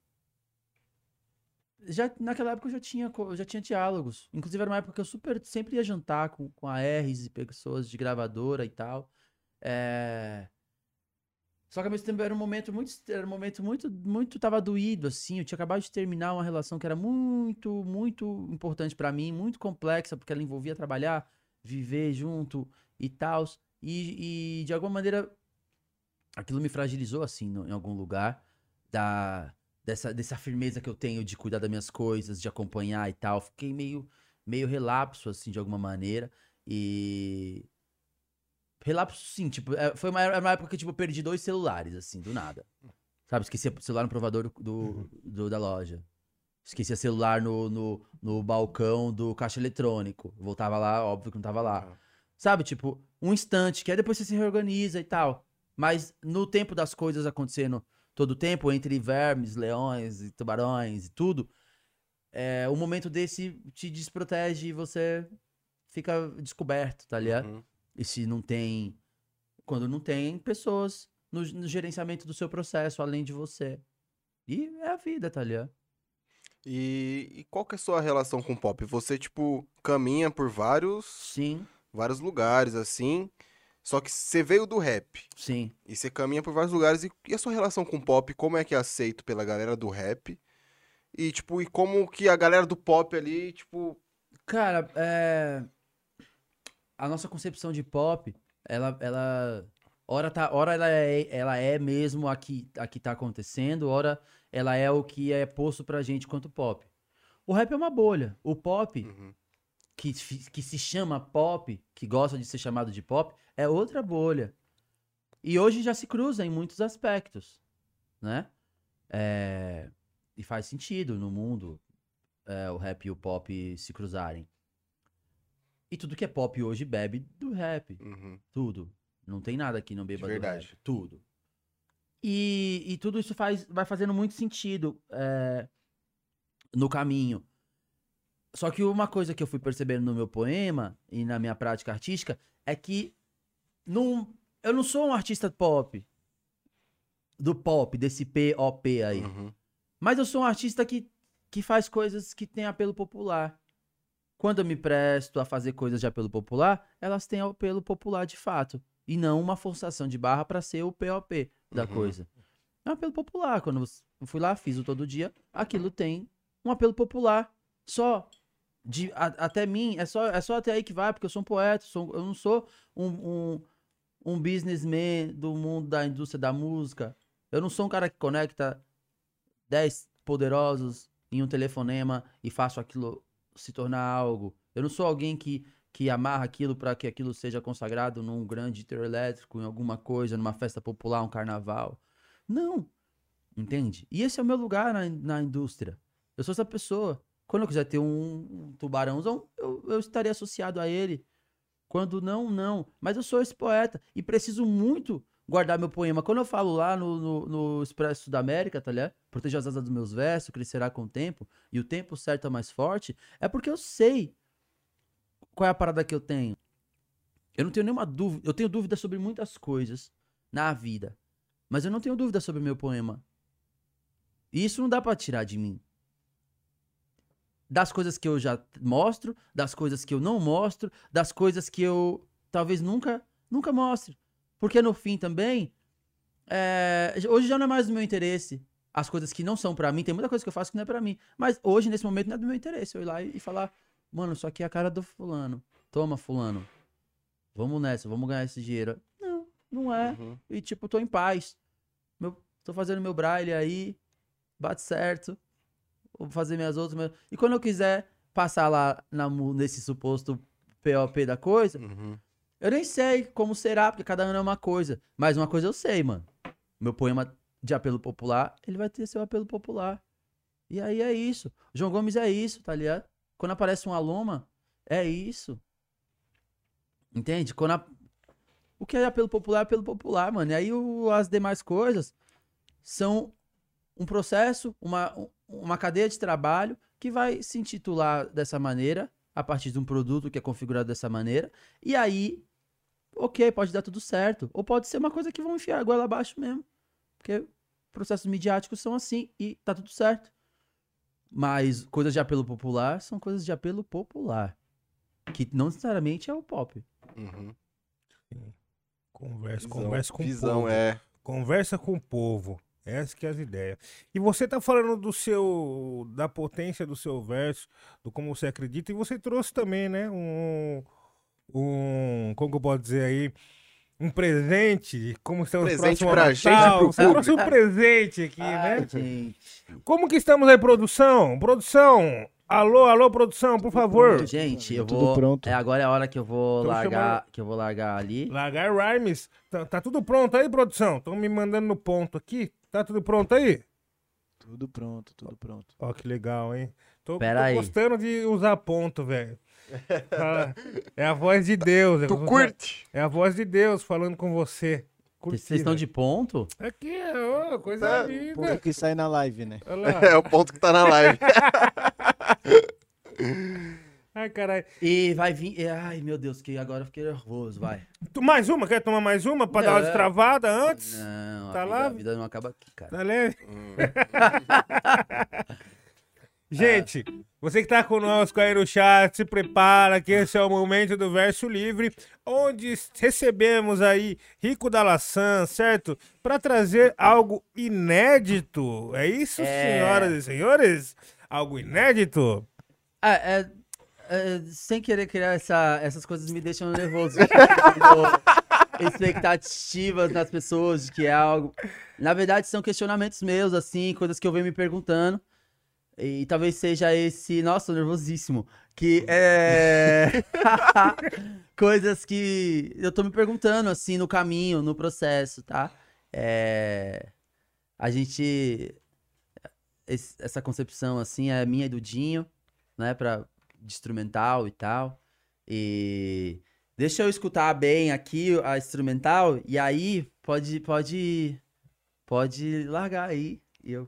[SPEAKER 3] naquela época eu já tinha diálogos. Inclusive era uma época que eu sempre ia jantar com a R's e pessoas de gravadora e tal. Só que ao mesmo tempo era um momento muito tava doído, assim. Eu tinha acabado de terminar uma relação que era muito, muito importante pra mim, muito complexa, porque ela envolvia trabalhar, viver junto e tal. E de alguma maneira aquilo me fragilizou, assim, em algum lugar, dessa firmeza que eu tenho de cuidar das minhas coisas, de acompanhar e tal. Fiquei meio relapso, assim, de alguma maneira. E. Relapso, sim, tipo, era uma época que, tipo, eu perdi 2 celulares, assim, do nada. Sabe, esqueci o celular no provador da loja. Esquecia celular no balcão do caixa eletrônico. Voltava lá, óbvio que não tava lá.
[SPEAKER 2] Uhum.
[SPEAKER 3] Sabe, tipo, um instante, que aí depois você se reorganiza e tal. Mas no tempo das coisas acontecendo todo o tempo, entre vermes, leões e tubarões e tudo, o momento desse te desprotege e você fica descoberto, tá ligado?
[SPEAKER 2] Uhum.
[SPEAKER 3] E se não tem. Quando não tem pessoas no gerenciamento do seu processo, além de você. E é a vida, tá ligado?
[SPEAKER 2] E qual que é a sua relação com o pop? Você, tipo, caminha por vários
[SPEAKER 3] Sim,
[SPEAKER 2] lugares, assim, só que você veio do rap.
[SPEAKER 3] sim.
[SPEAKER 2] E você caminha por vários lugares. E a sua relação com o pop, como é que é aceito pela galera do rap? E, tipo, e como que a galera do pop ali, tipo...
[SPEAKER 3] Cara, a nossa concepção de pop, ora ela é mesmo a que tá acontecendo, ora ela é o que é posto pra gente quanto pop. O rap é uma bolha. O pop,
[SPEAKER 2] Uhum.
[SPEAKER 3] que se chama pop, que gosta de ser chamado de pop, é outra bolha. E hoje já se cruza em muitos aspectos, né? E faz sentido no mundo o rap e o pop se cruzarem. E tudo que é pop hoje bebe do rap.
[SPEAKER 2] Uhum.
[SPEAKER 3] Tudo. Não tem nada que não beba do
[SPEAKER 2] verdade.
[SPEAKER 3] rap. Tudo. E tudo isso vai fazendo muito sentido no caminho. Só que uma coisa que eu fui percebendo no meu poema e na minha prática artística é que eu não sou um artista pop. Do pop, desse P-O-P aí.
[SPEAKER 2] Uhum.
[SPEAKER 3] Mas eu sou um artista que faz coisas que têm apelo popular. Quando eu me presto a fazer coisas de apelo popular, elas têm apelo popular de fato. E não uma forçação de barra pra ser o POP da
[SPEAKER 2] Uhum.
[SPEAKER 3] coisa. É um apelo popular. Quando eu fui lá, fiz o todo dia, aquilo tem um apelo popular só. Até mim, é só até aí que vai, porque eu sou um poeta, eu não sou um businessman do mundo da indústria da música. Eu não sou um cara que conecta 10 poderosos em um telefonema e faço aquilo se tornar algo. Eu não sou alguém que amarra aquilo para que aquilo seja consagrado num grande hidrelétrico, em alguma coisa, numa festa popular, um carnaval. Não. Entende? E esse é o meu lugar na indústria. Eu sou essa pessoa. Quando eu quiser ter um tubarãozão, eu estaria associado a ele. Quando não. Mas eu sou esse poeta e preciso muito guardar meu poema. Quando eu falo lá no Expresso da América, tá ligado? Proteja as asas dos meus versos, crescerá com o tempo, e o tempo certo é mais forte, é porque eu sei qual é a parada que eu tenho. Eu não tenho nenhuma dúvida. Eu tenho dúvida sobre muitas coisas na vida, mas eu não tenho dúvida sobre meu poema. E isso não dá pra tirar de mim. Das coisas que eu já mostro, das coisas que eu não mostro, das coisas que eu talvez nunca mostre. Porque no fim também, hoje já não é mais do meu interesse as coisas que não são pra mim. Tem muita coisa que eu faço que não é pra mim. Mas hoje, nesse momento, não é do meu interesse eu ir lá e falar, mano, isso aqui é a cara do fulano. Toma, fulano. Vamos nessa, vamos ganhar esse dinheiro. Não é.
[SPEAKER 2] Uhum.
[SPEAKER 3] E tipo, tô em paz. Tô fazendo meu braille aí, bate certo. Vou fazer minhas outras. E quando eu quiser passar lá nesse suposto POP da coisa, eu nem sei como será, porque cada ano é uma coisa. Mas uma coisa eu sei, mano. Meu poema de apelo popular, ele vai ter seu apelo popular. E aí é isso. O João Gomes é isso, tá ligado? Quando aparece um Aloma, é isso. Entende? O que é apelo popular, mano. E aí as demais coisas são um processo, uma cadeia de trabalho que vai se intitular dessa maneira, a partir de um produto que é configurado dessa maneira, e aí, ok, pode dar tudo certo, ou pode ser uma coisa que vão enfiar a goela abaixo mesmo, porque processos midiáticos são assim, e tá tudo certo. Mas coisas de apelo popular são coisas de apelo popular, que não necessariamente é o pop.
[SPEAKER 1] Conversa com o
[SPEAKER 2] Visão,
[SPEAKER 1] povo. Conversa com o povo. Essa que é as ideias. E você tá falando da potência do seu verso, do como você acredita, e você trouxe também, né, como que eu posso dizer aí, um presente, como estamos
[SPEAKER 2] Presente
[SPEAKER 1] próximo ao
[SPEAKER 2] pra
[SPEAKER 1] Natal.
[SPEAKER 2] gente, pro
[SPEAKER 1] Você trouxe um presente aqui, né?
[SPEAKER 3] Gente.
[SPEAKER 1] Como que estamos aí, produção? Produção, alô, produção, por favor.
[SPEAKER 3] Gente, eu
[SPEAKER 4] Tudo
[SPEAKER 3] vou.
[SPEAKER 4] pronto.
[SPEAKER 3] Agora é a hora que eu vou
[SPEAKER 1] Tô
[SPEAKER 3] largar. Que eu vou largar ali.
[SPEAKER 1] Largar Rhymes. Tá tudo pronto aí, produção? Estão me mandando no ponto aqui. Tá tudo pronto aí?
[SPEAKER 4] Tudo pronto.
[SPEAKER 1] Ó, que legal, hein? Tô
[SPEAKER 3] Pera aí.
[SPEAKER 1] gostando de usar ponto, velho. É a voz de Deus.
[SPEAKER 2] Tu curte?
[SPEAKER 1] É a voz de Deus falando com você. Curti,
[SPEAKER 3] Vocês estão
[SPEAKER 1] velho.
[SPEAKER 3] de ponto?
[SPEAKER 1] Aqui, ó, coisa
[SPEAKER 4] Ponto
[SPEAKER 1] linda.
[SPEAKER 4] que sai na live, né?
[SPEAKER 1] Olha lá.
[SPEAKER 2] É o ponto que tá na live.
[SPEAKER 1] Ai, caralho.
[SPEAKER 3] E vai vir. Ai, meu Deus, que agora eu fiquei nervoso, vai.
[SPEAKER 1] Mais uma? Quer tomar mais uma pra dar uma
[SPEAKER 3] Não.
[SPEAKER 1] destravada antes?
[SPEAKER 3] Não,
[SPEAKER 1] Tá
[SPEAKER 3] a
[SPEAKER 1] lá?
[SPEAKER 3] vida não acaba aqui, cara.
[SPEAKER 1] Tá leve? Gente, você que tá conosco aí no chat, se prepara que esse é o momento do Verso Livre, onde recebemos aí Rico da Laçã, certo? Pra trazer algo inédito. É isso, senhoras e senhores? Algo inédito?
[SPEAKER 3] Sem querer criar essas coisas me deixam nervoso. Expectativas nas pessoas de que é algo. Na verdade, são questionamentos meus, assim, coisas que eu venho me perguntando. E talvez seja esse. Nossa, tô nervosíssimo. Que é. Coisas que eu tô me perguntando, assim, no caminho, no processo, tá? A gente. Essa concepção, assim, é minha e do Dinho, né? De instrumental e tal. E. Deixa eu escutar bem aqui a instrumental. E aí, pode largar aí. E eu.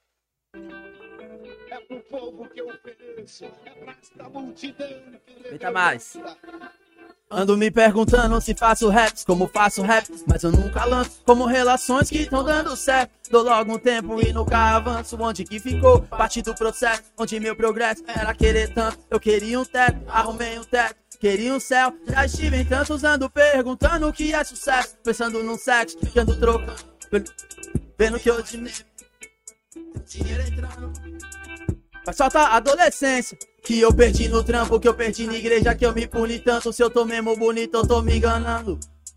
[SPEAKER 5] É pro povo que eu ofereço, é pra esta multidão que
[SPEAKER 3] Eita mais. Ando me perguntando se faço raps, como faço rap, mas eu nunca lanço como relações que estão dando certo. Dou logo um tempo e nunca avanço. Onde que ficou? Parte do processo, onde meu progresso era querer tanto. Eu queria um teto, arrumei um teto. Queria um céu, já estive em tantos ando perguntando o que é sucesso. Pensando num sexo, que ando trocando, vendo que hoje mesmo dinheiro entrando. Mas falta a adolescência, Que eu perdi no trampo, que eu perdi na igreja, que eu me puni tanto. Se eu tô mesmo bonito, eu tô me enganando.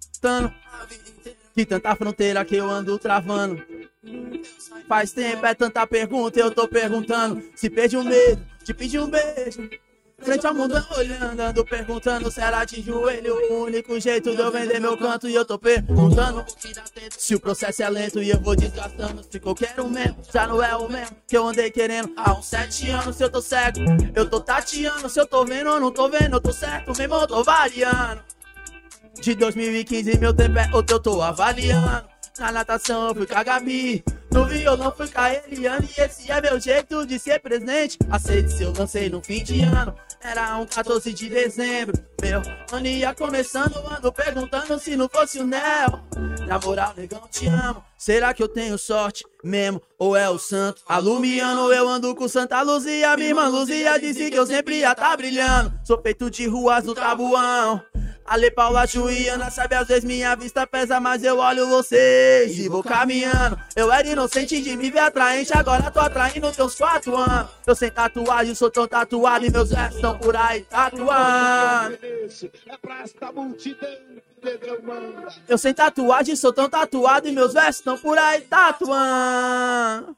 [SPEAKER 3] Que tanta fronteira que eu ando travando. Faz tempo, é tanta pergunta, eu tô perguntando. Se perdi o medo, te pedi um beijo. Frente ao mundo olhando, ando perguntando se ela de joelho. O único jeito de eu vender meu canto. E eu tô perguntando se o processo é lento e eu vou desgastando. Se eu quero mesmo, já não é o mesmo que eu andei querendo há uns 7 anos. Se eu tô cego, eu tô tateando. Se eu tô vendo ou não tô vendo, eu tô certo mesmo, eu tô variando. De 2015 meu tempo é outro, eu tô avaliando. Na natação eu fui com a Gabi, no violão fui com a Eliane. E esse é meu jeito de ser presente. Aceite se eu lancei no fim de ano. Era um 14 de dezembro. Meu ano ia começando, ando perguntando se não fosse o Nel. Na moral, negão, te amo. Será que eu tenho sorte mesmo? Ou é o santo? Alumiano, eu ando com Santa Luzia. Minha irmã Luzia disse que eu sempre ia tá brilhando. Sou feito de ruas do Tabuão. Ale, Paula, Juliana, sabe, às vezes minha vista pesa, mas eu olho vocês e vou caminhando. Eu era inocente de me ver atraente, agora tô atraindo teus 4 anos. Eu sem tatuagem, sou tão tatuado e meus versos estão por aí tatuando.
[SPEAKER 5] É praça da multidão, negão manda.
[SPEAKER 3] Eu sem tatuagem, sou tão tatuado e meus versos estão por aí tatuando.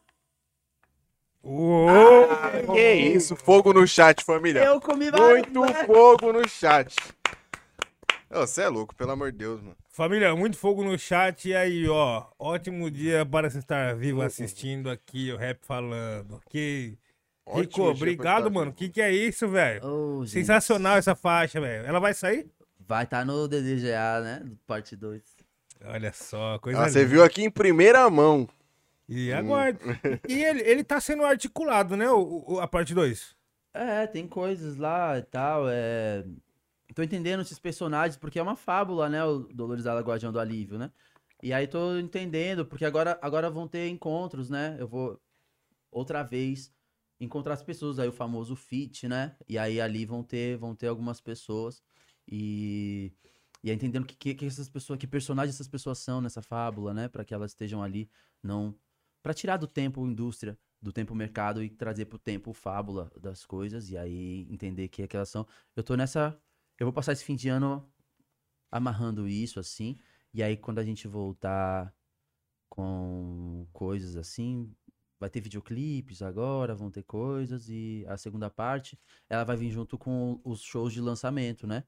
[SPEAKER 1] Uou!
[SPEAKER 2] Que isso, fogo no chat, família.
[SPEAKER 3] Eu comi vários
[SPEAKER 2] Muito
[SPEAKER 3] versos.
[SPEAKER 2] fogo no chat. Você é louco, pelo amor de Deus, mano.
[SPEAKER 1] Família, muito fogo no chat. E aí, ó, ótimo dia para você estar vivo assistindo aqui o Rap Falando, ok?
[SPEAKER 2] Ótimo
[SPEAKER 1] Rico,
[SPEAKER 2] dia pra
[SPEAKER 1] obrigado,
[SPEAKER 2] estar
[SPEAKER 1] mano.
[SPEAKER 2] vivo.
[SPEAKER 1] Que é isso, velho?
[SPEAKER 3] Ô, gente,
[SPEAKER 1] Sensacional essa faixa, velho. Ela vai sair?
[SPEAKER 3] vai estar no DDGA, né? Parte 2.
[SPEAKER 1] Olha só, coisa
[SPEAKER 2] Ah, você
[SPEAKER 1] linda.
[SPEAKER 2] viu aqui em primeira mão.
[SPEAKER 1] E aguarde. E ele tá sendo articulado, né, a parte 2?
[SPEAKER 3] É, tem coisas lá e tal, tô entendendo esses personagens, porque é uma fábula, né, o Dolores Ala, Guardião do Alívio, né? E aí tô entendendo, porque agora vão ter encontros, né? Eu vou, outra vez, encontrar as pessoas, aí o famoso feat, né? E aí ali vão ter algumas pessoas e aí entendendo que essas pessoas, que personagens essas pessoas são nessa fábula, né? Pra que elas estejam ali, não... Pra tirar do tempo indústria, do tempo mercado e trazer pro tempo fábula das coisas, e aí entender que elas são... Eu tô nessa... Eu vou passar esse fim de ano amarrando isso, assim, e aí quando a gente voltar com coisas assim, vai ter videoclipes agora, vão ter coisas, e a segunda parte, ela vai vir junto com os shows de lançamento, né?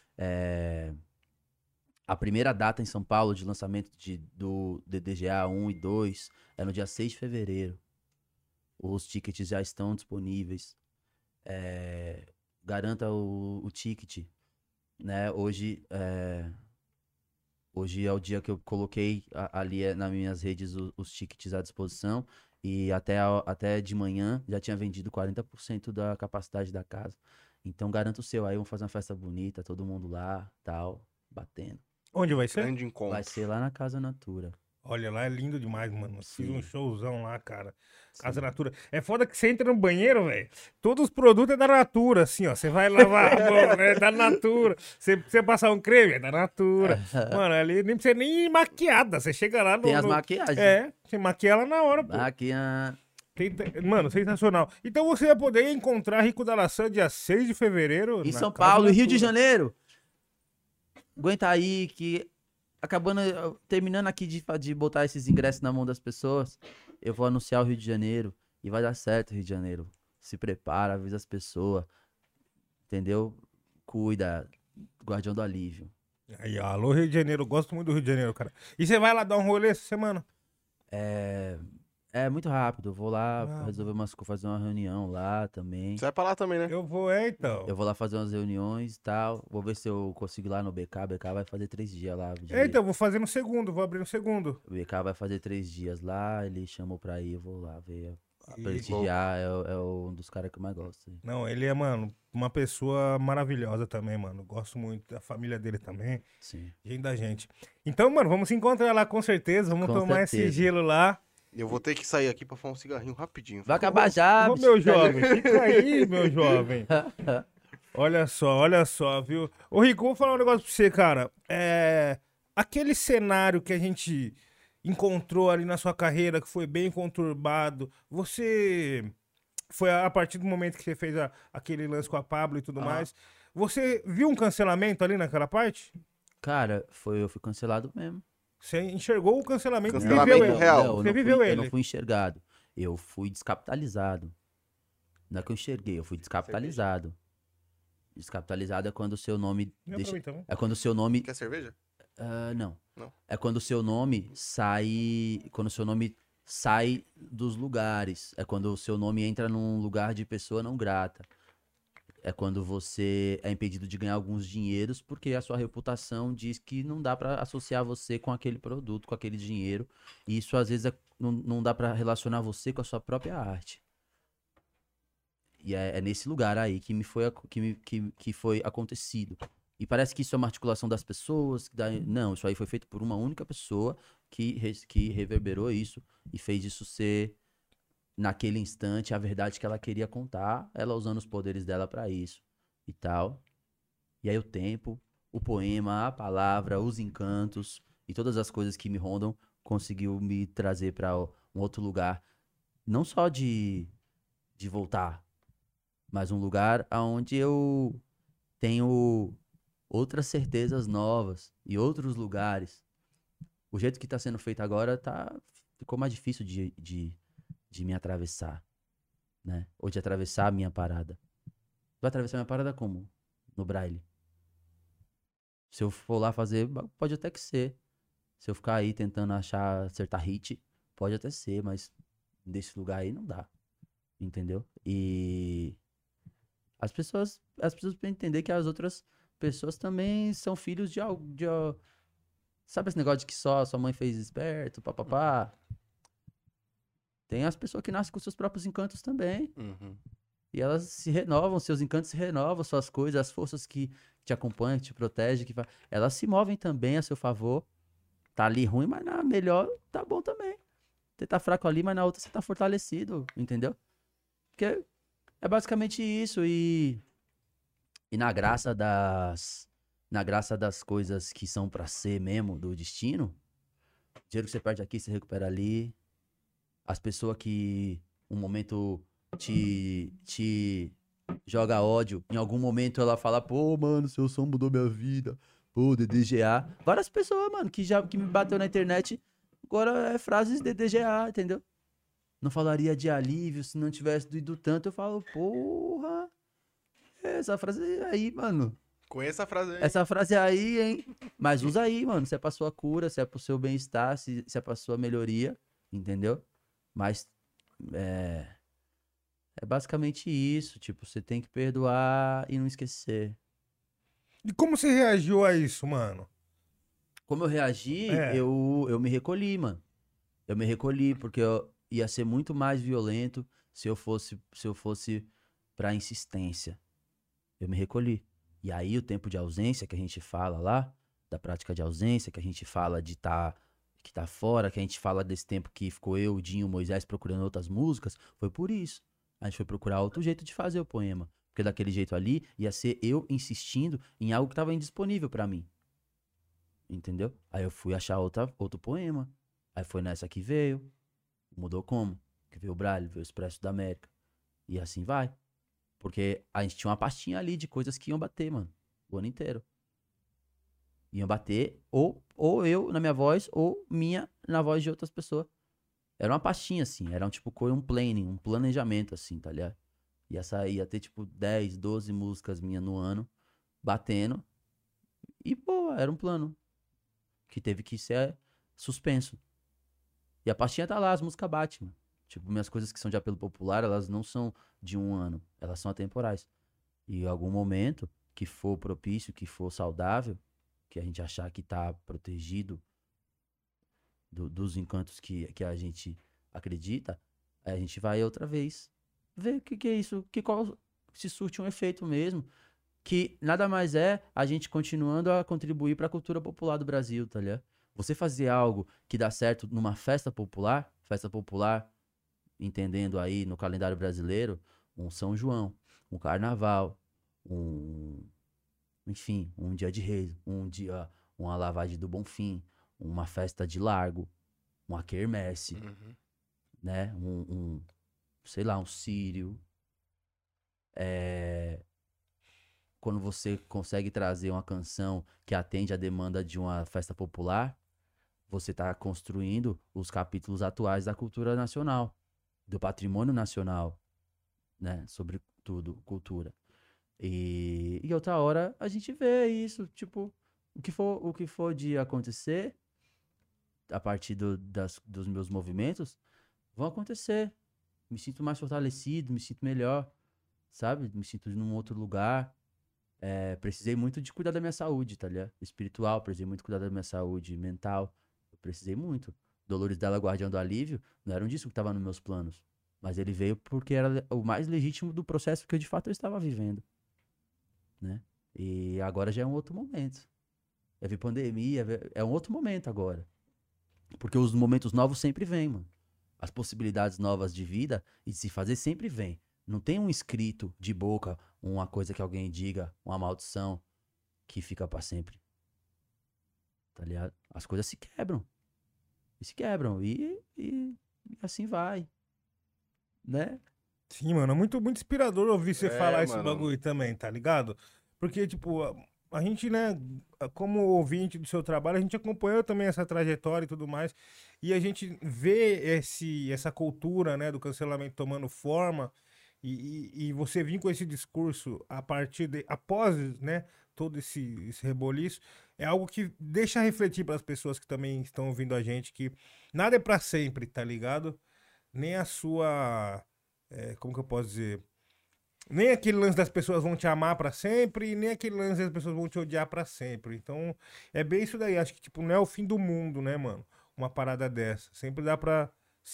[SPEAKER 3] A primeira data em São Paulo de lançamento do DDGA 1 e 2 é no dia 6 de fevereiro. Os tickets já estão disponíveis. Garanta o ticket, né? Hoje é o dia que eu coloquei ali nas minhas redes os tickets à disposição. E até de manhã já tinha vendido 40% da capacidade da casa. Então garanta o seu aí, vamos fazer uma festa bonita, todo mundo lá, tal, batendo.
[SPEAKER 1] Onde vai ser?
[SPEAKER 2] Grande encontro.
[SPEAKER 3] Vai ser lá na Casa Natura.
[SPEAKER 1] Olha, lá é lindo demais, mano. Fiz
[SPEAKER 3] Sim.
[SPEAKER 1] um showzão lá, cara. Casa
[SPEAKER 3] Sim.
[SPEAKER 1] Natura. É foda que você entra no banheiro, velho. Todos os produtos é da Natura, assim, ó. Você vai lavar a mão, é da Natura. Você passar um creme, é da Natura. Mano, ali nem precisa nem ir maquiada. Você chega lá no...
[SPEAKER 3] Tem as
[SPEAKER 1] no-
[SPEAKER 3] maquiagens.
[SPEAKER 1] você maquia ela na hora, pô.
[SPEAKER 3] Maquiagem.
[SPEAKER 1] Mano, sensacional. Então você vai poder encontrar Rico da Laçã dia 6 de fevereiro.
[SPEAKER 3] Em
[SPEAKER 1] na
[SPEAKER 3] São
[SPEAKER 1] Casa
[SPEAKER 3] Paulo e Rio de
[SPEAKER 1] Natura.
[SPEAKER 3] Janeiro. Aguenta aí que terminando aqui de botar esses ingressos na mão das pessoas, eu vou anunciar o Rio de Janeiro e vai dar certo, Rio de Janeiro. Se prepara, avisa as pessoas, entendeu? Cuida, Guardião do Alívio.
[SPEAKER 1] Aí, ó, alô, Rio de Janeiro. Eu gosto muito do Rio de Janeiro, cara. E você vai lá dar um rolê essa semana?
[SPEAKER 3] É muito rápido, eu vou lá
[SPEAKER 1] Ah.
[SPEAKER 3] resolver fazer uma reunião lá também.
[SPEAKER 2] Você vai pra lá também, né?
[SPEAKER 1] Eu vou, então.
[SPEAKER 3] Eu vou lá fazer umas reuniões e tal. Vou ver se eu consigo ir lá no BK. BK vai fazer 3 dias lá.
[SPEAKER 1] Então, eu vou fazer no segundo, vou abrir no segundo.
[SPEAKER 3] O BK vai fazer 3 dias lá. Ele chamou pra ir, eu vou lá ver.
[SPEAKER 1] E-
[SPEAKER 3] Prestigiar é um dos caras que eu mais gosto.
[SPEAKER 1] Não, ele é, mano, uma pessoa maravilhosa também, mano. Gosto muito da família dele também.
[SPEAKER 3] Sim.
[SPEAKER 1] Gente da gente. Então, mano, vamos se encontrar lá com certeza. Vamos
[SPEAKER 3] Com
[SPEAKER 1] tomar esse
[SPEAKER 3] certeza.
[SPEAKER 1] gelo lá.
[SPEAKER 2] Eu vou ter que sair aqui pra fumar um cigarrinho rapidinho.
[SPEAKER 3] Vai acabar já,
[SPEAKER 1] Ô,
[SPEAKER 3] bicho.
[SPEAKER 1] meu jovem, fica aí, meu jovem. Olha só, viu? Ô, Rico, vou falar um negócio pra você, cara. Aquele cenário que a gente encontrou ali na sua carreira, que foi bem conturbado, você foi a partir do momento que você fez aquele lance com a Pablo e tudo mais. Você viu um cancelamento ali naquela parte?
[SPEAKER 3] Cara, eu fui cancelado mesmo.
[SPEAKER 1] Você enxergou o cancelamento,
[SPEAKER 2] Cancelamento
[SPEAKER 1] viveu ele.
[SPEAKER 2] real.
[SPEAKER 1] Você viveu
[SPEAKER 3] Eu
[SPEAKER 1] ele.
[SPEAKER 3] não fui enxergado. Eu fui descapitalizado. Não é que eu enxerguei, eu fui descapitalizado. Descapitalizado é quando o seu nome.
[SPEAKER 1] Não é pra mim também.
[SPEAKER 3] É quando o seu nome.
[SPEAKER 2] Quer cerveja?
[SPEAKER 3] Não.
[SPEAKER 2] Não.
[SPEAKER 3] É quando o seu nome sai. Quando o seu nome sai dos lugares. É quando o seu nome entra num lugar de pessoa não grata. É quando você é impedido de ganhar alguns dinheiros porque a sua reputação diz que não dá pra associar você com aquele produto, com aquele dinheiro. E isso às vezes não dá pra relacionar você com a sua própria arte. E é nesse lugar aí que que foi acontecido. E parece que isso é uma articulação das pessoas. Não, isso aí foi feito por uma única pessoa que reverberou isso e fez isso ser, naquele instante, a verdade que ela queria contar, ela usando os poderes dela pra isso e tal. E aí o tempo, o poema, a palavra, os encantos e todas as coisas que me rondam conseguiu me trazer pra um outro lugar. Não só de voltar, mas um lugar onde eu tenho outras certezas novas e outros lugares. O jeito que tá sendo feito agora ficou mais difícil de me atravessar, né? Ou de atravessar a minha parada. Vai atravessar a minha parada como? No braille. Se eu for lá fazer, pode até que ser. Se eu ficar aí tentando acertar hit, pode até ser, mas desse lugar aí não dá. Entendeu? E as pessoas precisam entender que as outras pessoas também são filhos de algo. Sabe esse negócio de que só sua mãe fez esperto, papapá? Tem as pessoas que nascem com seus próprios encantos também.
[SPEAKER 2] Uhum.
[SPEAKER 3] E elas se renovam, seus encantos se renovam, suas coisas, as forças que te acompanham, que te protegem, elas se movem também a seu favor. Tá ali ruim, mas na melhor tá bom também. Você tá fraco ali, mas na outra você tá fortalecido, entendeu? Porque é basicamente isso. E na graça das coisas que são pra ser mesmo, do destino, o dinheiro que você perde aqui, você recupera ali. As pessoas que um momento te joga ódio, em algum momento ela fala, pô, mano, seu som mudou minha vida, pô, DDGA. Várias pessoas, mano, que me bateu na internet, agora é frases DDGA, entendeu? Não falaria de alívio se não tivesse doído tanto. Eu falo, porra, essa frase aí, mano.
[SPEAKER 2] Conheça a frase aí.
[SPEAKER 3] Essa frase aí, hein? Mas usa aí, mano, se é pra sua cura, se é pro seu bem-estar, se é pra sua melhoria, entendeu? Mas é basicamente isso, tipo, você tem que perdoar e não esquecer.
[SPEAKER 1] E como você reagiu a isso, mano?
[SPEAKER 3] Como eu reagi,
[SPEAKER 1] É.
[SPEAKER 3] eu me recolhi, mano. Eu me recolhi porque eu ia ser muito mais violento se eu fosse pra insistência. Eu me recolhi. E aí o tempo de ausência que a gente fala lá, da prática de ausência, que a gente fala de que tá fora, que a gente fala desse tempo que ficou eu, o Dinho, o Moisés procurando outras músicas, foi por isso. A gente foi procurar outro jeito de fazer o poema. Porque daquele jeito ali ia ser eu insistindo em algo que tava indisponível pra mim. Entendeu? Aí eu fui achar outro poema. Aí foi nessa que veio. Mudou como? Que veio o Braille, veio o Expresso da América. E assim vai. Porque a gente tinha uma pastinha ali de coisas que iam bater, mano. O ano inteiro. Iam bater ou eu na minha voz, ou minha na voz de outras pessoas. Era uma pastinha, assim. Era um planning, um planejamento, assim, tá ligado? Ia ter, tipo, 10, 12 músicas minhas no ano, batendo. E, pô, era um plano. Que teve que ser suspenso. E a pastinha tá lá, as músicas batem, mano. Tipo, minhas coisas que são de apelo popular, elas não são de um ano. Elas são atemporais. E em algum momento que for propício, que for saudável, que a gente achar que tá protegido dos encantos que a gente acredita, aí a gente vai outra vez ver o que é isso, qual se surte um efeito mesmo, que nada mais é a gente continuando a contribuir para a cultura popular do Brasil, tá ligado? Você fazer algo que dá certo numa festa popular, entendendo aí no calendário brasileiro, um São João, um carnaval, enfim, um dia de reis, uma lavagem do Bonfim, uma festa de largo, uma quermesse, né? sei lá, um Sírio. Quando você consegue trazer uma canção que atende à demanda de uma festa popular, você tá construindo os capítulos atuais da cultura nacional, do patrimônio nacional, né? Sobretudo, cultura. E outra hora a gente vê isso, tipo, o que for de acontecer a partir dos meus movimentos, vão acontecer. Me sinto mais fortalecido, me sinto melhor, sabe? Me sinto num outro lugar. Precisei muito de cuidar da minha saúde, tá ligado? Espiritual, precisei muito cuidar da minha saúde mental. Eu precisei muito. Dolores dela, Guardião do Alívio, não era um disco que tava nos meus planos. Mas ele veio porque era o mais legítimo do processo que eu, de fato, eu estava vivendo, né? E agora já é um outro momento. Ver pandemia, é um outro momento agora. Porque os momentos novos sempre vêm, mano. As possibilidades novas de vida e de se fazer sempre vêm. Não tem um escrito de boca, uma coisa que alguém diga, uma maldição que fica pra sempre. Tá ligado? As coisas se quebram. E se quebram. E assim vai. Né?
[SPEAKER 1] Sim, mano, é muito, muito inspirador ouvir você falar esse
[SPEAKER 2] mano.
[SPEAKER 1] bagulho também, tá ligado? Porque, tipo, a gente, né, como ouvinte do seu trabalho, a gente acompanhou também essa trajetória e tudo mais, e a gente vê essa cultura, né, do cancelamento tomando forma, e você vir com esse discurso após, né, todo esse reboliço, é algo que deixa refletir para as pessoas que também estão ouvindo a gente, que nada é pra sempre, tá ligado? Nem a sua. Como que eu posso dizer? Nem aquele lance das pessoas vão te amar pra sempre, e nem aquele lance das pessoas vão te odiar pra sempre. Então, é bem isso daí. Acho que, tipo, não é o fim do mundo, né, mano? Uma parada dessa. Sempre dá pra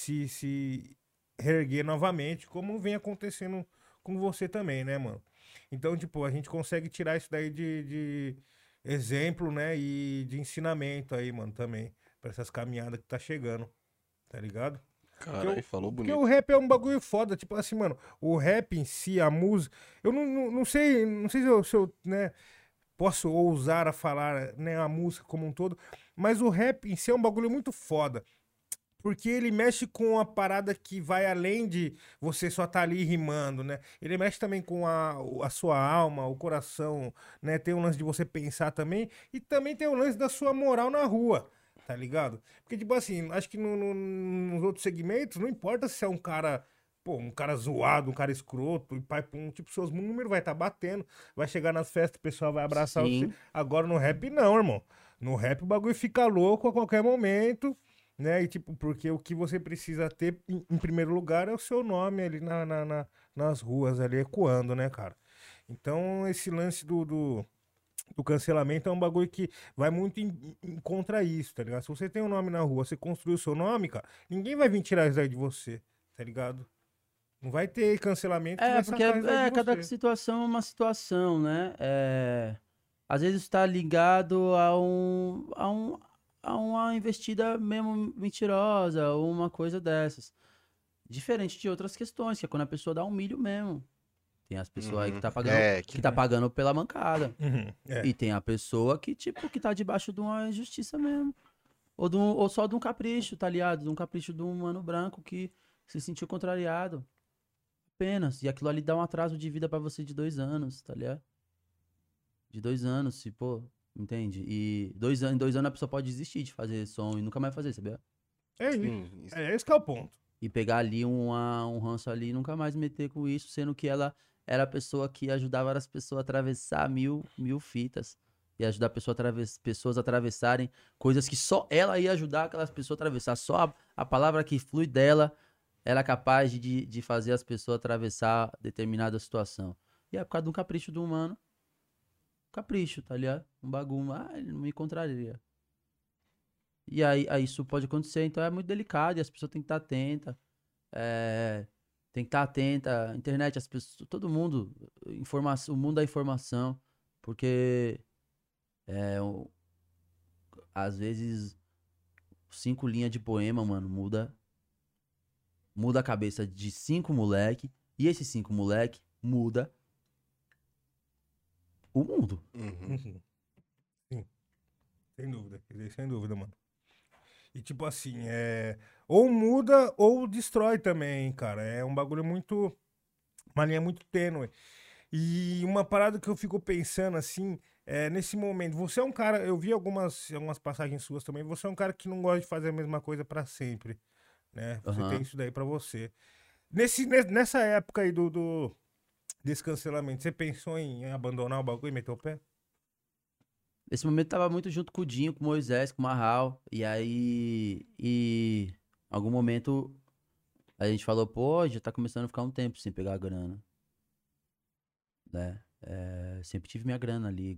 [SPEAKER 1] se reerguer novamente, como vem acontecendo com você também, né, mano? Então, tipo, a gente consegue tirar isso daí de exemplo, né, e de ensinamento aí, mano, também. Pra essas caminhadas que tá chegando, tá ligado?
[SPEAKER 2] Caralho, falou
[SPEAKER 1] Porque
[SPEAKER 2] bonito.
[SPEAKER 1] o rap é um bagulho foda, tipo assim, mano, o rap em si, a música, eu não sei se eu, né, posso ousar a falar, né, a música como um todo, mas o rap em si é um bagulho muito foda, porque ele mexe com a parada que vai além de você só tá ali rimando, né, ele mexe também com a sua alma, o coração, né, tem um lance de você pensar também, e também tem o lance da sua moral na rua. Tá ligado? Porque, tipo assim, acho que nos outros segmentos, não importa se é um cara, pô, um cara zoado, um cara escroto, e pai, pum, tipo, seus números vai estar batendo, vai chegar nas festas, o pessoal vai abraçar você.
[SPEAKER 3] Sim.
[SPEAKER 1] Agora no rap, não, irmão. No rap o bagulho fica louco a qualquer momento, né? E, tipo, porque o que você precisa ter, em primeiro lugar, é o seu nome ali nas ruas, ali ecoando, né, cara? Então, esse lance do cancelamento é um bagulho que vai muito contra isso, tá ligado? Se você tem um nome na rua, você construiu o seu nome, cara, ninguém vai vir tirar isso aí de você, tá ligado? Não vai ter cancelamento que vai
[SPEAKER 3] Porque
[SPEAKER 1] sacar isso aí de
[SPEAKER 3] cada
[SPEAKER 1] você.
[SPEAKER 3] situação é uma situação, né? Às vezes está ligado a uma investida mesmo mentirosa ou uma coisa dessas. Diferente de outras questões, que é quando a pessoa dá um milho mesmo. Tem as pessoas aí que tá pagando, que tá pagando pela mancada.
[SPEAKER 1] Uhum,
[SPEAKER 3] E tem a pessoa que, tipo, que tá debaixo de uma injustiça mesmo. Ou só de um capricho, tá ligado? De um capricho de um mano branco que se sentiu contrariado. Apenas. E aquilo ali dá um atraso de vida pra você de 2 anos, tá ligado? De 2 anos, se, pô, entende? E em 2 anos a pessoa pode desistir de fazer som e nunca mais fazer, sabia?
[SPEAKER 1] É isso.
[SPEAKER 2] Sim, isso.
[SPEAKER 1] É esse que é o ponto.
[SPEAKER 3] E pegar ali um ranço ali e nunca mais meter com isso, sendo que ela era a pessoa que ajudava as pessoas a atravessar mil fitas. E ajudar pessoas a atravessarem coisas que só ela ia ajudar aquelas pessoas a atravessar. Só a palavra que flui dela era capaz de fazer as pessoas atravessar determinada situação. E é por causa de um capricho do humano. Capricho, tá ligado? Um bagulho. Ele não me contraria. E aí isso pode acontecer, então é muito delicado e as pessoas têm que estar atentas. Tem que estar atenta. Internet, as pessoas, todo mundo, o mundo da informação, porque às vezes 5 linhas de poema, mano, muda a cabeça de 5 moleque, e esses 5 moleque muda o mundo.
[SPEAKER 2] Uhum.
[SPEAKER 1] Uhum. Sim. Sem dúvida. Sem dúvida, mano. E tipo assim, ou muda ou destrói também, cara. É um bagulho muito. Uma linha muito tênue. E uma parada que eu fico pensando assim, nesse momento, você é um cara, eu vi algumas passagens suas também, você é um cara que não gosta de fazer a mesma coisa pra sempre, né? Você tem
[SPEAKER 3] Aham.
[SPEAKER 1] isso daí pra você. Nessa época aí desse cancelamento, você pensou em abandonar o bagulho e meter o pé?
[SPEAKER 3] Nesse momento tava muito junto com o Dinho, com o Moisés, com o Marral. E aí, em algum momento, a gente falou, pô, já tá começando a ficar um tempo sem pegar a grana, né? Sempre tive minha grana ali,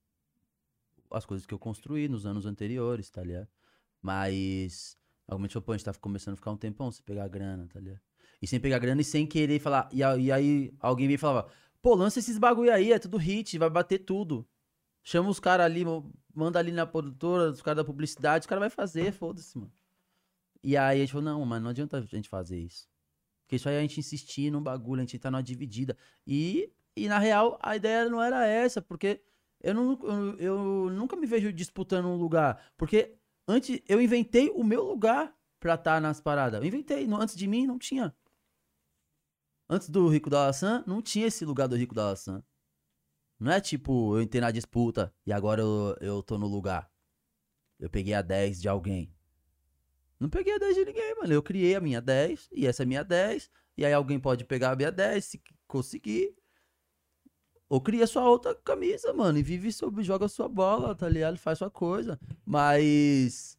[SPEAKER 3] as coisas que eu construí nos anos anteriores, tá ligado? Mas, algum momento, pô, a gente tá começando a ficar um tempão sem pegar a grana, tá ligado? E sem pegar grana e sem querer falar. E aí, alguém me falava, pô, lança esses bagulho aí, é tudo hit, vai bater tudo. Chama os caras ali, manda ali na produtora, os caras da publicidade, os caras vai fazer, foda-se, mano. E aí a gente falou, não, mas não adianta a gente fazer isso. Porque isso aí a gente insistir num bagulho, a gente tá numa dividida. E na real, a ideia não era essa, porque eu nunca me vejo disputando um lugar. Porque antes eu inventei o meu lugar pra estar nas paradas. Eu inventei, antes de mim não tinha. Antes do Rico da Laçã, não tinha esse lugar do Rico da Laçã. Não é tipo, eu entrei na disputa e agora eu tô no lugar. Eu peguei a 10 de alguém. Não peguei a 10 de ninguém, mano. Eu criei a minha 10 e essa é a minha 10. E aí alguém pode pegar a minha 10 se conseguir. Ou cria sua outra camisa, mano. E vive sobre, joga sua bola, tá ligado? Faz sua coisa. Mas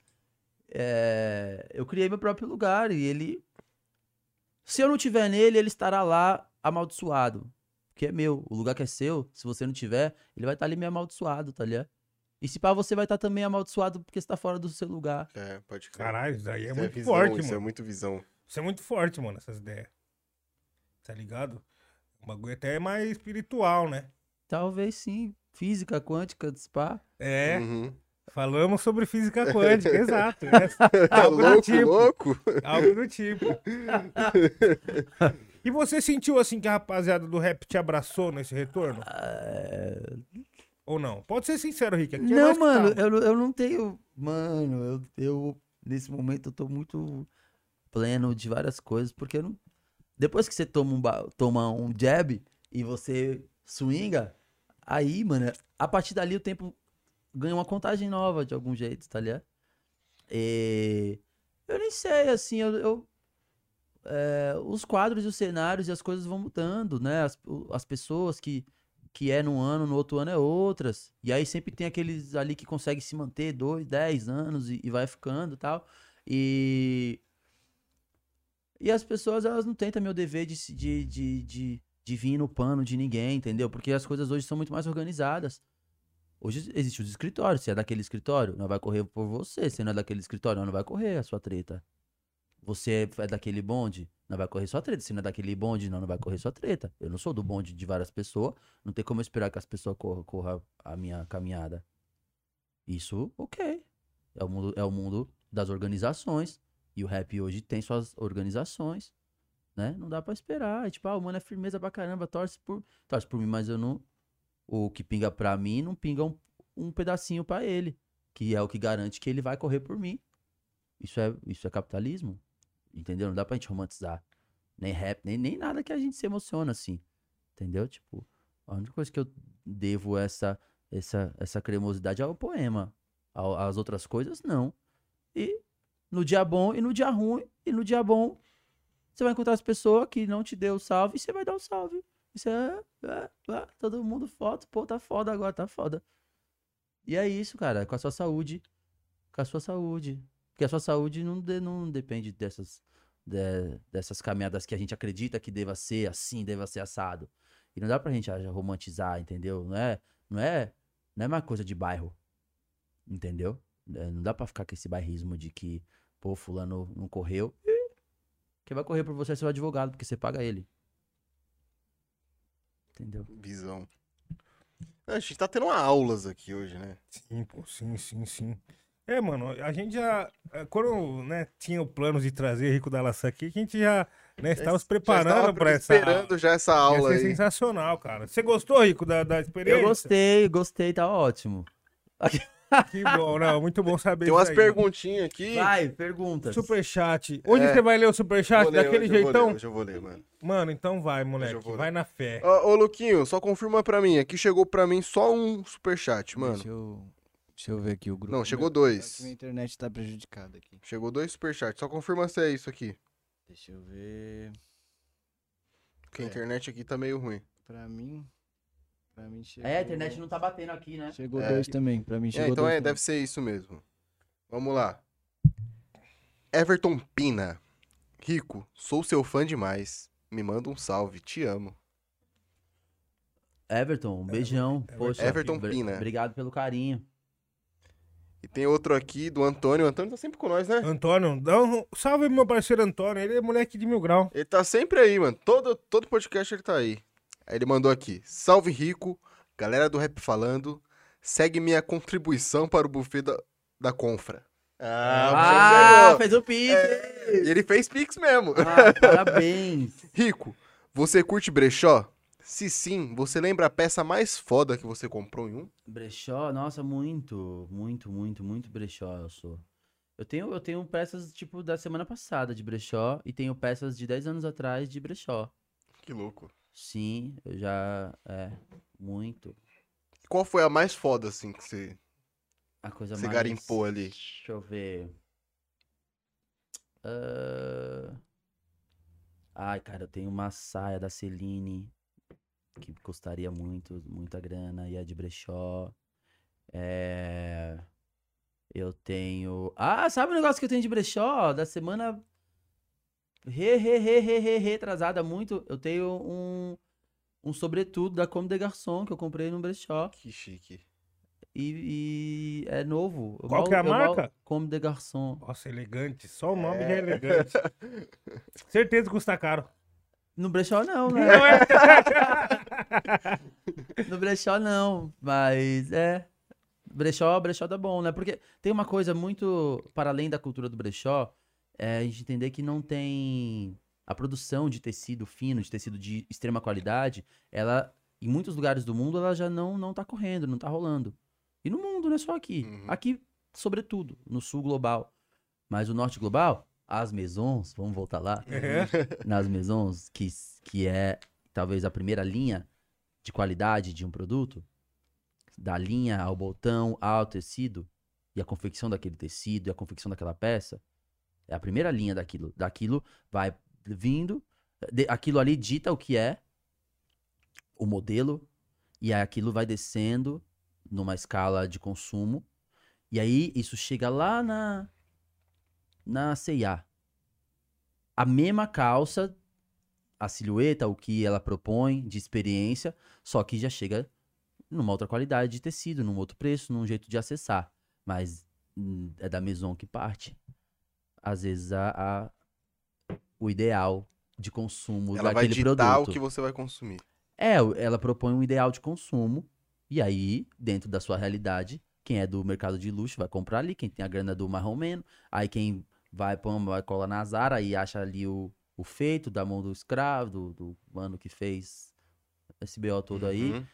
[SPEAKER 3] eu criei meu próprio lugar e ele... Se eu não tiver nele, ele estará lá amaldiçoado. Porque é meu. O lugar que é seu, se você não tiver, ele vai estar ali meio amaldiçoado, tá ligado? E se pá, você vai estar também amaldiçoado porque você tá fora do seu lugar.
[SPEAKER 2] Pode crer.
[SPEAKER 1] Caralho, isso daí é
[SPEAKER 2] Isso
[SPEAKER 1] muito
[SPEAKER 2] visão,
[SPEAKER 1] forte,
[SPEAKER 2] isso
[SPEAKER 1] mano.
[SPEAKER 2] é muito visão.
[SPEAKER 1] Isso é muito forte, mano, essas ideias. Tá ligado? O bagulho até é mais espiritual, né?
[SPEAKER 3] Talvez sim. Física quântica, spa.
[SPEAKER 2] Uhum.
[SPEAKER 1] Falamos sobre física quântica, exato. Algo do
[SPEAKER 2] Louco,
[SPEAKER 1] tipo.
[SPEAKER 2] louco.
[SPEAKER 1] Algo do tipo. E você sentiu assim que a rapaziada do rap te abraçou nesse retorno? Ou não? Pode ser sincero, Rick. Aqui é
[SPEAKER 3] Não,
[SPEAKER 1] nós que
[SPEAKER 3] mano,
[SPEAKER 1] tá.
[SPEAKER 3] eu não tenho. Mano, eu nesse momento eu tô muito pleno de várias coisas, porque eu não. Depois que você toma um jab e você swinga, aí, mano, a partir dali o tempo ganha uma contagem nova de algum jeito, tá ligado? E eu nem sei, assim, os quadros e os cenários e as coisas vão mudando, né? As pessoas que é num ano, no outro ano é outras. E aí sempre tem aqueles ali que conseguem se manter 2, 10 anos e vai ficando e tal. E as pessoas, elas não têm também o dever de vir no pano de ninguém, entendeu? Porque as coisas hoje são muito mais organizadas. Hoje existe os escritórios. Se é daquele escritório, não vai correr por você. Se não é daquele escritório, não vai correr a sua treta. Você é daquele bonde, não vai correr sua treta. Se não é daquele bonde, não vai correr sua treta. Eu não sou do bonde de várias pessoas. Não tem como eu esperar que as pessoas corram a minha caminhada. Isso, ok. É o mundo das organizações. E o rap hoje tem suas organizações, né? Não dá pra esperar. Tipo, o mano é firmeza pra caramba, torce por mim, mas eu não... O que pinga pra mim, não pinga um pedacinho pra ele. Que é o que garante que ele vai correr por mim. Isso é capitalismo. Entendeu? Não dá pra gente romantizar. Nem rap, nem nada que a gente se emociona assim. Entendeu? Tipo, a única coisa que eu devo essa cremosidade é o poema. As outras coisas, não. E no dia bom e no dia ruim. E no dia bom, você vai encontrar as pessoas que não te deu o salve e você vai dar o salve. Isso todo mundo foto. Pô, tá foda agora, tá foda. E é isso, cara. Com a sua saúde. Com a sua saúde. Porque a sua saúde não depende dessas caminhadas que a gente acredita que deva ser assim, deva ser assado. E não dá pra gente romantizar, entendeu? Não é mais coisa de bairro. Entendeu? Não dá pra ficar com esse bairrismo de que, pô, fulano não correu. Quem vai correr por você é seu advogado, porque você paga ele. Entendeu?
[SPEAKER 2] Visão. A gente tá tendo aulas aqui hoje, né?
[SPEAKER 1] Sim, pô, sim. Mano, a gente já, quando, né, tinha o plano de trazer Rico da Laçã aqui, a gente já, né, estava se preparando pra essa
[SPEAKER 2] esperando já essa aula
[SPEAKER 1] Ia ser
[SPEAKER 2] aí.
[SPEAKER 1] sensacional, cara. Você gostou, Rico, da experiência?
[SPEAKER 3] Eu gostei, tá ótimo.
[SPEAKER 1] Que bom, não, muito bom saber
[SPEAKER 2] Tem umas
[SPEAKER 1] isso aí.
[SPEAKER 2] perguntinhas aqui.
[SPEAKER 3] Vai, perguntas.
[SPEAKER 1] Superchat. Hoje
[SPEAKER 2] É.
[SPEAKER 1] você vai ler o superchat
[SPEAKER 2] Vou ler,
[SPEAKER 1] daquele
[SPEAKER 2] hoje eu vou
[SPEAKER 1] jeitão?
[SPEAKER 2] ler, hoje eu vou ler, mano.
[SPEAKER 1] Mano, então vai,
[SPEAKER 2] eu
[SPEAKER 1] moleque.
[SPEAKER 2] vou ler.
[SPEAKER 1] Vai na fé.
[SPEAKER 2] Ô, Luquinho, só confirma pra mim. Aqui chegou pra mim só um superchat, mano.
[SPEAKER 4] Deixa eu ver aqui o grupo.
[SPEAKER 2] Não, chegou
[SPEAKER 4] Meu-
[SPEAKER 2] dois.
[SPEAKER 4] acho que minha internet tá prejudicada aqui.
[SPEAKER 2] Chegou 2 superchats. Só confirma se é isso aqui.
[SPEAKER 4] Deixa eu ver.
[SPEAKER 2] Porque a internet aqui tá meio ruim.
[SPEAKER 4] Pra mim chegou...
[SPEAKER 3] É, a internet não tá batendo aqui, né?
[SPEAKER 4] Chegou
[SPEAKER 2] É.
[SPEAKER 4] 2 também. Pra mim chegou
[SPEAKER 2] Então
[SPEAKER 4] 2
[SPEAKER 2] deve ser isso mesmo. Vamos lá. Everton Pina. Rico, sou seu fã demais. Me manda um salve, te amo.
[SPEAKER 3] Everton, um beijão. Poxa,
[SPEAKER 2] Everton Pina.
[SPEAKER 3] Obrigado pelo carinho.
[SPEAKER 2] E tem outro aqui do Antônio. O Antônio tá sempre com nós, né?
[SPEAKER 1] Antônio, dá um salve pro meu parceiro Antônio. Ele é moleque de 1000 graus.
[SPEAKER 2] Ele tá sempre aí, mano. Todo podcast ele tá aí. Aí ele mandou aqui. Salve, Rico. Galera do Rap Falando. Segue minha contribuição para o buffet da Confra.
[SPEAKER 3] Ah,
[SPEAKER 2] você
[SPEAKER 3] fez o pique!
[SPEAKER 2] E ele fez Pix mesmo.
[SPEAKER 3] Ah, parabéns!
[SPEAKER 2] Rico, você curte brechó? Se sim, você lembra a peça mais foda que você comprou em um?
[SPEAKER 3] Brechó, nossa, muito brechó eu sou. Eu tenho peças, tipo, da semana passada de brechó e tenho peças de 10 anos atrás de brechó.
[SPEAKER 2] Que louco.
[SPEAKER 3] Sim, eu já, muito.
[SPEAKER 2] Qual foi a mais foda, assim, que você
[SPEAKER 3] A coisa
[SPEAKER 2] Você
[SPEAKER 3] mais...
[SPEAKER 2] garimpou ali?
[SPEAKER 3] Deixa eu ver. Ai, cara, eu tenho uma saia da Celine que custaria muita grana e é de brechó. Eu tenho... Ah, sabe o negócio que eu tenho de brechó? Da semana retrasada muito. Eu tenho um sobretudo da Comme des Garçons que eu comprei no brechó.
[SPEAKER 2] Que chique.
[SPEAKER 3] E é novo.
[SPEAKER 1] Qual que é a marca?
[SPEAKER 3] Comme des Garçons.
[SPEAKER 1] Nossa, elegante. Só o nome já é elegante. Certeza que custa caro.
[SPEAKER 3] No brechó não, né?
[SPEAKER 1] Não é?
[SPEAKER 3] No brechó não, mas brechó tá bom, né? Porque tem uma coisa muito, para além da cultura do brechó, a gente entender que não tem a produção de tecido fino, de tecido de extrema qualidade, ela, em muitos lugares do mundo, ela já não tá correndo, não tá rolando. E no mundo, não é só aqui.
[SPEAKER 2] Uhum.
[SPEAKER 3] Aqui, sobretudo, no sul global. Mas o norte global, as maisons, vamos voltar lá, nas maisons, que é talvez a primeira linha de qualidade de um produto, da linha ao botão, ao tecido, e a confecção daquele tecido, e a confecção daquela peça, é a primeira linha daquilo. Daquilo vai vindo, aquilo ali dita o que é o modelo, e aí aquilo vai descendo numa escala de consumo, e aí isso chega lá na C&A. A mesma calça, a silhueta, o que ela propõe de experiência, só que já chega numa outra qualidade de tecido, num outro preço, num jeito de acessar. Mas é da Maison que parte. Às vezes o ideal de consumo
[SPEAKER 2] Ela vai
[SPEAKER 3] daquele
[SPEAKER 2] ditar
[SPEAKER 3] produto.
[SPEAKER 2] o que você vai consumir.
[SPEAKER 3] Ela propõe um ideal de consumo, e aí, dentro da sua realidade, quem é do mercado de luxo vai comprar ali, quem tem a grana do marrom menos, aí quem vai cola na Zara e acha ali o feito da mão do escravo, do mano que fez esse BO todo aí,
[SPEAKER 2] Uhum.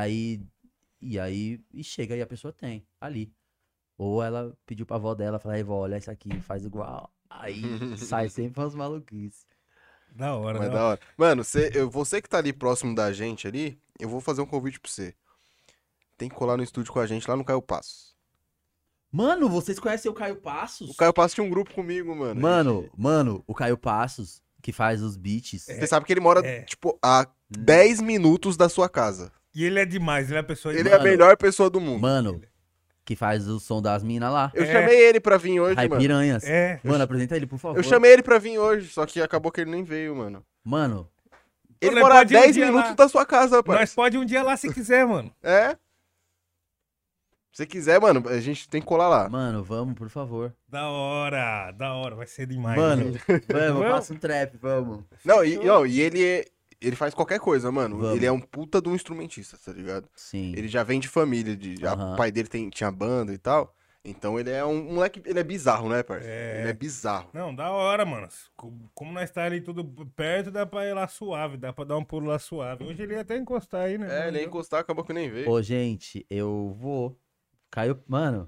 [SPEAKER 3] e chega e a pessoa tem ali. Ou ela pediu pra avó dela, fala, aí vó, olha isso aqui, faz igual. Aí sai sempre umas maluquices.
[SPEAKER 1] Da hora,
[SPEAKER 2] Mas
[SPEAKER 1] né?
[SPEAKER 2] da hora. Mano, você que tá ali próximo da gente ali, eu vou fazer um convite pra você. Tem que colar no estúdio com a gente lá no Caio Passos.
[SPEAKER 3] Mano, vocês conhecem o Caio Passos?
[SPEAKER 2] O Caio Passos tinha um grupo comigo, mano.
[SPEAKER 3] Mano, o Caio Passos, que faz os beats.
[SPEAKER 2] Você sabe que ele mora,
[SPEAKER 1] É.
[SPEAKER 2] tipo, a 10 minutos da sua casa.
[SPEAKER 1] E ele é demais, ele é a pessoa
[SPEAKER 2] Ele
[SPEAKER 1] demais.
[SPEAKER 2] é a melhor pessoa do mundo.
[SPEAKER 3] Mano, que faz o som das minas lá.
[SPEAKER 2] Eu chamei ele pra vir hoje,
[SPEAKER 3] Rai
[SPEAKER 2] mano.
[SPEAKER 3] Piranhas.
[SPEAKER 1] É.
[SPEAKER 3] Mano, apresenta ele, por favor.
[SPEAKER 2] Eu chamei ele pra vir hoje, só que acabou que ele nem veio, mano.
[SPEAKER 3] Mano,
[SPEAKER 2] Ele
[SPEAKER 1] Nós
[SPEAKER 2] mora a
[SPEAKER 1] pode ir um
[SPEAKER 2] 10
[SPEAKER 1] dia
[SPEAKER 2] minutos
[SPEAKER 1] lá.
[SPEAKER 2] da sua casa, rapaz.
[SPEAKER 1] Nós pode um dia lá se quiser, mano.
[SPEAKER 2] É? Se você quiser, mano, a gente tem que colar lá.
[SPEAKER 3] mano, vamos, por favor.
[SPEAKER 1] Da hora, vai ser demais.
[SPEAKER 3] Mano,
[SPEAKER 1] né?
[SPEAKER 3] vamos, faça um trap, vamos.
[SPEAKER 2] Não, e ele faz qualquer coisa, mano.
[SPEAKER 3] Vamos.
[SPEAKER 2] Ele é um puta de um instrumentista, tá ligado?
[SPEAKER 3] Sim.
[SPEAKER 2] Ele já vem de família,
[SPEAKER 3] Aham.
[SPEAKER 2] o pai dele tinha banda e tal. Então ele é um moleque, ele é bizarro, né, parceiro?
[SPEAKER 1] É.
[SPEAKER 2] Ele é bizarro.
[SPEAKER 1] Não, da hora, mano. Como nós tá ali tudo perto, dá pra ir lá suave, dá pra dar um pulo lá suave. Hoje ele ia até encostar aí, né?
[SPEAKER 2] É, ele ia encostar, acabou que nem veio.
[SPEAKER 3] Ô, gente, eu vou Caio, mano.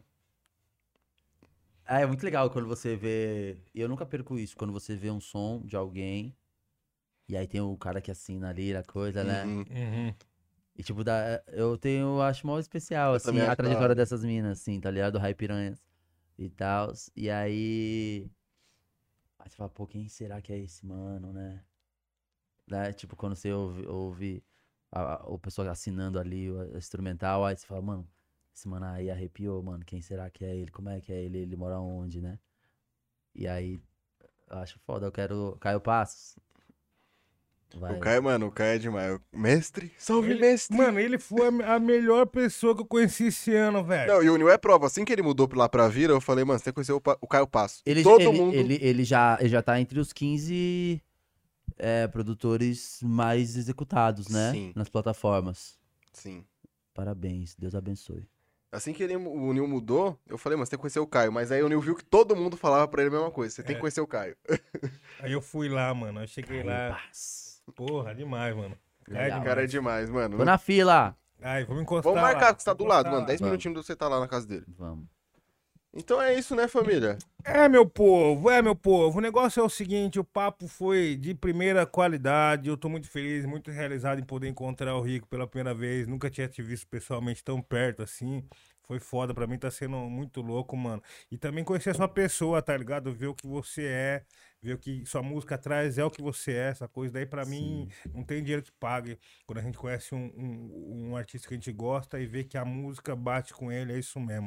[SPEAKER 3] É muito legal quando você vê. E eu nunca perco isso, quando você vê um som de alguém. E aí tem o cara que assina ali a coisa, né?
[SPEAKER 2] Uhum.
[SPEAKER 1] Uhum.
[SPEAKER 3] E tipo, eu acho mó especial,
[SPEAKER 2] Eu
[SPEAKER 3] assim,
[SPEAKER 2] também
[SPEAKER 3] a
[SPEAKER 2] acho da
[SPEAKER 3] trajetória
[SPEAKER 2] hora.
[SPEAKER 3] dessas minas, assim, tá ligado? Do Rai Piranhas e tal. E aí. Aí você fala, pô, quem será que é esse mano, né? Tipo, quando você ouve o pessoal assinando ali o instrumental, aí você fala, mano, esse mano aí arrepiou, mano. Quem será que é ele? Como é que é ele? Ele mora onde, né? E aí, eu acho foda, eu quero. Caio Passos. Vai.
[SPEAKER 2] O Caio é demais. Mestre, salve
[SPEAKER 1] Ele,
[SPEAKER 2] mestre!
[SPEAKER 1] mano, ele foi a melhor pessoa que eu conheci esse ano, velho.
[SPEAKER 2] Não, e o Nil é prova. Assim que ele mudou lá pra Vira, eu falei, mano, você tem que conhecer o Caio Passo. E
[SPEAKER 3] Ele,
[SPEAKER 2] todo
[SPEAKER 3] ele,
[SPEAKER 2] mundo.
[SPEAKER 3] ele já tá entre os 15 produtores mais executados, né?
[SPEAKER 2] Sim,
[SPEAKER 3] Nas plataformas.
[SPEAKER 2] sim.
[SPEAKER 3] Parabéns, Deus abençoe.
[SPEAKER 2] Assim que o Nil mudou, eu falei, mano, você tem que conhecer o Caio. Mas aí o Nil viu que todo mundo falava pra ele a mesma coisa. Você tem que conhecer o Caio.
[SPEAKER 1] Aí eu fui lá, mano. Eu cheguei lá.
[SPEAKER 3] Paz.
[SPEAKER 1] Porra, demais, mano.
[SPEAKER 3] Legal.
[SPEAKER 2] O cara é demais, mano.
[SPEAKER 3] Tô na fila.
[SPEAKER 1] Ai, vamos encostar
[SPEAKER 2] Vamos marcar,
[SPEAKER 1] lá.
[SPEAKER 2] que você tá do
[SPEAKER 1] Vamos
[SPEAKER 2] lado,
[SPEAKER 1] encostar
[SPEAKER 2] mano. 10
[SPEAKER 1] lá.
[SPEAKER 2] minutinhos você tá lá na casa dele.
[SPEAKER 3] Vamos.
[SPEAKER 2] Então é isso, né, família?
[SPEAKER 1] Meu povo, meu povo. O negócio é o seguinte, o papo foi de primeira qualidade. Eu tô muito feliz, muito realizado em poder encontrar o Rico pela primeira vez. Nunca tinha te visto pessoalmente tão perto assim. Foi foda, pra mim tá sendo muito louco, mano. E também conhecer a sua pessoa, tá ligado? Ver o que você é, ver o que sua música traz, é o que você é, essa coisa. Daí pra mim não tem dinheiro que pague. Quando a gente conhece um artista que a gente gosta e vê que a música bate com ele, é isso mesmo.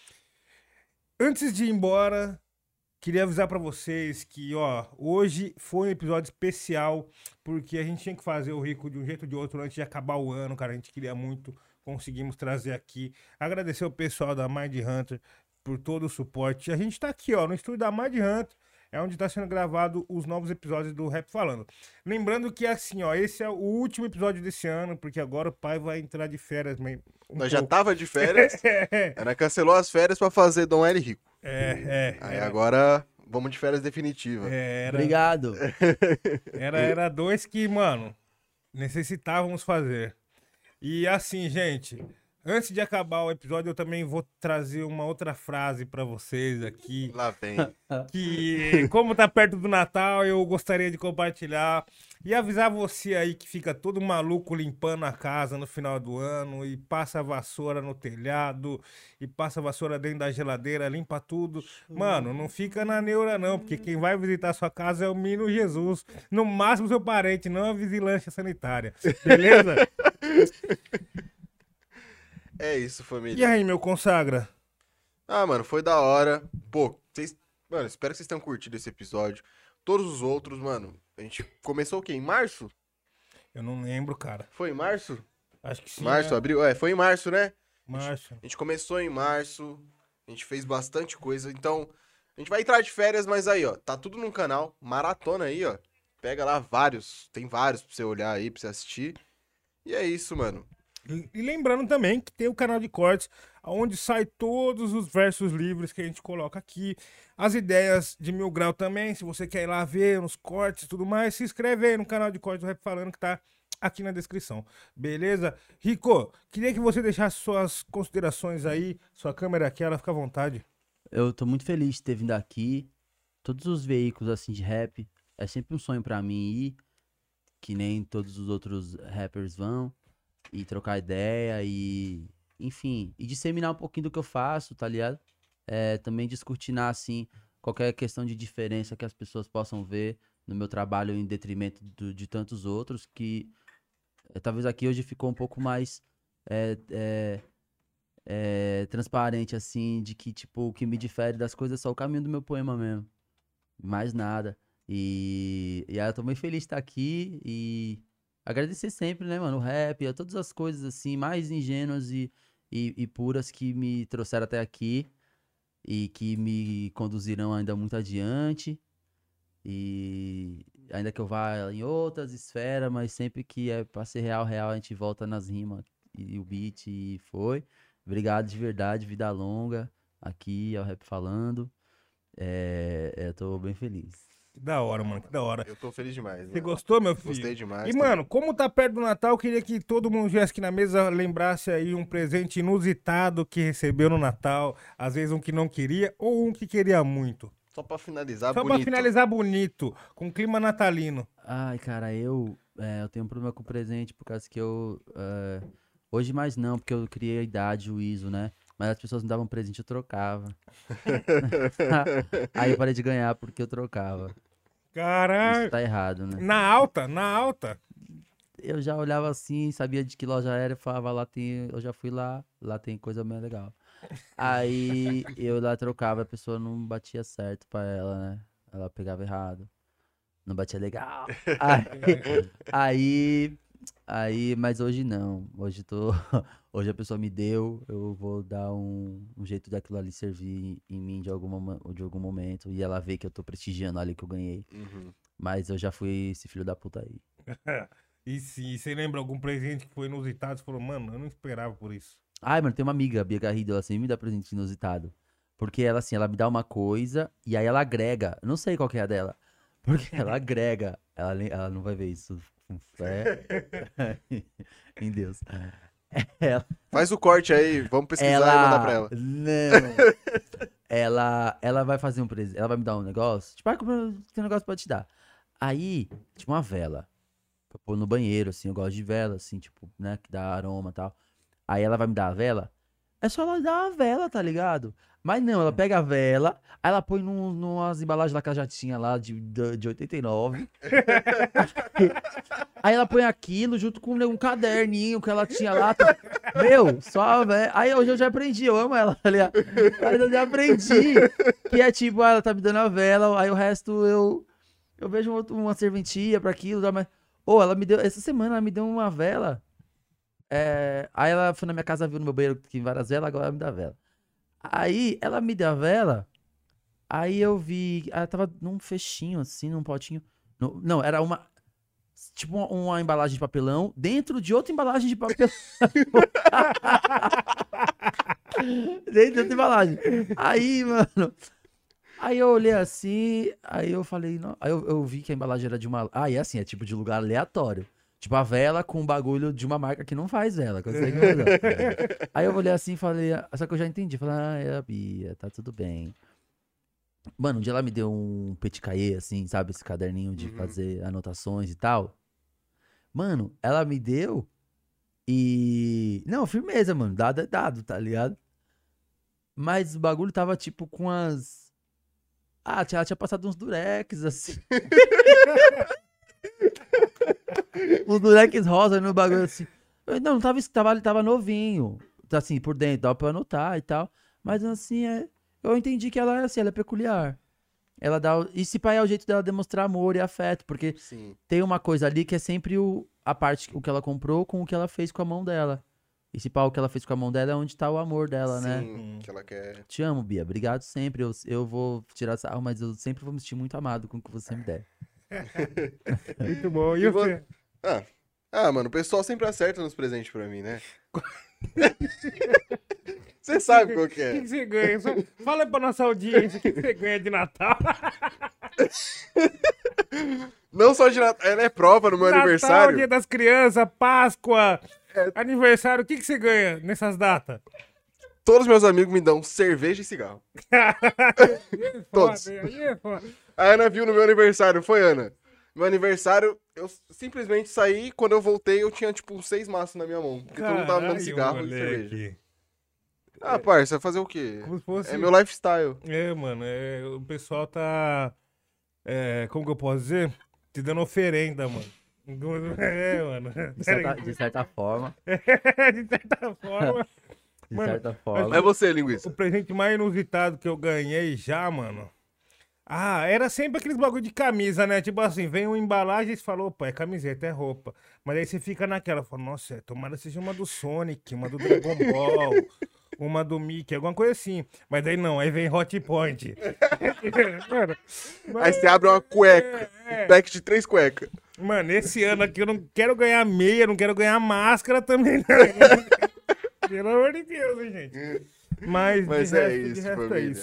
[SPEAKER 1] Antes de ir embora, queria avisar pra vocês que, ó, hoje foi um episódio especial, porque a gente tinha que fazer o Rico de um jeito ou de outro antes de acabar o ano, cara. A gente queria muito, conseguimos trazer aqui. Agradecer o pessoal da Mind Hunter por todo o suporte. A gente tá aqui, ó, no estúdio da Mind Hunter, é onde tá sendo gravado os novos episódios do Rap Falando. Lembrando que, assim, ó, esse é o último episódio desse ano, porque agora o pai vai entrar de férias,
[SPEAKER 2] Nós já tava de férias. Ela cancelou as férias pra fazer Dom L Rico. Aí agora vamos de férias definitiva.
[SPEAKER 3] Obrigado.
[SPEAKER 1] Era dois que, mano, necessitávamos fazer. E assim, gente, antes de acabar o episódio, eu também vou trazer uma outra frase pra vocês aqui.
[SPEAKER 2] Lá vem.
[SPEAKER 1] Que, como tá perto do Natal, eu gostaria de compartilhar e avisar você aí que fica todo maluco limpando a casa no final do ano e passa a vassoura no telhado e passa a vassoura dentro da geladeira, limpa tudo. Mano, não fica na neura não, porque quem vai visitar a sua casa é o Menino Jesus, no máximo seu parente, não a vigilância sanitária. Beleza?
[SPEAKER 2] É isso,
[SPEAKER 1] E
[SPEAKER 2] família.
[SPEAKER 1] aí, meu consagra?
[SPEAKER 2] Ah, mano, foi da hora. Pô, vocês. Mano, espero que vocês tenham curtido esse episódio. Todos os outros, mano. A gente começou o quê? Em março?
[SPEAKER 1] Eu não lembro, cara.
[SPEAKER 2] Foi em março?
[SPEAKER 1] Acho que sim.
[SPEAKER 2] Março,
[SPEAKER 1] né?
[SPEAKER 2] abril? É, foi em março, né?
[SPEAKER 1] Março.
[SPEAKER 2] A gente começou em março. A gente fez bastante coisa. Então, a gente vai entrar de férias, mas aí, ó. Tá tudo no canal. Maratona aí, ó. Pega lá vários. Tem vários pra você olhar aí, pra você assistir. E é isso, mano.
[SPEAKER 1] E lembrando também que tem o canal de cortes, onde sai todos os versos livres que a gente coloca aqui. As ideias de Mil Grau também, se você quer ir lá ver os cortes e tudo mais, se inscreve aí no canal de cortes do Rap Falando que tá aqui na descrição. Beleza? Rico, queria que você deixasse suas considerações aí, sua câmera aqui, ela fica à vontade.
[SPEAKER 3] Eu tô muito feliz de ter vindo aqui. Todos os veículos assim de rap. É sempre um sonho pra mim ir, que nem todos os outros rappers vão. E trocar ideia e, enfim, e disseminar um pouquinho do que eu faço, tá ligado? Também descortinar, assim, qualquer questão de diferença que as pessoas possam ver no meu trabalho em detrimento de tantos outros, que talvez aqui hoje ficou um pouco mais transparente, assim, de que, tipo, o que me difere das coisas é só o caminho do meu poema mesmo. Mais nada. E aí eu tô muito feliz de estar aqui e agradecer sempre, né, mano, o rap, a todas as coisas, assim, mais ingênuas e puras que me trouxeram até aqui e que me conduzirão ainda muito adiante. E ainda que eu vá em outras esferas, mas sempre que é pra ser real, a gente volta nas rimas e o beat e foi. Obrigado de verdade, vida longa, aqui ao Rap Falando. Eu tô bem feliz.
[SPEAKER 1] Que da hora, mano, que da hora.
[SPEAKER 2] Eu tô feliz demais.
[SPEAKER 1] Você
[SPEAKER 2] mano.
[SPEAKER 1] gostou, meu filho?
[SPEAKER 2] Gostei demais.
[SPEAKER 1] E,
[SPEAKER 2] tá?
[SPEAKER 1] mano, como tá perto do Natal, eu queria que todo mundo viesse aqui na mesa lembrasse aí um presente inusitado que recebeu no Natal. Às vezes um que não queria ou um que queria muito.
[SPEAKER 2] Só pra finalizar,
[SPEAKER 1] Só
[SPEAKER 2] bonito.
[SPEAKER 1] pra finalizar bonito, com clima natalino.
[SPEAKER 3] Ai, cara, eu tenho um problema com presente, por causa que hoje mais não, porque eu criei a idade, juízo, né? Mas as pessoas me davam presente, eu trocava. Aí eu parei de ganhar porque eu trocava.
[SPEAKER 1] Caralho.
[SPEAKER 3] Isso tá errado, né?
[SPEAKER 1] Na alta, na alta.
[SPEAKER 3] Eu já olhava assim, sabia de que loja era, falava, eu já fui lá tem coisa bem legal. Aí eu lá trocava, a pessoa não batia certo pra ela, né? Ela pegava errado. Não batia legal. Aí, mas hoje não. Hoje a pessoa me deu, eu vou dar um jeito daquilo ali servir em mim de algum momento. E ela vê que eu tô prestigiando ali que eu ganhei.
[SPEAKER 2] Uhum.
[SPEAKER 3] Mas eu já fui esse filho da puta aí.
[SPEAKER 1] E se você lembra algum presente que foi inusitado, você falou, mano, eu não esperava por isso.
[SPEAKER 3] Ai, mano, tem uma amiga, a Bia Garrido, ela sempre me dá presente inusitado. Porque ela, assim, ela me dá uma coisa e aí ela agrega. Eu não sei qual que é a dela. Porque ela agrega. Ela não vai ver isso. Com fé. Em Deus.
[SPEAKER 2] Faz o corte aí, vamos pesquisar e mandar pra ela.
[SPEAKER 3] Não. Ela vai fazer um presente. Ela vai me dar um negócio. Tipo, tem um negócio pra te dar. Aí, tipo, uma vela. Pra pôr no banheiro, assim. Eu gosto de vela, assim, tipo, né? Que dá aroma e tal. Aí ela vai me dar a vela. É só ela dar a vela, tá ligado? Mas não, ela pega a vela, aí ela põe numas embalagens lá que ela já tinha lá de 89. Aí ela põe aquilo junto com um caderninho que ela tinha lá. Meu, só, velho. Aí hoje eu já aprendi, eu amo ela, tá ligado? Aí eu já aprendi. Que é tipo, ela tá me dando a vela, aí o resto eu vejo uma serventia pra aquilo. Mas... ela me deu, essa semana ela me deu uma vela. Aí ela foi na minha casa, viu no meu banheiro que tem várias velas, agora ela me dá a vela. Aí ela me deu a vela, aí eu vi, ela tava num fechinho assim, num potinho. Não, era tipo uma embalagem de papelão dentro de outra embalagem de papelão. Dentro de outra embalagem. Aí, mano, aí eu olhei assim, aí eu falei, não, aí eu vi que a embalagem era de uma... é assim, é tipo de lugar aleatório. Tipo, a vela com um bagulho de uma marca que não faz vela. Aí eu olhei assim e falei... Só que eu já entendi. Falei, é a Bia, tá tudo bem. Mano, um dia ela me deu um petit cahier, assim, sabe? Esse caderninho de fazer anotações e tal. Mano, ela me deu e... Não, firmeza, mano. Dado é dado, tá ligado? Mas o bagulho tava, tipo, com as... ela tinha passado uns durex, assim. Os durex rosa no bagulho assim. Não tava novinho. Assim, por dentro, dava pra anotar e tal. Mas assim, eu entendi que ela é assim, ela é peculiar. Ela dá. E se pai é o jeito dela demonstrar amor e afeto. Porque
[SPEAKER 2] Sim.
[SPEAKER 3] tem uma coisa ali que é sempre a parte, o que ela comprou com o que ela fez com a mão dela. E se pá, o que ela fez com a mão dela é onde tá o amor dela, né?
[SPEAKER 2] Sim, que ela quer.
[SPEAKER 3] Te amo, Bia. Obrigado sempre. Eu vou tirar sarro, mas eu sempre vou me sentir muito amado com o que você me der.
[SPEAKER 1] Muito bom. E você?
[SPEAKER 2] Mano, o pessoal sempre acerta nos presentes pra mim, né? Você sabe qual que
[SPEAKER 1] O
[SPEAKER 2] é.
[SPEAKER 1] que você ganha? Fala aí pra nossa audiência o que você ganha de Natal.
[SPEAKER 2] Não só de Natal, ela é prova no meu
[SPEAKER 1] Natal,
[SPEAKER 2] aniversário.
[SPEAKER 1] Dia das Crianças, Páscoa, aniversário. O que você ganha nessas datas?
[SPEAKER 2] Todos meus amigos me dão cerveja e cigarro. Todos.
[SPEAKER 1] Aí é foda.
[SPEAKER 2] A Ana viu no meu aniversário, foi, Ana? Meu aniversário, eu simplesmente saí, quando eu voltei, eu tinha, tipo, 6 maços na minha mão. Porque todo mundo tava me dando
[SPEAKER 1] Caralho,
[SPEAKER 2] cigarro e
[SPEAKER 1] moleque.
[SPEAKER 2] cerveja. Parça, vai fazer o quê?
[SPEAKER 1] Como se fosse...
[SPEAKER 2] É meu lifestyle.
[SPEAKER 1] Mano, o pessoal tá... como que eu posso dizer? Te dando oferenda, mano. Mano.
[SPEAKER 3] De certa forma.
[SPEAKER 1] De certa forma.
[SPEAKER 3] De
[SPEAKER 1] Mano,
[SPEAKER 3] certa forma.
[SPEAKER 2] É você, linguiça.
[SPEAKER 1] O presente mais inusitado que eu ganhei já, mano. Era sempre aqueles bagulho de camisa, né? Tipo assim, vem uma embalagem e você fala, opa, é camiseta, é roupa. Mas aí você fica naquela, fala, nossa, tomara seja uma do Sonic, uma do Dragon Ball, uma do Mickey, alguma coisa assim. Mas aí não, aí vem Hot Point. Mano,
[SPEAKER 2] Aí você abre uma cueca, um pack de 3 cuecas.
[SPEAKER 1] Mano, esse ano aqui eu não quero ganhar meia, não quero ganhar máscara também, não. Pelo amor de Deus, hein, gente. Mas
[SPEAKER 2] Mas
[SPEAKER 1] de
[SPEAKER 2] é
[SPEAKER 1] resto,
[SPEAKER 2] isso,
[SPEAKER 1] é
[SPEAKER 2] família.
[SPEAKER 1] isso.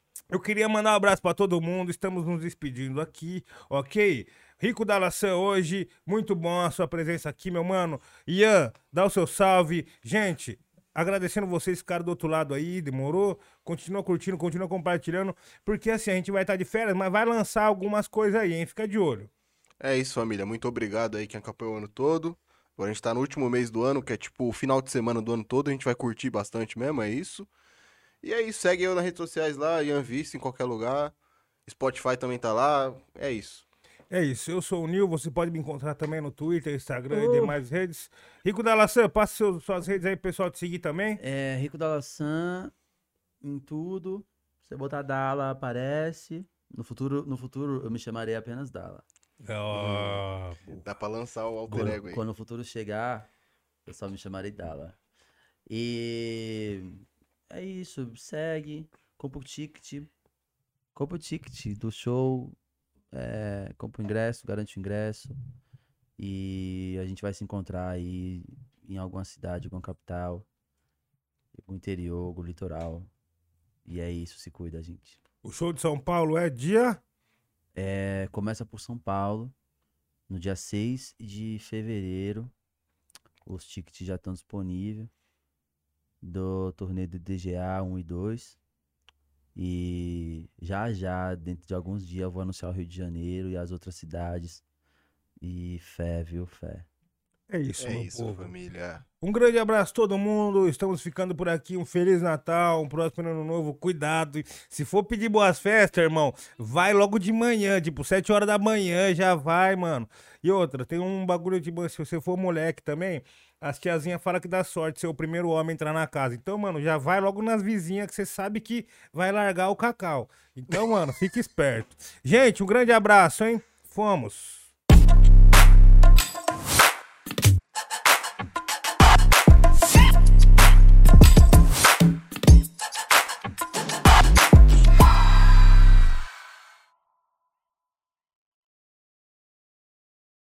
[SPEAKER 1] Eu queria mandar um abraço pra todo mundo. Estamos nos despedindo aqui, ok? Rico da Laçã hoje, muito bom a sua presença aqui, meu mano. Ian, dá o seu salve. Gente, agradecendo vocês que ficaram do outro lado aí, demorou? Continua curtindo, continua compartilhando, porque assim, a gente vai estar de férias, mas vai lançar algumas coisas aí, hein? Fica de olho.
[SPEAKER 2] É isso, família. Muito obrigado aí quem acompanhou o ano todo. Agora a gente tá no último mês do ano, que é tipo o final de semana do ano todo. A gente vai curtir bastante mesmo, é isso. E é isso. Segue eu nas redes sociais lá, Ian Vista, em qualquer lugar. Spotify também tá lá. É isso.
[SPEAKER 1] É isso, eu sou o Nil, você pode me encontrar também no Twitter, Instagram e demais redes. Rico da Laçã, passa suas redes aí pro pessoal te seguir também.
[SPEAKER 3] É, Rico da Laçã, em tudo. Você botar Dala, aparece. No futuro eu me chamarei apenas Dala.
[SPEAKER 1] Ó,
[SPEAKER 2] Dá pra lançar o alter ego aí.
[SPEAKER 3] Quando o futuro chegar, eu só me chamarei Dala. E é isso, segue, compra o ticket do show, compra o ingresso, garante o ingresso. E a gente vai se encontrar aí em alguma cidade, alguma capital, algum interior, algum litoral. E é isso, se cuida, gente.
[SPEAKER 1] o show de São Paulo é dia...
[SPEAKER 3] Começa por São Paulo, no dia 6 de fevereiro. Os tickets já estão disponíveis. Do torneio do DGA 1 e 2. E já, dentro de alguns dias, eu vou anunciar o Rio de Janeiro e as outras cidades. E fé, viu? Fé.
[SPEAKER 1] É isso,
[SPEAKER 2] É
[SPEAKER 1] meu
[SPEAKER 2] isso,
[SPEAKER 1] povo.
[SPEAKER 2] família.
[SPEAKER 1] Um grande abraço a todo mundo. Estamos ficando por aqui. Um Feliz Natal, um próximo ano novo. Cuidado. Se for pedir boas festas, irmão, vai logo de manhã, tipo 7 horas da manhã, já vai, mano. E outra, tem um bagulho de se você for moleque também, as tiazinhas falam que dá sorte ser o primeiro homem a entrar na casa. Então, mano, já vai logo nas vizinhas que você sabe que vai largar o cacau. Então, mano, fique esperto. Gente, um grande abraço, hein? Fomos.